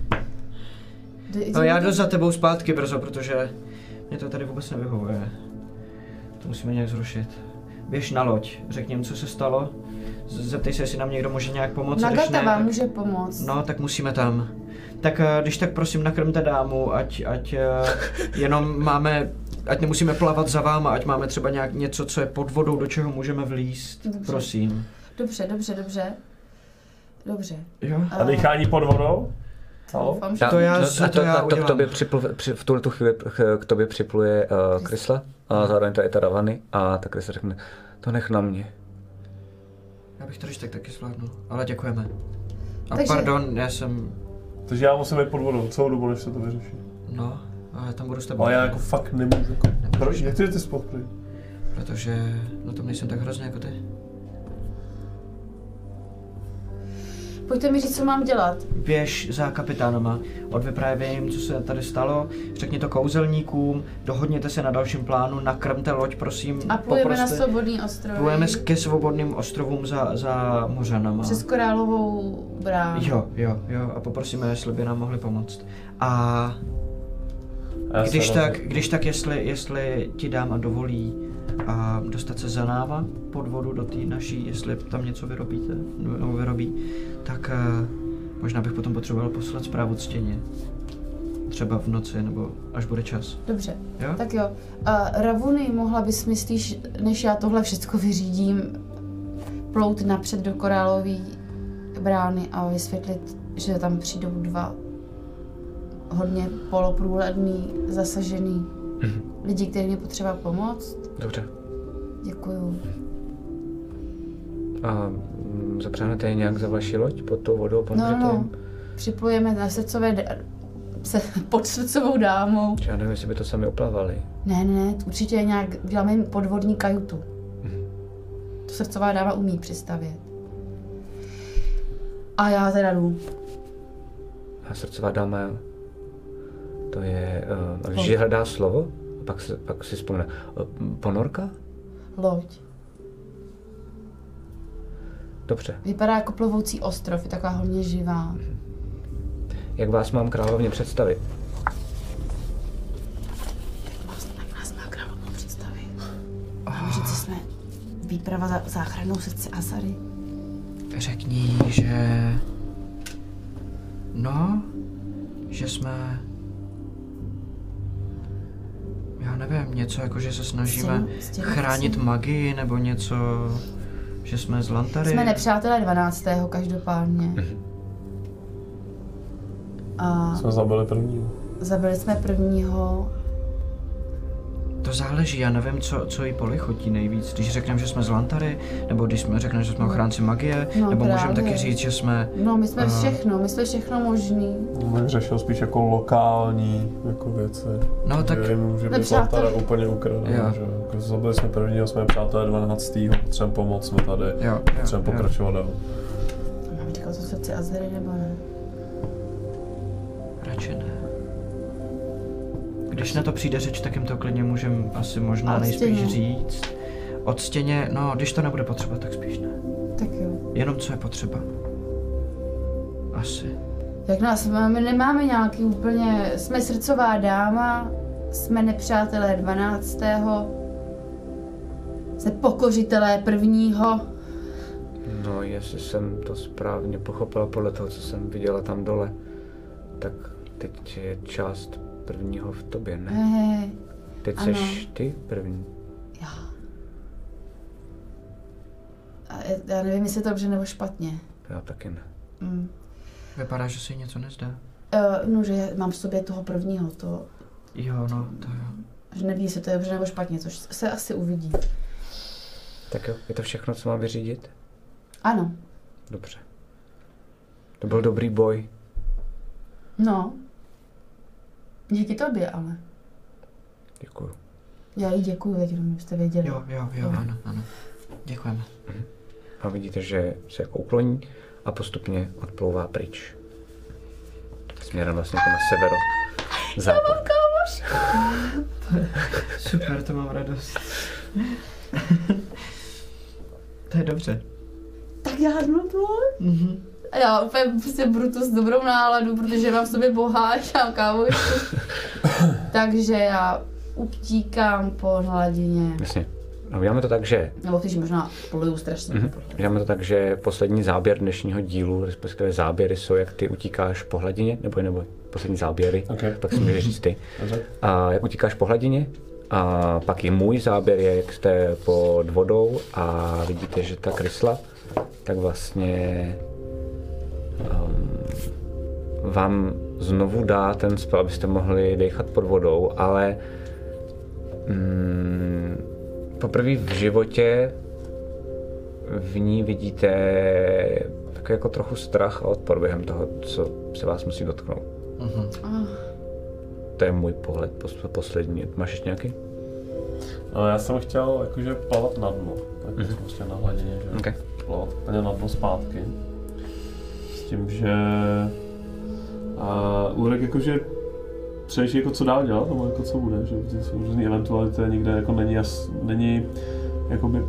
No, já jdu za tebou zpátky brzo, protože mě to tady vůbec nevyhovuje. To musíme nějak zrušit. Běž na loď, řekni jim, co se stalo. Zeptej se, jestli nám někdo může nějak pomoct. Nagata vám může pomoct. No, tak musíme tam. Tak když tak prosím nakrmte dámu, ať jenom máme, ať nemusíme plavat za váma, ať máme třeba nějak něco, co je pod vodou, do čeho můžeme vlízt. Dobře. Prosím. Dobře. Jo? A dýchání pod vodou? To já udělám. V tuhle chvíli k tobě připluje Krysla a zároveň to je ta Ravany a ta Krysla řekne, to nech na mě. Já bych to když tak taky zvládnul, ale děkujeme. A takže... pardon, já jsem... Takže já musím být pod vodou celou dobu, než se to vyřeší. No, ale tam budu s tebou. Ale já jako fakt nemůžu. Proč? Jak ty spolu? Protože na tom nejsem tak hrozně jako ty. Pojďte mi říct, co mám dělat. Běž za kapitánama, odvyprávěj jim, co se tady stalo, řekni to kouzelníkům, dohodněte se na dalším plánu, nakrmte loď, prosím. A plujeme na svobodný ostrovy. Plujeme ke svobodným ostrovům za Mořanama. Přes Korálovou bránu. Jo, a poprosíme, jestli by nám mohli pomoct. A když tak, jestli ti dáma dovolí a dostat se za náma pod vodu do té naší, jestli tam něco vyrobí, tak možná bych potom potřeboval poslat zprávu ctěně. Třeba v noci, nebo až bude čas. Dobře, jo? Tak jo. Ravuny, mohla bys, myslíš, než já tohle všecko vyřídím, plout napřed do Korálové brány a vysvětlit, že tam přijdou dva hodně poloprůhledný, zasažený lidi, kteří mě potřeba pomoct. Dobře. Děkuju. A zapřáhnete je nějak za vaši loď pod tou vodou? No. Připlujeme na pod srdcovou dámou. Já nevím, jestli by to sami oplavali. Ne, určitě nějak děláme jim podvodní kajutu. To srdcová dáma umí přistavět. A já teda jdu. A srdcová dáma, to je, když hledá slovo, pak si vzpomene. Ponorka? Loď. Dobře. Vypadá jako plovoucí ostrov, je taková hodně živá. Jak vás mám královně představit? Jak nás má královně představit? Říci jsme výprava za záchranou srdce Azary. Řekni, že... No, že jsme... Já nevím, něco jako, že se snažíme chránit magii, nebo něco... Že jsme z Lantary. Jsme nepřátelé 12. každopádně. A jsme zabili prvního. Zabili jsme prvního. To záleží, já nevím, co jí polichotí nejvíc. Když řekneme, že jsme z Lantary, nebo když jsme řekneme, že jsme ochránci magie, nebo můžeme taky říct, že jsme... No, my jsme všechno možný. Bych řešil spíš jako lokální jako věci. No tak... Může být Lantara úplně ukradená, že jako zabili jsme prvního, jsme přátelé 12. potřebujeme pomoc, jsme tady, potřebujeme pokračovat dál. Mám říkat to srdce Azary, nebo ne? Radši ne. Když na to přijde řeč, tak jim to klidně můžeme asi možná nejspíš říct. Od stěně, no, když to nebude potřeba, tak spíš ne. Tak jo. Jenom co je potřeba. Asi. Jak nás máme, nemáme nějaký úplně, jsme srdcová dáma, jsme nepřátelé 12. Jsme pokořitelé prvního. No, jestli jsem to správně pochopila podle toho, co jsem viděla tam dole, tak teď je část prvního v tobě, ne? Teď ano. Seš ty první. Já nevím, jestli je to dobře nebo špatně. Já taky ne. Vypadá, že se jí něco nezdá. No, že mám v sobě toho prvního, to... Jo, no, to jo. Že neví, jestli to je dobře nebo špatně, což se asi uvidí. Tak jo, je to všechno, co mám vyřídit? Ano. Dobře. To byl dobrý boj. No. Díky tobě, ale. Děkuju. Já jí děkuju, jenom jste věděli. Jo, ano. Děkujeme. A vidíte, že se jako ukloní a postupně odplouvá pryč. Směrem vlastně na severo. Západ. Já mám kámoš. Super, to mám radost. To je dobře. Tak já jdu to. A já úplně prostě budu tu s dobrou náladu, protože mám v sobě boha, já mám kámošku. Takže já utíkám po hladině. Jasně. No, uděláme to tak, že... Nebo když možná pluju strašně. Uděláme to tak, že poslední záběr dnešního dílu, respektive záběry jsou, jak ty utíkáš po hladině, nebo poslední záběry, tak si můžeš říct ty. A jak utíkáš po hladině, a pak i můj záběr je, jak jste pod vodou a vidíte, že ta krysla, tak vlastně vám znovu dá ten spell, abyste mohli dechat pod vodou, ale poprvé v životě v ní vidíte takový jako trochu strach a odpor během toho, co se vás musí dotknout. To je můj pohled poslední. Máš ještě nějaký? No, já jsem chtěl jakože plavat na dno, tak vlastně na hladině, že plavat úplně na dno zpátky. S tím, že Ulrik jakože přemýšlí jako co dál dělat, nebo jako co bude, že jsou různý eventuality, nikde jako není jakoby...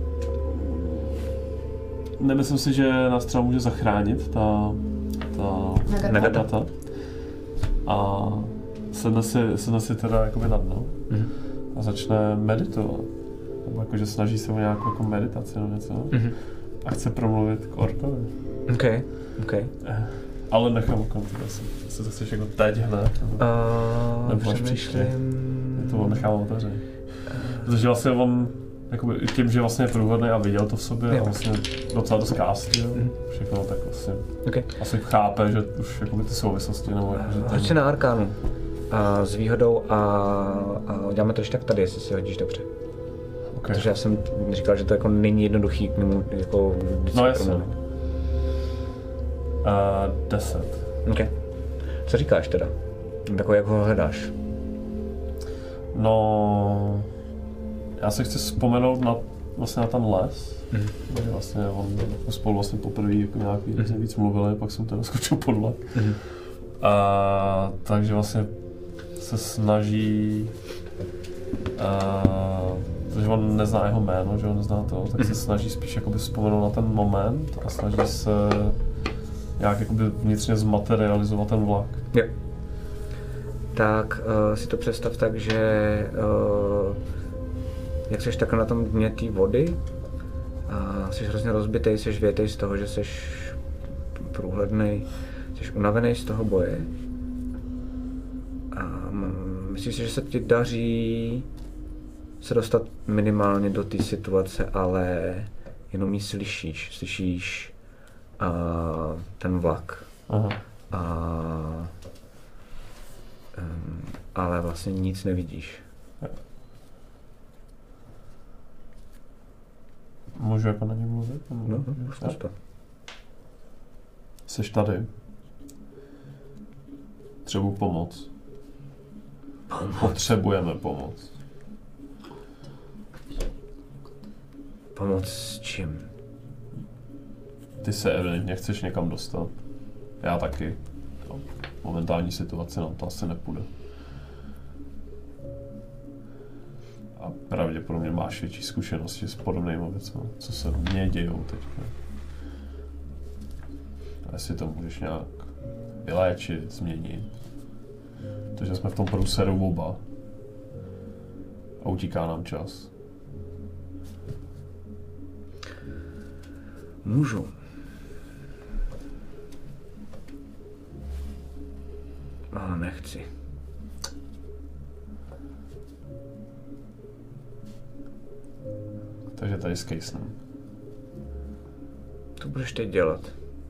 Nemyslím si, že nás třeba může zachránit ta Nagata. A sedne si teda jakoby na dno a začne meditovat. Nebo jakože snaží se o nějakou jako meditaci nebo něco. A chce promluvit k orkovi. OK. Ale nechám ukončit, jestli to chceš jako teď hned. Nebo až příště. To nechám otevřít. Protože vlastně on jakoby, tím, že vlastně je průhodný a viděl to v sobě a vlastně docela dost kástí, všechno, tak vlastně asi chápe, že už jakoby ty souvislosti nebo jako, že Hoď si na arkánu. s výhodou a uděláme to ještě tak tady, jestli si hodíš dobře. Okay. Protože já jsem říkal, že to jako není jednoduchý k němu jako no jasně. 10. Okay. Co říkáš teda? Takový, jak ho hledáš? No, já se chci vzpomenout na ten les, kde vlastně on spolu vlastně poprvé jako nějaký víc mluvili, pak jsem teda skočil pod vlak. Takže vlastně se snaží, protože on nezná jeho jméno, že on nezná to, tak se snaží spíš jakoby vzpomenout na ten moment a snaží se nějak jakoby vnitřně zmaterializovat ten vlak. Jo. Tak si to představ tak, že jak jsi takhle na tom dně té vody a jsi hrozně rozbitej, jsi větej z toho, že jsi průhlednej, jsi unavený z toho boje a myslíš si, že se ti daří se dostat minimálně do té situace, ale jenom ji slyšíš ten vlak. Aha. Ale vlastně nic nevidíš. Můžu jako na něm mluvit? No, zkus to. Jseš tady. Potřebuji pomoc. Potřebujeme pomoc. Pomoc s čím? Ty se evidentně chceš někam dostat. Já taky. Momentální situace nám to asi nepůjde. A pravděpodobně máš větší zkušenosti s podobnými věcmi, co se mně dějou teďka. A jestli to můžeš nějak vyléčit, změnit. Takže jsme v tom průseru oba. A utíká nám čas. Můžu. Ale nechci. Takže tady s Casem. Co budeš teď dělat?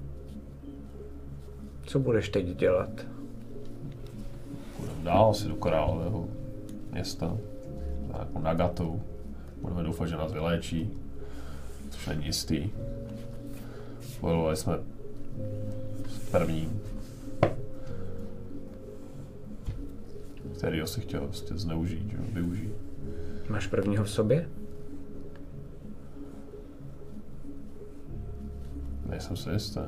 Co budeš teď dělat? Půjdeme dál asi do Korálového města. Za nějakou Nagatou. Budeme doufat, že nás vyléčí. Což není jistý. Bojovali jsme s prvním, kterýho si chtěl vlastně zneužít, využít. Máš prvního v sobě? Nejsem si jistý.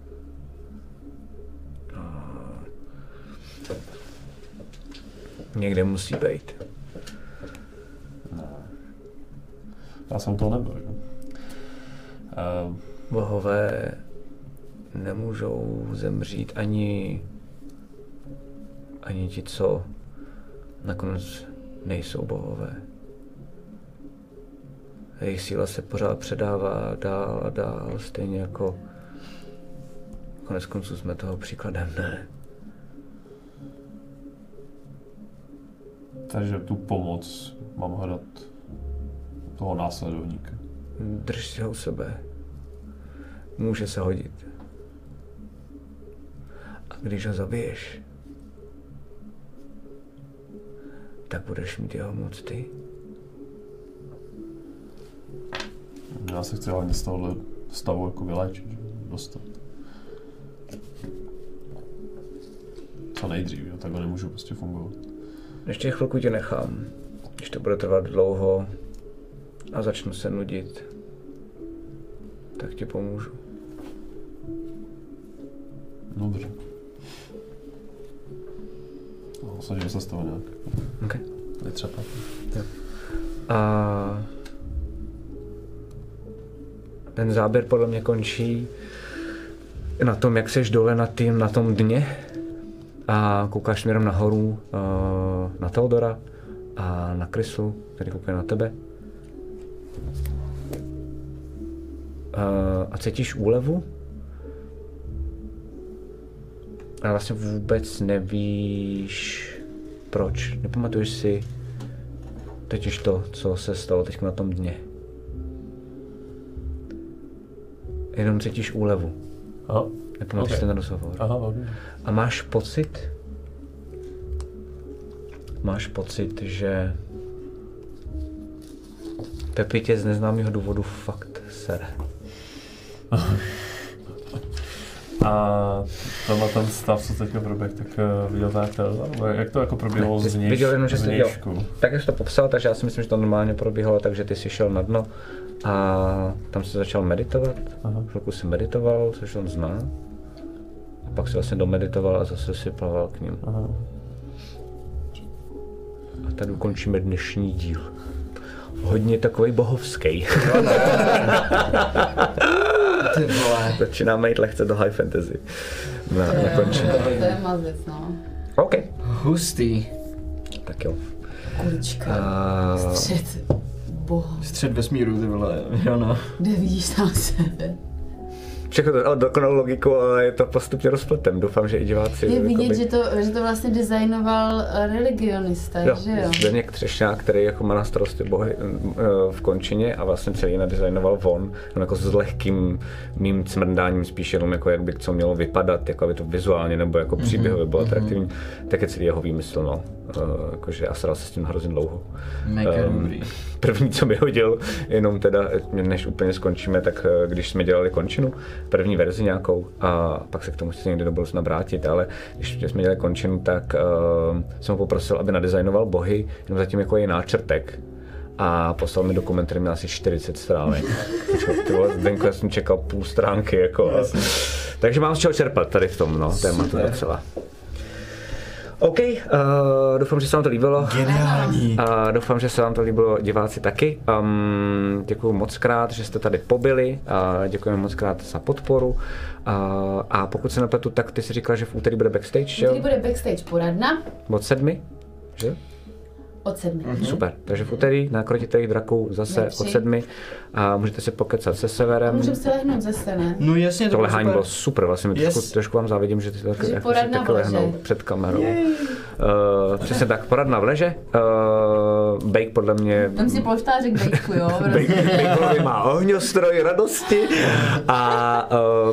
Někde musí být. No. Já jsem to nebyl, že? Bohové nemůžou zemřít ani ti, co nakonec nejsou bohové. Jejich síla se pořád předává dál a dál, stejně jako konec konců jsme toho příkladem, ne? Takže tu pomoc mám hledat toho následovníka. Drž si ho u sebe. Může se hodit. A když ho zabiješ, tak budeš mít jeho moc ty. Já se chci hlavně z tohohle stavu jako vyléčit, dostat. Co nejdřív, jo? Takhle nemůžu prostě fungovat. Ještě chvilku tě nechám. Když to bude trvat dlouho a začnu se nudit, tak ti pomůžu. Dobře. No, snažím se z toho nějak. Okay. Vytřepat. A ten záběr podle mě končí na tom, jak seš dole na tom dně a koukáš směrem nahoru na Theodora a na Krysu, který kouká na tebe. A cítíš úlevu? A vlastně vůbec nevíš proč. Nepamatuješ si totiž to, co se stalo teď na tom dně. Jenom cítíš úlevu. Aha. Nepamatuješ si ten rozhovor. Aha, okay. A máš pocit, máš pocit, že Pepi tě z neznámého důvodu fakt sere. A tenhle ten stav, co teďka proběh, tak viděl Tétel, jak to jako proběhlo z vnějšku? Tak jak jsi to popsal, takže já si myslím, že to normálně probíhalo, takže ty jsi šel na dno a tam jsi začal meditovat. Chvilku jsi meditoval, což on zná. A pak si vlastně domeditoval a zase si plaval k ním. Aha. A tady ukončíme dnešní díl. Hodně takovej bohovský. Ty vole. Začínáme jít lehce do high fantasy. Na končení. To je mazec, no. OK. Hustý. Tak jo. Kulička. Střed boha. Střed vesmíru, ty vole, jo no. Kde vidíš tam sebe? Všechno to ale dokonalou logiku, ale je to postupně rozpletem. Doufám, že i diváci... Je vidět, že to vlastně designoval religionista, že jo? Zdeněk Třešňák, který jako má na starosti bohy v končině a vlastně celý nadizajnoval on, jako s lehkým mým cmrdáním spíš jenom jako jak by co mělo vypadat, jako aby to vizuálně nebo jako příběhově bylo atraktivní, tak je celý jeho výmysl, no. Jakože a sral se s tím hrozně dlouho. Dobrý. První, co mi hodil, jenom teda, než úplně skončíme, tak když jsme dělali končinu, první verzi nějakou, a pak se k tomu chci někdy do budoucna vrátit, ale když jsme dělali končinu, tak jsem ho poprosil, aby nadizajnoval bohy, jenom zatím jako je náčrtek. A poslal mi dokument, který měl asi 40 stránek. Zdenku, já jsem čekal půl stránky, jako. Takže mám z čeho čerpat tady v tom, no, tématu docela. OK, doufám, že se vám to líbilo. Geniální. Doufám, že se vám to líbilo, diváci taky. Děkuji moc krát, že jste tady pobyli. Děkujeme moc krát za podporu. A pokud se nepletu, tak ty si říkala, že v úterý bude backstage, že jo? V úterý bude backstage poradna. Od 7, že? Od 7. Super, takže v úterý na Krotitelích draků zase od 7 a můžete si pokecat se Severem. A můžeme si lehnout zase, ne? No jasně, to lehání bylo super, vlastně mi trošku vám závidím, že ty taky lehnou před kamerou. Přesně tak, poradna v leže. Bake podle mě... Tam si polštářek bejku, jo? Bake má ohňostroj radosti a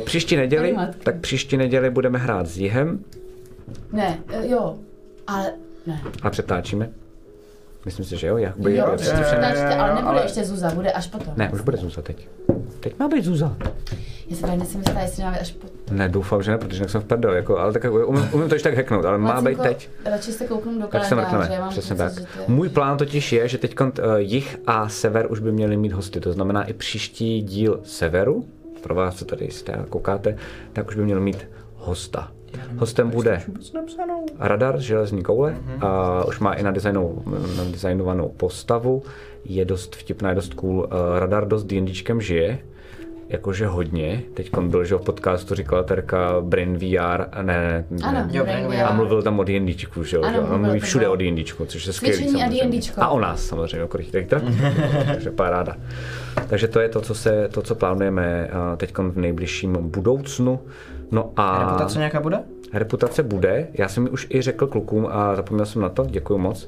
příští neděli budeme hrát s Jihem. Ne, jo, ale ne. A přetáčíme. Myslím si, že jo, ale nebude ještě Zuza, bude až potom. Ne, už bude Zuza teď. Teď má být Zuza. Já se právě nejsem jistá, jestli má být až potom. Ne, doufám, že ne, protože jsem v prdeli, jako, ale tak umím to ještě tak hacknout, ale má být teď. Radši se kouknu do kalendáře, já mám přesně pocit, tak. že to je... Můj plán totiž je, že teď Jih a Sever už by měli mít hosty, to znamená i příští díl Severu, pro vás, co tady jste a koukáte, tak už by měl mít Hostem bude Radar z Železní koule, a už má i nadizajnovanou postavu, je dost vtipná, je dost cool. Radar dost D&Dčkem žije, jakože hodně. Teď byl, že v podcastu říkala Terka Brain VR, ne. A mluvil tam o D&Dčku, že jo? On mluví všude o D&Dčku, což je skvělý samozřejmě. A o nás samozřejmě, o Krotitelích draků. Takže paráda. Takže to je to, co plánujeme teď v nejbližším budoucnu. No a reputace nějaká bude? Reputace bude, já jsem ji už i řekl klukům a zapomněl jsem na to, děkuju moc.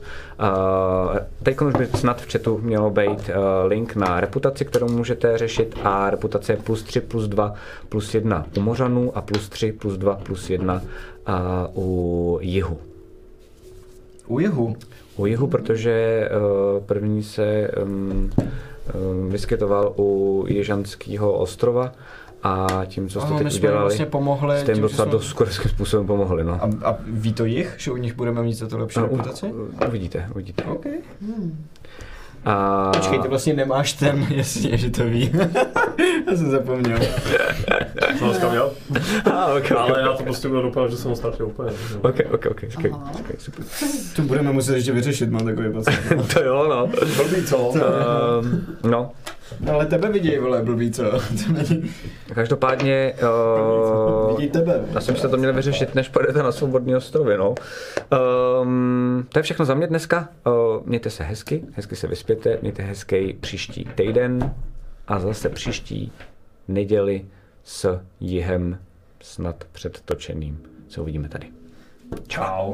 Teď už by snad v chatu mělo být link na reputaci, kterou můžete řešit, a reputace je +3, +2, +1 u Mořanů a +3, +2, +1 u Jihu. U Jihu? U Jihu, protože první se vyskytoval u Jižanského ostrova. A tím, co jste teď udělali, vlastně pomohli, jste jim docela dost skvělým způsobem pomohli. No. A ví to Jih, že u nich budeme mít za to lepší reputaci? Uvidíte. Okay. Počkej, ty vlastně nemáš ten, jasně, že to ví. Já jsem zapomněl. Co dneska měl? Okay. Ale já to prostě budu dopadat, že jsem ho startil úplně. Ok, super. To budeme muset ještě vyřešit, mám takový pocit. To jo, no. Blbý, co? No. Ale tebe viděj, vole, blbý, co? Každopádně, vidí tebe. Já jsem se to měl vyřešit, než pojedete na Svobodný ostrovy, no. To je všechno za mě dneska. Mějte se hezky se vyspěte, mějte hezký příští týden a zase příští neděli s Jihem snad předtočeným. Se uvidíme tady. Čau.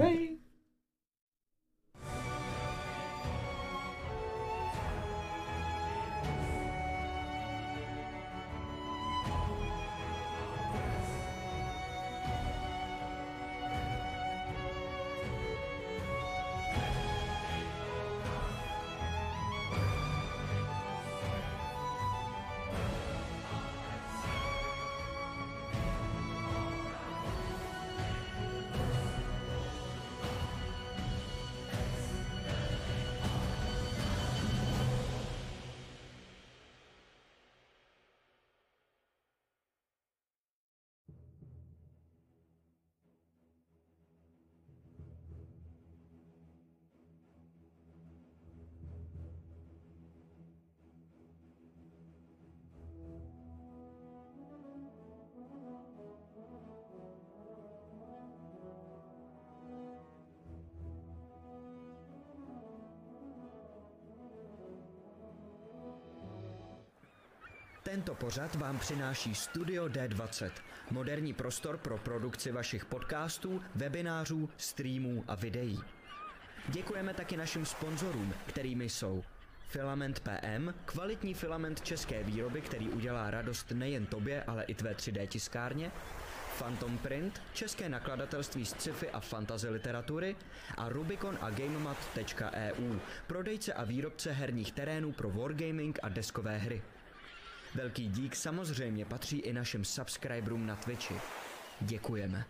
Tento pořad vám přináší Studio D20, moderní prostor pro produkci vašich podcastů, webinářů, streamů a videí. Děkujeme taky našim sponzorům, kterými jsou Filament PM, kvalitní filament české výroby, který udělá radost nejen tobě, ale i tvé 3D tiskárně, Phantom Print, české nakladatelství z sci-fi a fantasy literatury a Rubicon a GameMat.eu, prodejce a výrobce herních terénů pro wargaming a deskové hry. Velký dík samozřejmě patří i našim subscriberům na Twitchi. Děkujeme.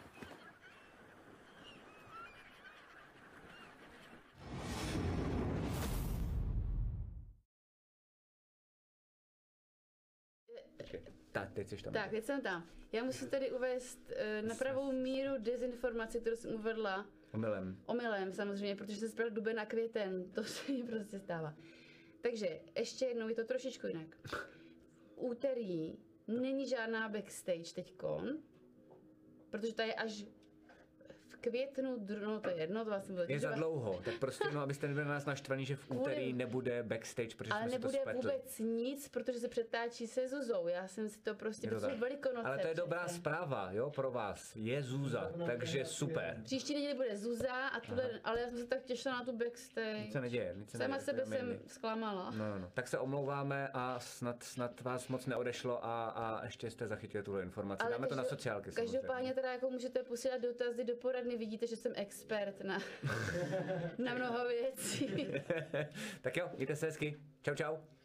Tak, teď jsi tam. Tak, teď jsem tam. Já musím tady uvést na pravou míru dezinformaci, kterou jsem uvedla. Omylem samozřejmě, protože jsem zbral duben na květen. To se mi prostě stává. Takže ještě jednou je to trošičku jinak. V úterý není žádná backstage teďkon, protože ta je až v květnu, no to je jedno, to vlastně bylo. Je za dlouho, tak prostě no, abyste nebyli na nás naštvaní, že v úterý nebude backstage, protože ale jsme si to spletli. Ale nebude vůbec nic, protože se přetáčí se Zuzou, já jsem si to prostě, protože Velikonoce. Ale to je dobrá zpráva, jo, pro vás, je Zuza, takže super. Příští neděli bude Zuza a tuhle, ale já jsem se tak těšila na tu backstage. Nic se neděje, Sama sebe jsem zklamala. No. Tak se omlouváme a snad vás moc neodešlo a ještě jste zachytili tuhle informaci. Dáme to na sociálky. Každopádně teda jako můžete posílat dotazy do poradny, vidíte, že jsem expert na mnoho věcí. Tak jo, mějte se hezky. Čau.